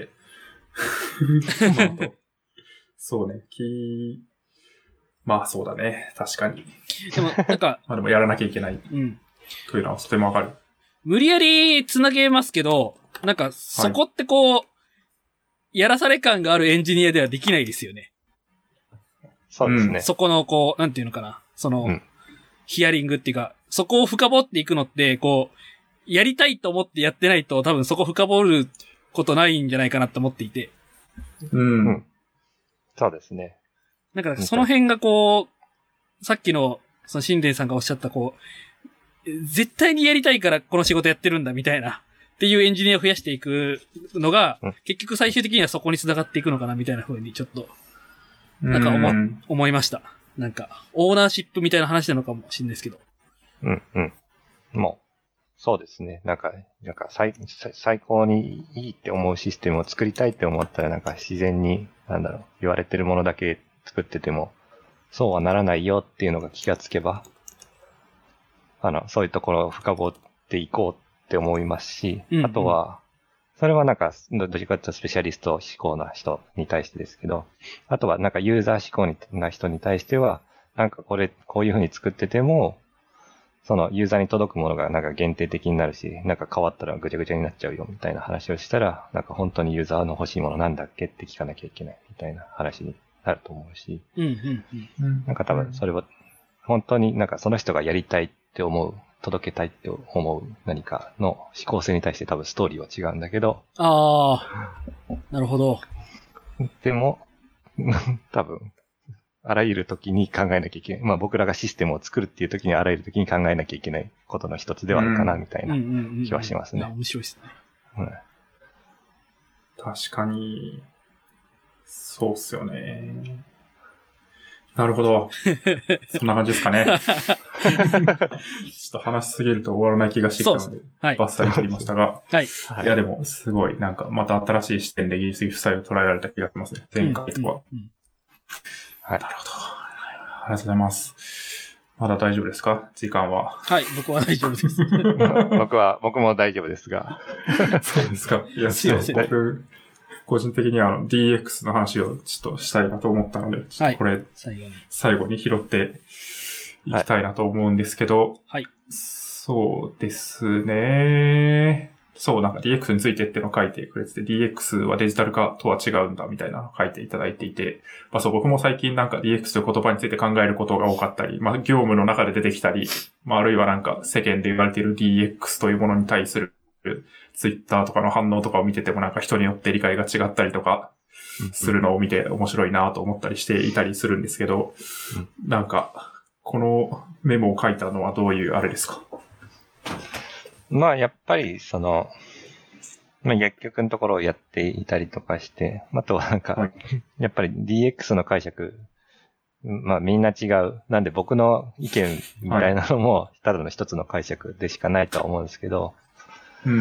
S3: そうね。きまあそうだね。確かに。
S2: でも、なんか。
S3: まあでもやらなきゃいけない。
S2: うん。
S3: というのはとてもわかる。
S2: 無理やり繋げますけど、なんか、そこってこう、はい、やらされ感があるエンジニアではできないですよね。
S1: そうですね。
S2: そこのこう、なんていうのかな。その、うん、ヒアリングっていうか、そこを深掘っていくのって、こう、やりたいと思ってやってないと多分そこ深掘ることないんじゃないかなと思っていて。
S3: うん。うん、
S1: そうですね。
S2: なんかその辺がこう、さっきの、その新田さんがおっしゃったこう、絶対にやりたいからこの仕事やってるんだみたいな、っていうエンジニアを増やしていくのが、うん、結局最終的にはそこに繋がっていくのかなみたいな風にちょっと、なんか思、思いました。なんか、オーナーシップみたいな話なのかもしれないですけど。
S1: うんうん。もう、そうですね。なんか、なんか最、最高にいいって思うシステムを作りたいって思ったら、なんか自然に、なんだろう、言われてるものだけ作ってても、そうはならないよっていうのが気がつけば、あの、そういうところを深掘っていこうって思いますし、うんうん、あとは、それはなんか、どっちかというとスペシャリスト志向な人に対してですけど、あとはなんかユーザー志向な人に対しては、なんかこれ、こういう風に作ってても、そのユーザーに届くものがなんか限定的になるし、なんか変わったらぐちゃぐちゃになっちゃうよみたいな話をしたら、なんか本当にユーザーの欲しいものなんだっけって聞かなきゃいけないみたいな話になると思うし、
S2: うんうんうん。
S1: なんか多分それは本当になんかその人がやりたいって思う、届けたいって思う何かの思考性に対して多分ストーリーは違うんだけど、
S2: ああ、なるほど。
S1: でも、多分、あらゆる時に考えなきゃいけない。まあ僕らがシステムを作るっていう時にあらゆる時に考えなきゃいけないことの一つではあるかな、みたいな気はしますね。
S2: 面白いですね。
S1: うん、
S3: 確かに、そうっすよね。なるほど。そんな感じですかね。ちょっと話しすぎると終わらない気がしてきたので、はい、バッサリ切りましたが。
S2: はい。
S3: いやでも、すごい、なんか、また新しい視点で技術的負債を捉えられた気がしますね。前回とか。うんうんうん、
S1: はい。
S3: なるほど。ありがとうございます。まだ大丈夫ですか？時間は。
S2: はい、僕は大丈夫です。
S1: 僕は、僕も大丈夫ですが。
S3: そうですか。いや、ちょっと僕、個人的には ディーエックス の話をちょっとしたいなと思ったので、ちょっとこれ、最後に、最後に拾っていきたいなと思うんですけど、
S2: はい。
S3: そうですね。そう、なんか ディーエックス についてっていうのを書いてくれてて、ディーエックス はデジタル化とは違うんだみたいなのを書いていただいていて、まあそう、僕も最近なんか ディーエックス という言葉について考えることが多かったり、まあ業務の中で出てきたり、まああるいはなんか世間で言われている ディーエックス というものに対するツイッターとかの反応とかを見ててもなんか人によって理解が違ったりとかするのを見て面白いなと思ったりしていたりするんですけど、なんかこのメモを書いたのはどういうあれですか？
S1: まあやっぱりその、まあ薬局のところをやっていたりとかして、あとはなんか、はい、やっぱり ディーエックス の解釈、まあみんな違う。なんで僕の意見みたいなのもただの一つの解釈でしかないとは思うんですけど、
S3: うん。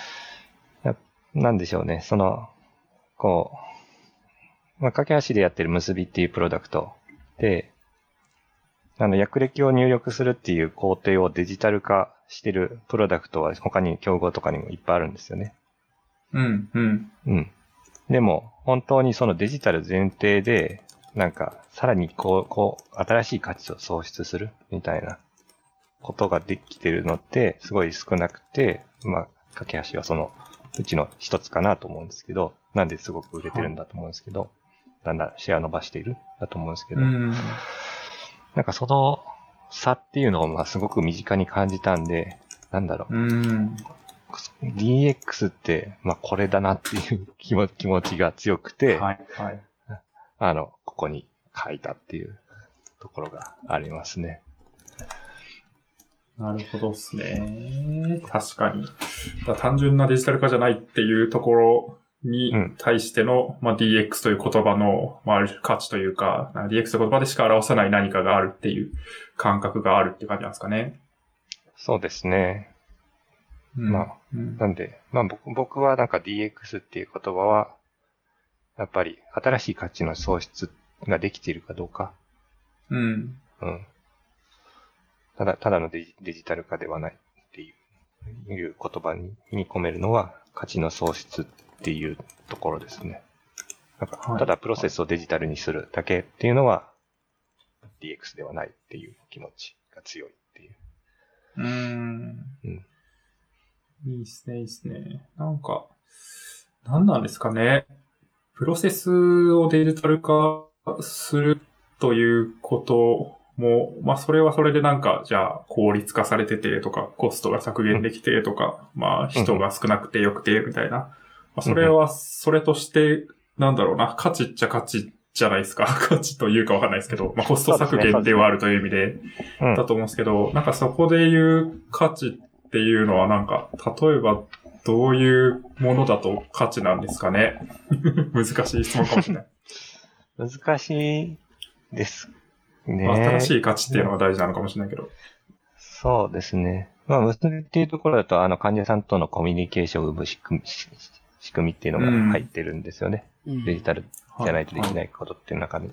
S1: なんでしょうね。その、こう、まあ、架け橋でやってる結びっていうプロダクトで、あの、薬歴を入力するっていう工程をデジタル化してるプロダクトは他に競合とかにもいっぱいあるんですよね。
S3: うん、うん。
S1: うん。でも、本当にそのデジタル前提で、なんか、さらにこう、こう、新しい価値を創出するみたいなことができてるのってすごい少なくて、まあ、架け橋はそのうちの一つかなと思うんですけど、なんですごく売れてるんだと思うんですけど、はい、だんだんシェア伸ばしているだと思うんですけど、
S3: うん、
S1: なんかその差っていうのをまあすごく身近に感じたんで、なんだろう。
S3: うん、
S1: ディーエックス ってまあこれだなっていう気持気持ちが強くて、
S3: はいはい、
S1: あのここに書いたっていうところがありますね。
S3: なるほどですね。確かに。だ単純なデジタル化じゃないっていうところに対しての、うん、まあ、ディーエックス という言葉の、まあ、ある価値というか、ディーエックス という言葉でしか表さない何かがあるっていう感覚があるっていう感じなんですかね。
S1: そうですね。うん、まあ、うん、なんで、まあ僕、僕はなんか ディーエックス っていう言葉は、やっぱり新しい価値の創出ができているかどうか。
S3: うん。
S1: うん。ただ、ただのデジ、デジタル化ではないっていう、いう言葉に、に込めるのは価値の創出っていうところですね。なんか、ただプロセスをデジタルにするだけっていうのは ディーエックス ではないっていう気持ちが強いっていう。
S3: うーん。うん。いいですね、いいですね。なんか、何なんですかね。プロセスをデジタル化するということもう、まあ、それはそれでなんか、じゃあ、効率化されててとか、コストが削減できてとか、うん、まあ、人が少なくてよくて、みたいな。まあ、それは、それとして、なんだろうな、価値っちゃ価値じゃないですか。価値というかわかんないですけど、まあ、コスト削減ではあるという意味で、だと思うんですけど、なんかそこで言う価値っていうのはなんか、例えば、どういうものだと価値なんですかね。難しい質問かもしれない。
S1: 難しいですね。
S3: 新しい価値っていうのが大事なのかもしれないけど。
S1: そうですね。まあ、結びっていうところだと、あの、患者さんとのコミュニケーションを生む仕組み、仕組みっていうのが入ってるんですよね。うん、デジタルじゃないとできないことっていう中で。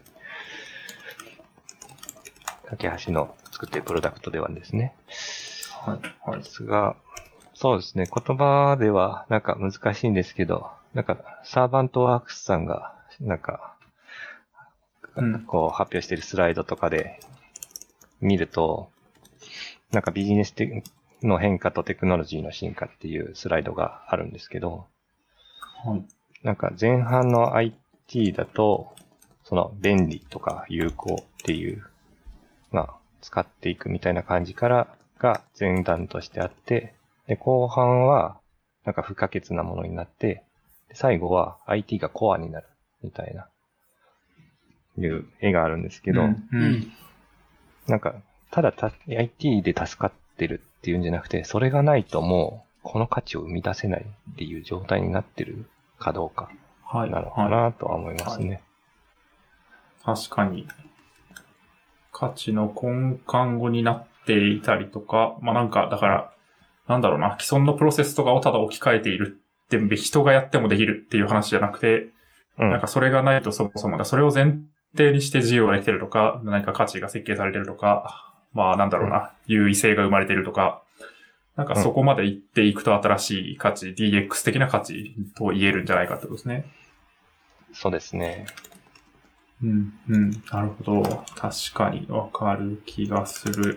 S1: 架け橋の作っているプロダクトではですね。
S3: はい。はい。
S1: ですが、そうですね。言葉ではなんか難しいんですけど、なんか、サーバントワークスさんが、なんか、うん、こう発表しているスライドとかで見ると、なんかビジネスの変化とテクノロジーの進化っていうスライドがあるんですけど、
S3: はい、
S1: なんか前半の アイティー だと、そその便利とか有効っていう、まあ、使っていくみたいな感じからが前段としてあって、で、後半はなんか不可欠なものになって、最後は アイティー がコアになるみたいな、いう絵があるんですけど、
S3: うんうん、
S1: なんか、ただた アイティー で助かってるっていうんじゃなくて、それがないともうこの価値を生み出せないっていう状態になってるかどうかなのかなとは思いますね。はい
S3: はい、確かに。価値の根幹語になっていたりとか、まあなんか、だから、なんだろうな、既存のプロセスとかをただ置き換えているって人がやってもできるっていう話じゃなくて、うん、なんかそれがないとそもそもだ、それを前提にして事業ができてるとか、何か価値が設計されてるとか、まあなんだろうな、うん、優位性が生まれてるとか、なんかそこまで行っていくと新しい価値、うん、ディーエックス 的な価値と言えるんじゃないかってことですね。
S1: そうですね。
S3: うん、うん、なるほど。確かにわかる気がする。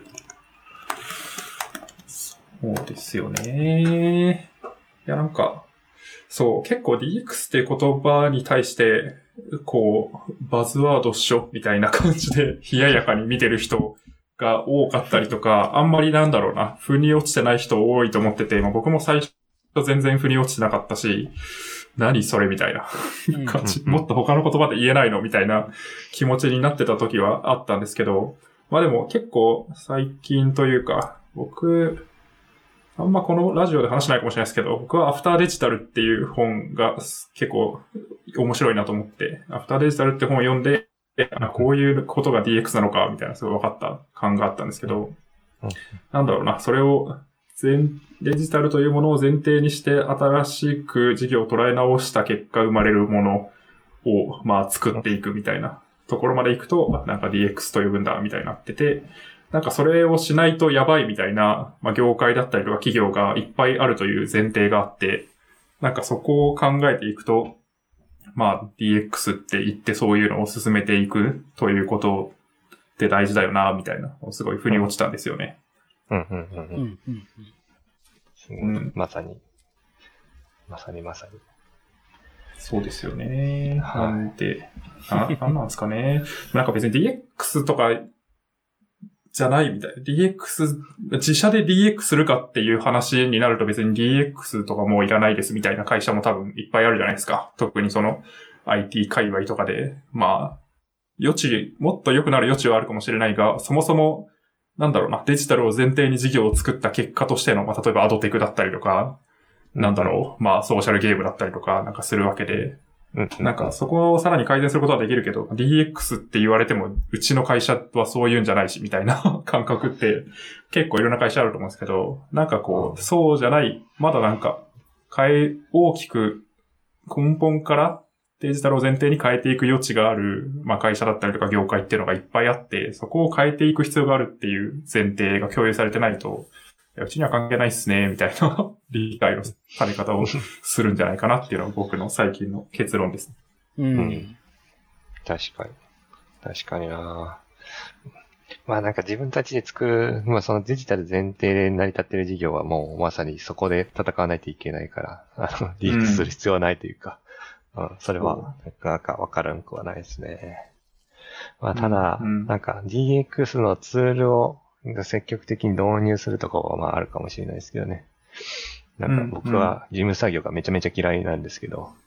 S3: そうですよね。いや、なんか、そう、結構 ディーエックス っていう言葉に対して、こう、バズワードっしょみたいな感じで冷ややかに見てる人が多かったりとか、あんまりなんだろうな、腑に落ちてない人多いと思ってて、まあ、僕も最初全然腑に落ちてなかったし、何それみたいな感じ、もっと他の言葉で言えないのみたいな気持ちになってた時はあったんですけど、まあでも結構最近というか、僕、あんまこのラジオで話しないかもしれないですけど、僕はアフターデジタルっていう本が結構面白いなと思って、アフターデジタルって本を読んで、あ、こういうことが ディーエックス なのかみたいなすごい分かった感があったんですけど、なんだろうな、それを全デジタルというものを前提にして新しく事業を捉え直した結果生まれるものをまあ作っていくみたいなところまで行くと、なんか ディーエックス と呼ぶんだみたいになってて、なんかそれをしないとやばいみたいな、まあ、業界だったりとか企業がいっぱいあるという前提があって、なんかそこを考えていくと、まあ ディーエックス って言ってそういうのを進めていくということって大事だよな、みたいな、すごい腑に落ちたんですよね。
S1: うんうんうんうんうんうん。まさに、まさにまさに。
S3: そうですよね。はい、なんで、な、なんなんですかね。なんか別に ディーエックス とかじゃないみたいな。ディーエックス、自社で ディーエックス するかっていう話になると別に ディーエックス とかもういらないですみたいな会社も多分いっぱいあるじゃないですか。特にその アイティー 界隈とかで。まあ、余地、もっと良くなる余地はあるかもしれないが、そもそも、なんだろうな、デジタルを前提に事業を作った結果としての、まあ、例えばアドテクだったりとか、なんだろう、まあ、ソーシャルゲームだったりとか、なんかするわけで、なんかそこをさらに改善することはできるけど、ディーエックス って言われても、うちの会社はそういうんじゃないし、みたいな感覚って結構いろんな会社あると思うんですけど、なんかこう、そうじゃない、まだなんか、変え、大きく根本からデジタルを前提に変えていく余地がある、まあ会社だったりとか業界っていうのがいっぱいあって、そこを変えていく必要があるっていう前提が共有されてないと、うちには関係ないっすね、みたいな理解のされ方をするんじゃないかなっていうのが僕の最近の結論です。
S2: うん。うん、
S1: 確かに。確かにな。まあなんか自分たちで作る、まあそのデジタル前提で成り立ってる事業はもうまさにそこで戦わないといけないから、あの、ディーエックス する必要はないというか、うん、うん、それはなかなかわからんくはないですね。まあただ、うん、なんか ディーエックス のツールを積極的に導入するところはまああるかもしれないですけどね。なんか僕は事務作業がめちゃめちゃ嫌いなんですけど。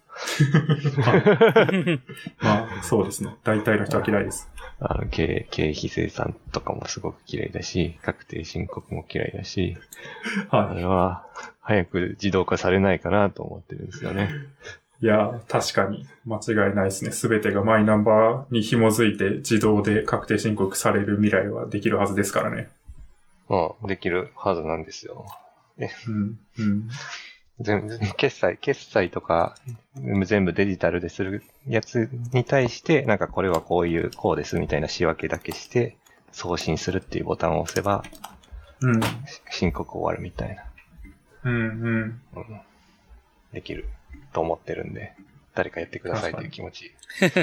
S3: まあそうですね。大体の人は嫌いです。
S1: あの経、経費生産とかもすごく嫌いだし、確定申告も嫌いだし、はい、あれは早く自動化されないかなと思ってるんですよね。
S3: いや、確かに間違いないですね。すべてがマイナンバーに紐づいて自動で確定申告される未来はできるはずですからね。
S1: うん、できるはずなんですよ。
S3: うんうん、
S1: 全部決済、決済とか全部デジタルでするやつに対して、なんかこれはこういう、こうですみたいな仕分けだけして送信するっていうボタンを押せば、
S3: うん、
S1: 申告終わるみたいな。
S3: うんうんうん、
S1: できると思ってるんで、誰かやってくださいという気持ち。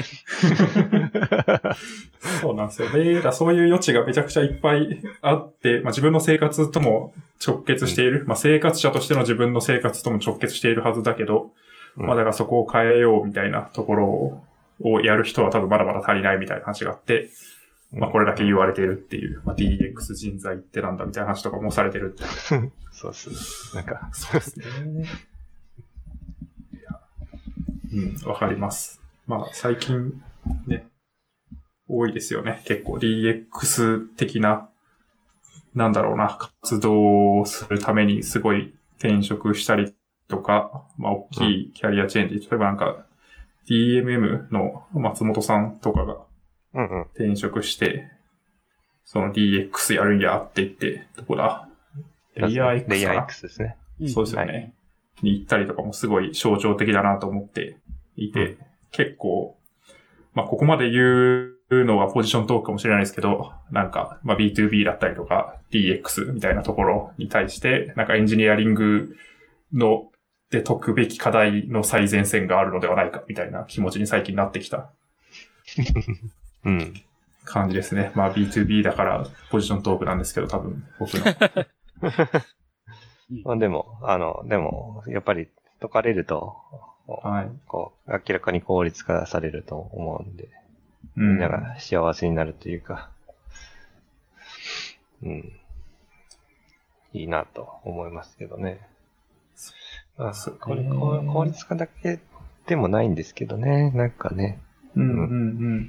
S3: そうなんですよね。だそういう余地がめちゃくちゃいっぱいあって、まあ、自分の生活とも直結している、うん、まあ、生活者としての自分の生活とも直結しているはずだけど、うん、まあだからそこを変えようみたいなところををやる人は多分まだまだ足りないみたいな話があって、まあこれだけ言われてるっていう、まあ ディーエックス 人材ってなんだみたいな話とかもされてるって。
S1: そうっす。なんか。
S3: そうですね。いやうん、わかります。まあ最近ね、多いですよね。結構 ディーエックス 的な、なんだろうな、活動をするためにすごい転職したりとか、まあ大きいキャリアチェンジ、うん、例えばなんか ディーエムエム の松本さんとかが転職して、うんうん、その ディーエックス やるんやって言って、どこだレイヤー X かな
S1: レイヤー X ですね。
S3: そうですよね、はい。に行ったりとかもすごい象徴的だなと思っていて、うん、結構、まあここまで言うのはポジショントークかもしれないですけど、なんか、まあ ビーツービー だったりとか ディーエックス みたいなところに対して、なんかエンジニアリングので解くべき課題の最前線があるのではないかみたいな気持ちに最近なってきた。うん。感じですね。まあ ビーツービー だからポジショントークなんですけど、多分僕の。
S1: まあでも、あの、でも、やっぱり解かれると、はい、こう、明らかに効率化されると思うんで、うん、みんなが幸せになるというか、うん、いいなと思いますけどね。まあ、これ、効率化だけでもないんですけどね、なんかね。
S3: うんうんうん。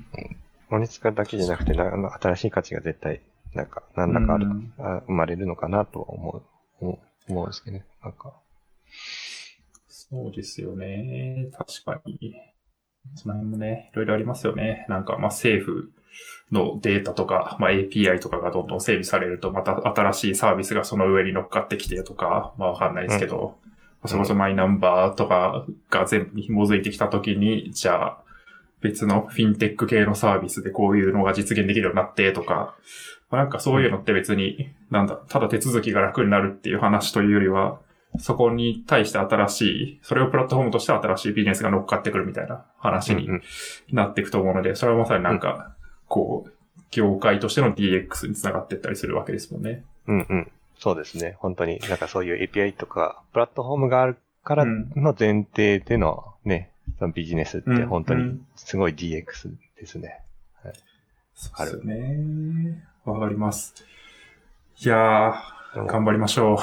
S1: 効率化だけじゃなくて、な新しい価値が絶対、なんか、何らかある、うん、あ生まれるのかなとは思う、思う、思うんですけどね、なんか。
S3: そうですよね。確かに。その辺もね、いろいろありますよね。なんか、まあ、政府のデータとか、まあ、エーピーアイ とかがどんどん整備されると、また新しいサービスがその上に乗っかってきてとか、まあ、わかんないですけど、うん、それこそマイナンバーとかが全部紐づいてきたときに、じゃあ、別のフィンテック系のサービスでこういうのが実現できるようになってとか、まあ、なんかそういうのって別に、なんだ、ただ手続きが楽になるっていう話というよりは、そこに対して新しい、それをプラットフォームとして新しいビジネスが乗っかってくるみたいな話になっていくと思うので、それはまさになんか、こう、業界としての ディーエックス につながっていったりするわけですもんね。
S1: うんうん。そうですね。本当に、なんかそういう エーピーアイ とか、プラットフォームがあるからの前提でのね、そのビジネスって本当にすごい ディーエックス ですね。はい、
S3: そうですね。わかります。いやー、頑張りましょう。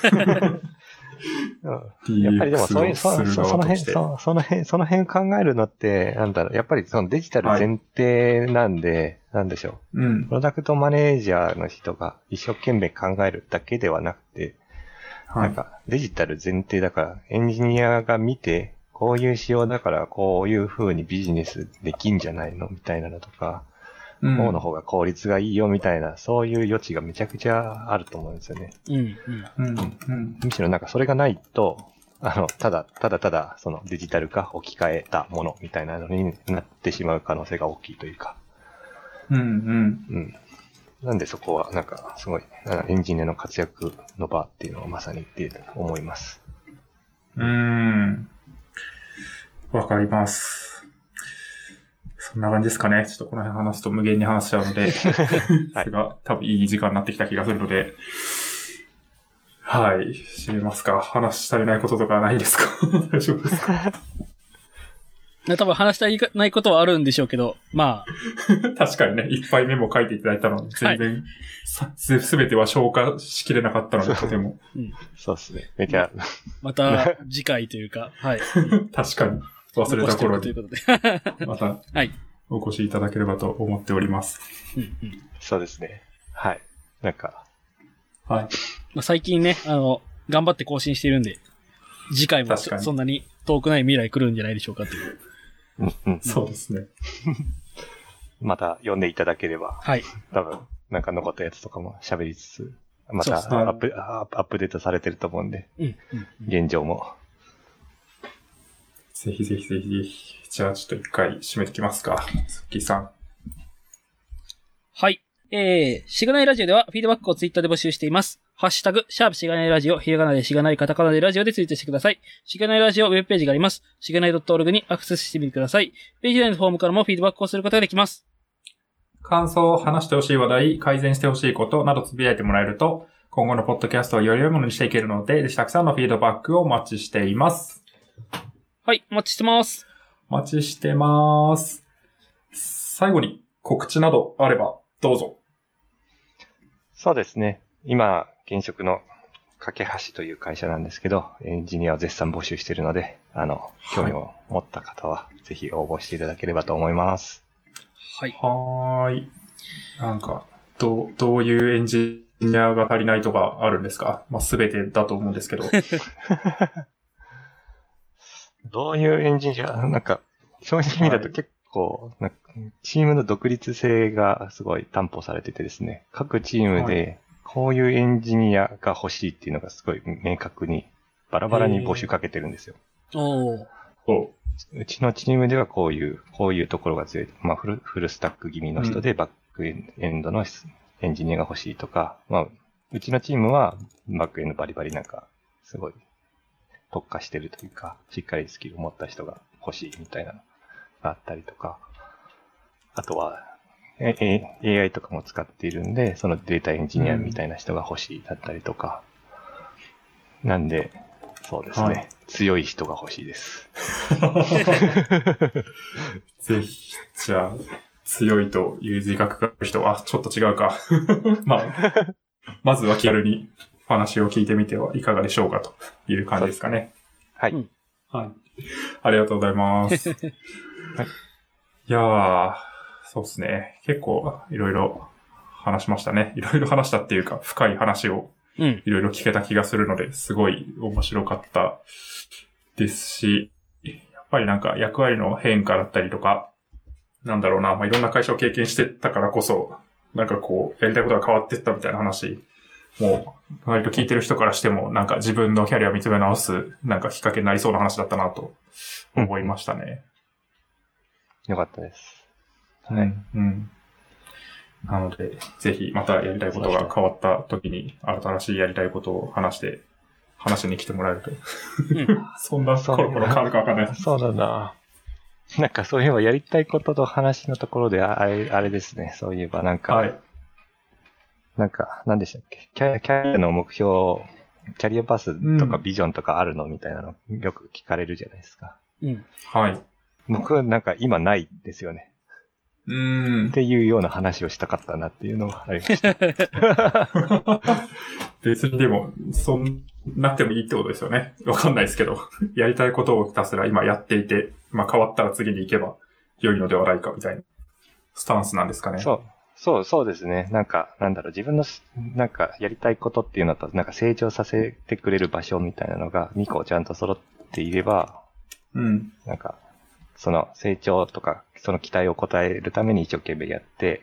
S1: やっぱりでもそういう、そそその辺、そその辺、その辺考えるのって、なんだろう、やっぱりそのデジタル前提なんで、はい、なんでしょう、うん。プロダクトマネージャーの人が一生懸命考えるだけではなくて、はい、なんかデジタル前提だからエンジニアが見て、こういう仕様だからこういう風にビジネスできんじゃないのみたいなのとか、うん、こうの方が効率がいいよみたいな、そういう余地がめちゃくちゃあると思うんですよね。
S2: うんうんうん
S1: うん、むしろなんかそれがないと、あの、ただ、ただただ、そのデジタル化置き換えたものみたいなのになってしまう可能性が大きいというか。
S3: うんうん。
S1: うん。なんでそこはなんかすごい、エンジニアの活躍の場っていうのはまさにって思います。
S3: うーん。わかります。そんな感じですかね。ちょっとこの辺話すと無限に話しちゃうので、はい、それが多分いい時間になってきた気がするので、はい、締めますか。話し足りないこととかないですか？大丈夫ですか？
S2: 多分話し足りないことはあるんでしょうけど、まあ。
S3: 確かにね、いっぱいメモ書いていただいたのに、全然、す、すべては消化しきれなかったので、とても。
S1: うん、そうですね。めちゃ。
S2: また次回というか、はい。
S3: 確かに。忘れた頃に。
S2: ということで。
S3: また、
S2: はい。
S3: お越しいただければと思っております。
S1: うんうん、そうですね。はい。なんか。
S3: はい。
S2: まあ、最近ね、あの、頑張って更新しているんで、次回もそんなに遠くない未来来るんじゃないでしょうかという。
S3: うんうん、そうですね。
S1: また読んでいただければ。
S2: はい。
S1: 多分、なんか残ったやつとかも喋りつつ、またアップ、アップデートされてると思うんで、
S2: うんうんうん、
S1: 現状も。
S3: ぜひぜひぜひぜひ。じゃあちょっと一回締めてきますか。スッキーさん。
S2: はい。えー、しがないラジオではフィードバックをツイッターで募集しています。ハッシュタグ、シャープしがないラジオ、ひらがなでしがないカタカナでラジオでツイートしてください。しがないラジオウェブページがあります。しがない .org にアクセスしてみてください。ページ内のフォームからもフィードバックをすることができます。
S3: 感想、話してほしい話題、改善してほしいことなどつぶやいてもらえると、今後のポッドキャストをより良いものにしていけるので、ぜひたくさんのフィードバックをお待ちしています。
S2: はい、お待ちしてます。
S3: お待ちしてます。最後に告知などあればどうぞ。
S1: そうですね。今、現職の架け橋という会社なんですけど、エンジニアを絶賛募集しているので、あの、興味を持った方は、ぜひ応募していただければと思います。
S2: はい。
S3: はーい。なんか、どう、どういうエンジニアが足りないとかあるんですか？まあ、すべてだと思うんですけど。
S1: どういうエンジニア、なんか、そういう意味だと結構、なんかチームの独立性がすごい担保されててですね、各チームでこういうエンジニアが欲しいっていうのがすごい明確にバラバラに募集かけてるんですよ。
S2: おー。
S3: お
S1: うちのチームではこういう、こういうところが強い。まあフル、フルスタック気味の人でバックエンドのエンジニアが欲しいとか、まあ、うちのチームはバックエンドバリバリなんか、すごい特化してるというか、しっかりスキルを持った人が欲しいみたいなのがあったりとか、あとは、エーアイ とかも使っているんで、そのデータエンジニアみたいな人が欲しいだったりとか、うん、なんで、そうですね、はい、強い人が欲しいです。
S3: ぜひ、じゃあ、強いという字が書く人は、ちょっと違うか。まあ、まずは気軽に話を聞いてみてはいかがでしょうかという感じですかね。
S1: はい。
S3: はい。ありがとうございます。はい、いやー、そうですね。結構いろいろ話しましたね。いろいろ話したっていうか、深い話をいろいろ聞けた気がするので、すごい面白かったですし、やっぱりなんか役割の変化だったりとか、なんだろうな、まあ、いろんな会社を経験してたからこそ、なんかこう、やりたいことが変わってったみたいな話、もう、割と聞いてる人からしても、なんか自分のキャリアを見つめ直す、なんかきっかけになりそうな話だったなと思いましたね。
S1: うん、よかったです。
S3: はい。うん。なので、ぜひまたやりたいことが変わった時に、新しいやりたいことを話して、話に来てもらえると。うん、そんなコロコロ変わるかわかんないです。
S1: そうだな。なんかそういえばやりたいことと話のところで、あれ、あれですね。そういえばなんか、はい、なんか、何でしたっけキャ、キャリアの目標、キャリアパスとかビジョンとかあるのみたいなのよく聞かれるじゃないですか。
S2: うん。
S3: はい。
S1: 僕はなんか今ないですよね。
S3: うーん。
S1: っていうような話をしたかったなっていうのがありました。
S3: 別にでも、そんなくてもいいってことですよね。わかんないですけど。やりたいことをひたすら今やっていて、まあ変わったら次に行けば良いのではないかみたいなスタンスなんですかね。
S1: そう。そう、そうですね。なんか、なんだろう、自分の、なんか、やりたいことっていうのと、なんか成長させてくれる場所みたいなのが、にこちゃんと揃っていれば、
S3: うん。
S1: なんか、その成長とか、その期待を応えるために一生懸命やって、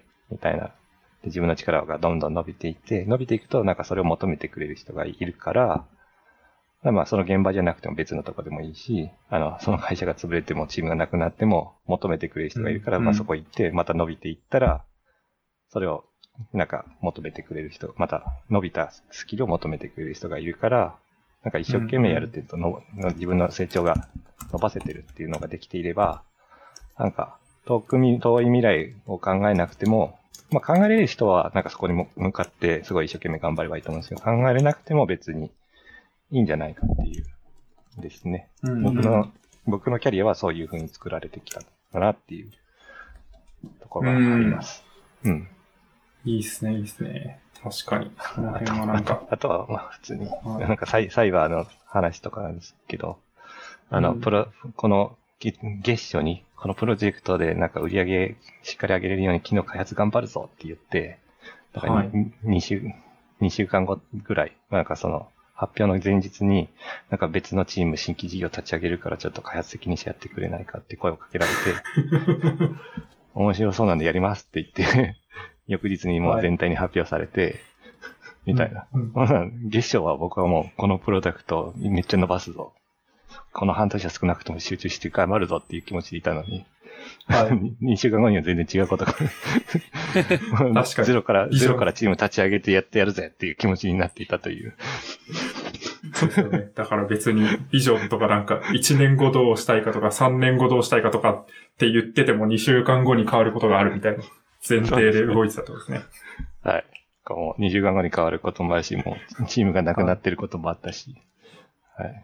S1: みたいな。で自分の力がどんどん伸びていって、伸びていくと、なんかそれを求めてくれる人がいるから、まあ、その現場じゃなくても別のとこでもいいし、あの、その会社が潰れてもチームがなくなっても求めてくれる人がいるから、うん、まあそこ行って、また伸びていったら、それを、なんか、求めてくれる人、また、伸びたスキルを求めてくれる人がいるから、なんか一生懸命やるっていうとの、うんうん、自分の成長が伸ばせてるっていうのができていれば、なんか、遠くみ、遠い未来を考えなくても、まあ考えれる人は、なんかそこに向かって、すごい一生懸命頑張ればいいと思うんですけど、考えれなくても別にいいんじゃないかっていうですね。うんうん、僕の、僕のキャリアはそういう風に作られてきたかなっていうところがあります。うん。うん
S3: いいっすね、いいっすね。確かに。この辺はなんか。
S1: あとは、まあ普通に、なんかサイ、サイバーの話とかなんですけど、あの、うん、プロ、この月初に、このプロジェクトでなんか売り上げしっかり上げれるように機能開発頑張るぞって言って、だから 2,、はい、2週、2週間後ぐらい、なんかその発表の前日に、なんか別のチーム新規事業立ち上げるからちょっと開発責任者やってくれないかって声をかけられて、面白そうなんでやりますって言って、翌日にもう全体に発表されて、はい、みたいな。うんうん、月初は僕はもうこのプロダクトをめっちゃ伸ばすぞ。この半年は少なくとも集中して頑張るぞっていう気持ちでいたのに、はい、にしゅうかんごには全然違うことが確かにゼロから、ゼロからチーム立ち上げてやってやるぜっていう気持ちになっていたという。
S3: そうですよね。だから別にビジョンとかなんかいちねんごどうしたいかとかさんねんごどうしたいかとかって言っててもにしゅうかんごに変わることがあるみたいな。前提で動いてたってことですね。
S1: はい。にしゅうかんごに変わることもあるし、もうチームがなくなってることもあったし。はい。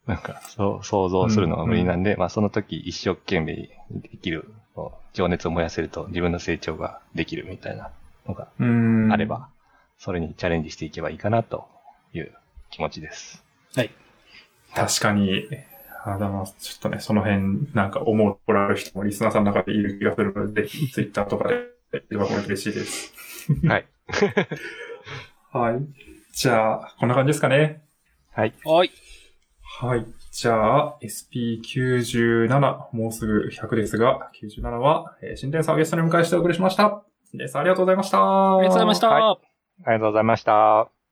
S1: なんか、そう、想像するのが無理なんで、うんうん、まあその時一生懸命できる、情熱を燃やせると自分の成長ができるみたいなのがあれば、それにチャレンジしていけばいいかなという気持ちです。
S2: はい。
S3: 確かに、あだまちょっとね、その辺なんか思うところある人もリスナーさんの中でいる気がするので、ぜひツイッターとかで言えばこれ嬉しいです。
S1: はい。
S3: はい。じゃあ、こんな感じですかね。
S1: はい。
S2: はい。
S3: はい。じゃあ、エスピーきゅうじゅうなな、もうすぐひゃくですが、きゅうじゅうななは、えー、新田さんをゲストに迎えしてお送りしました。新田さんありがとうございました。
S2: ありがとうございました。
S1: はい、ありがとうございました。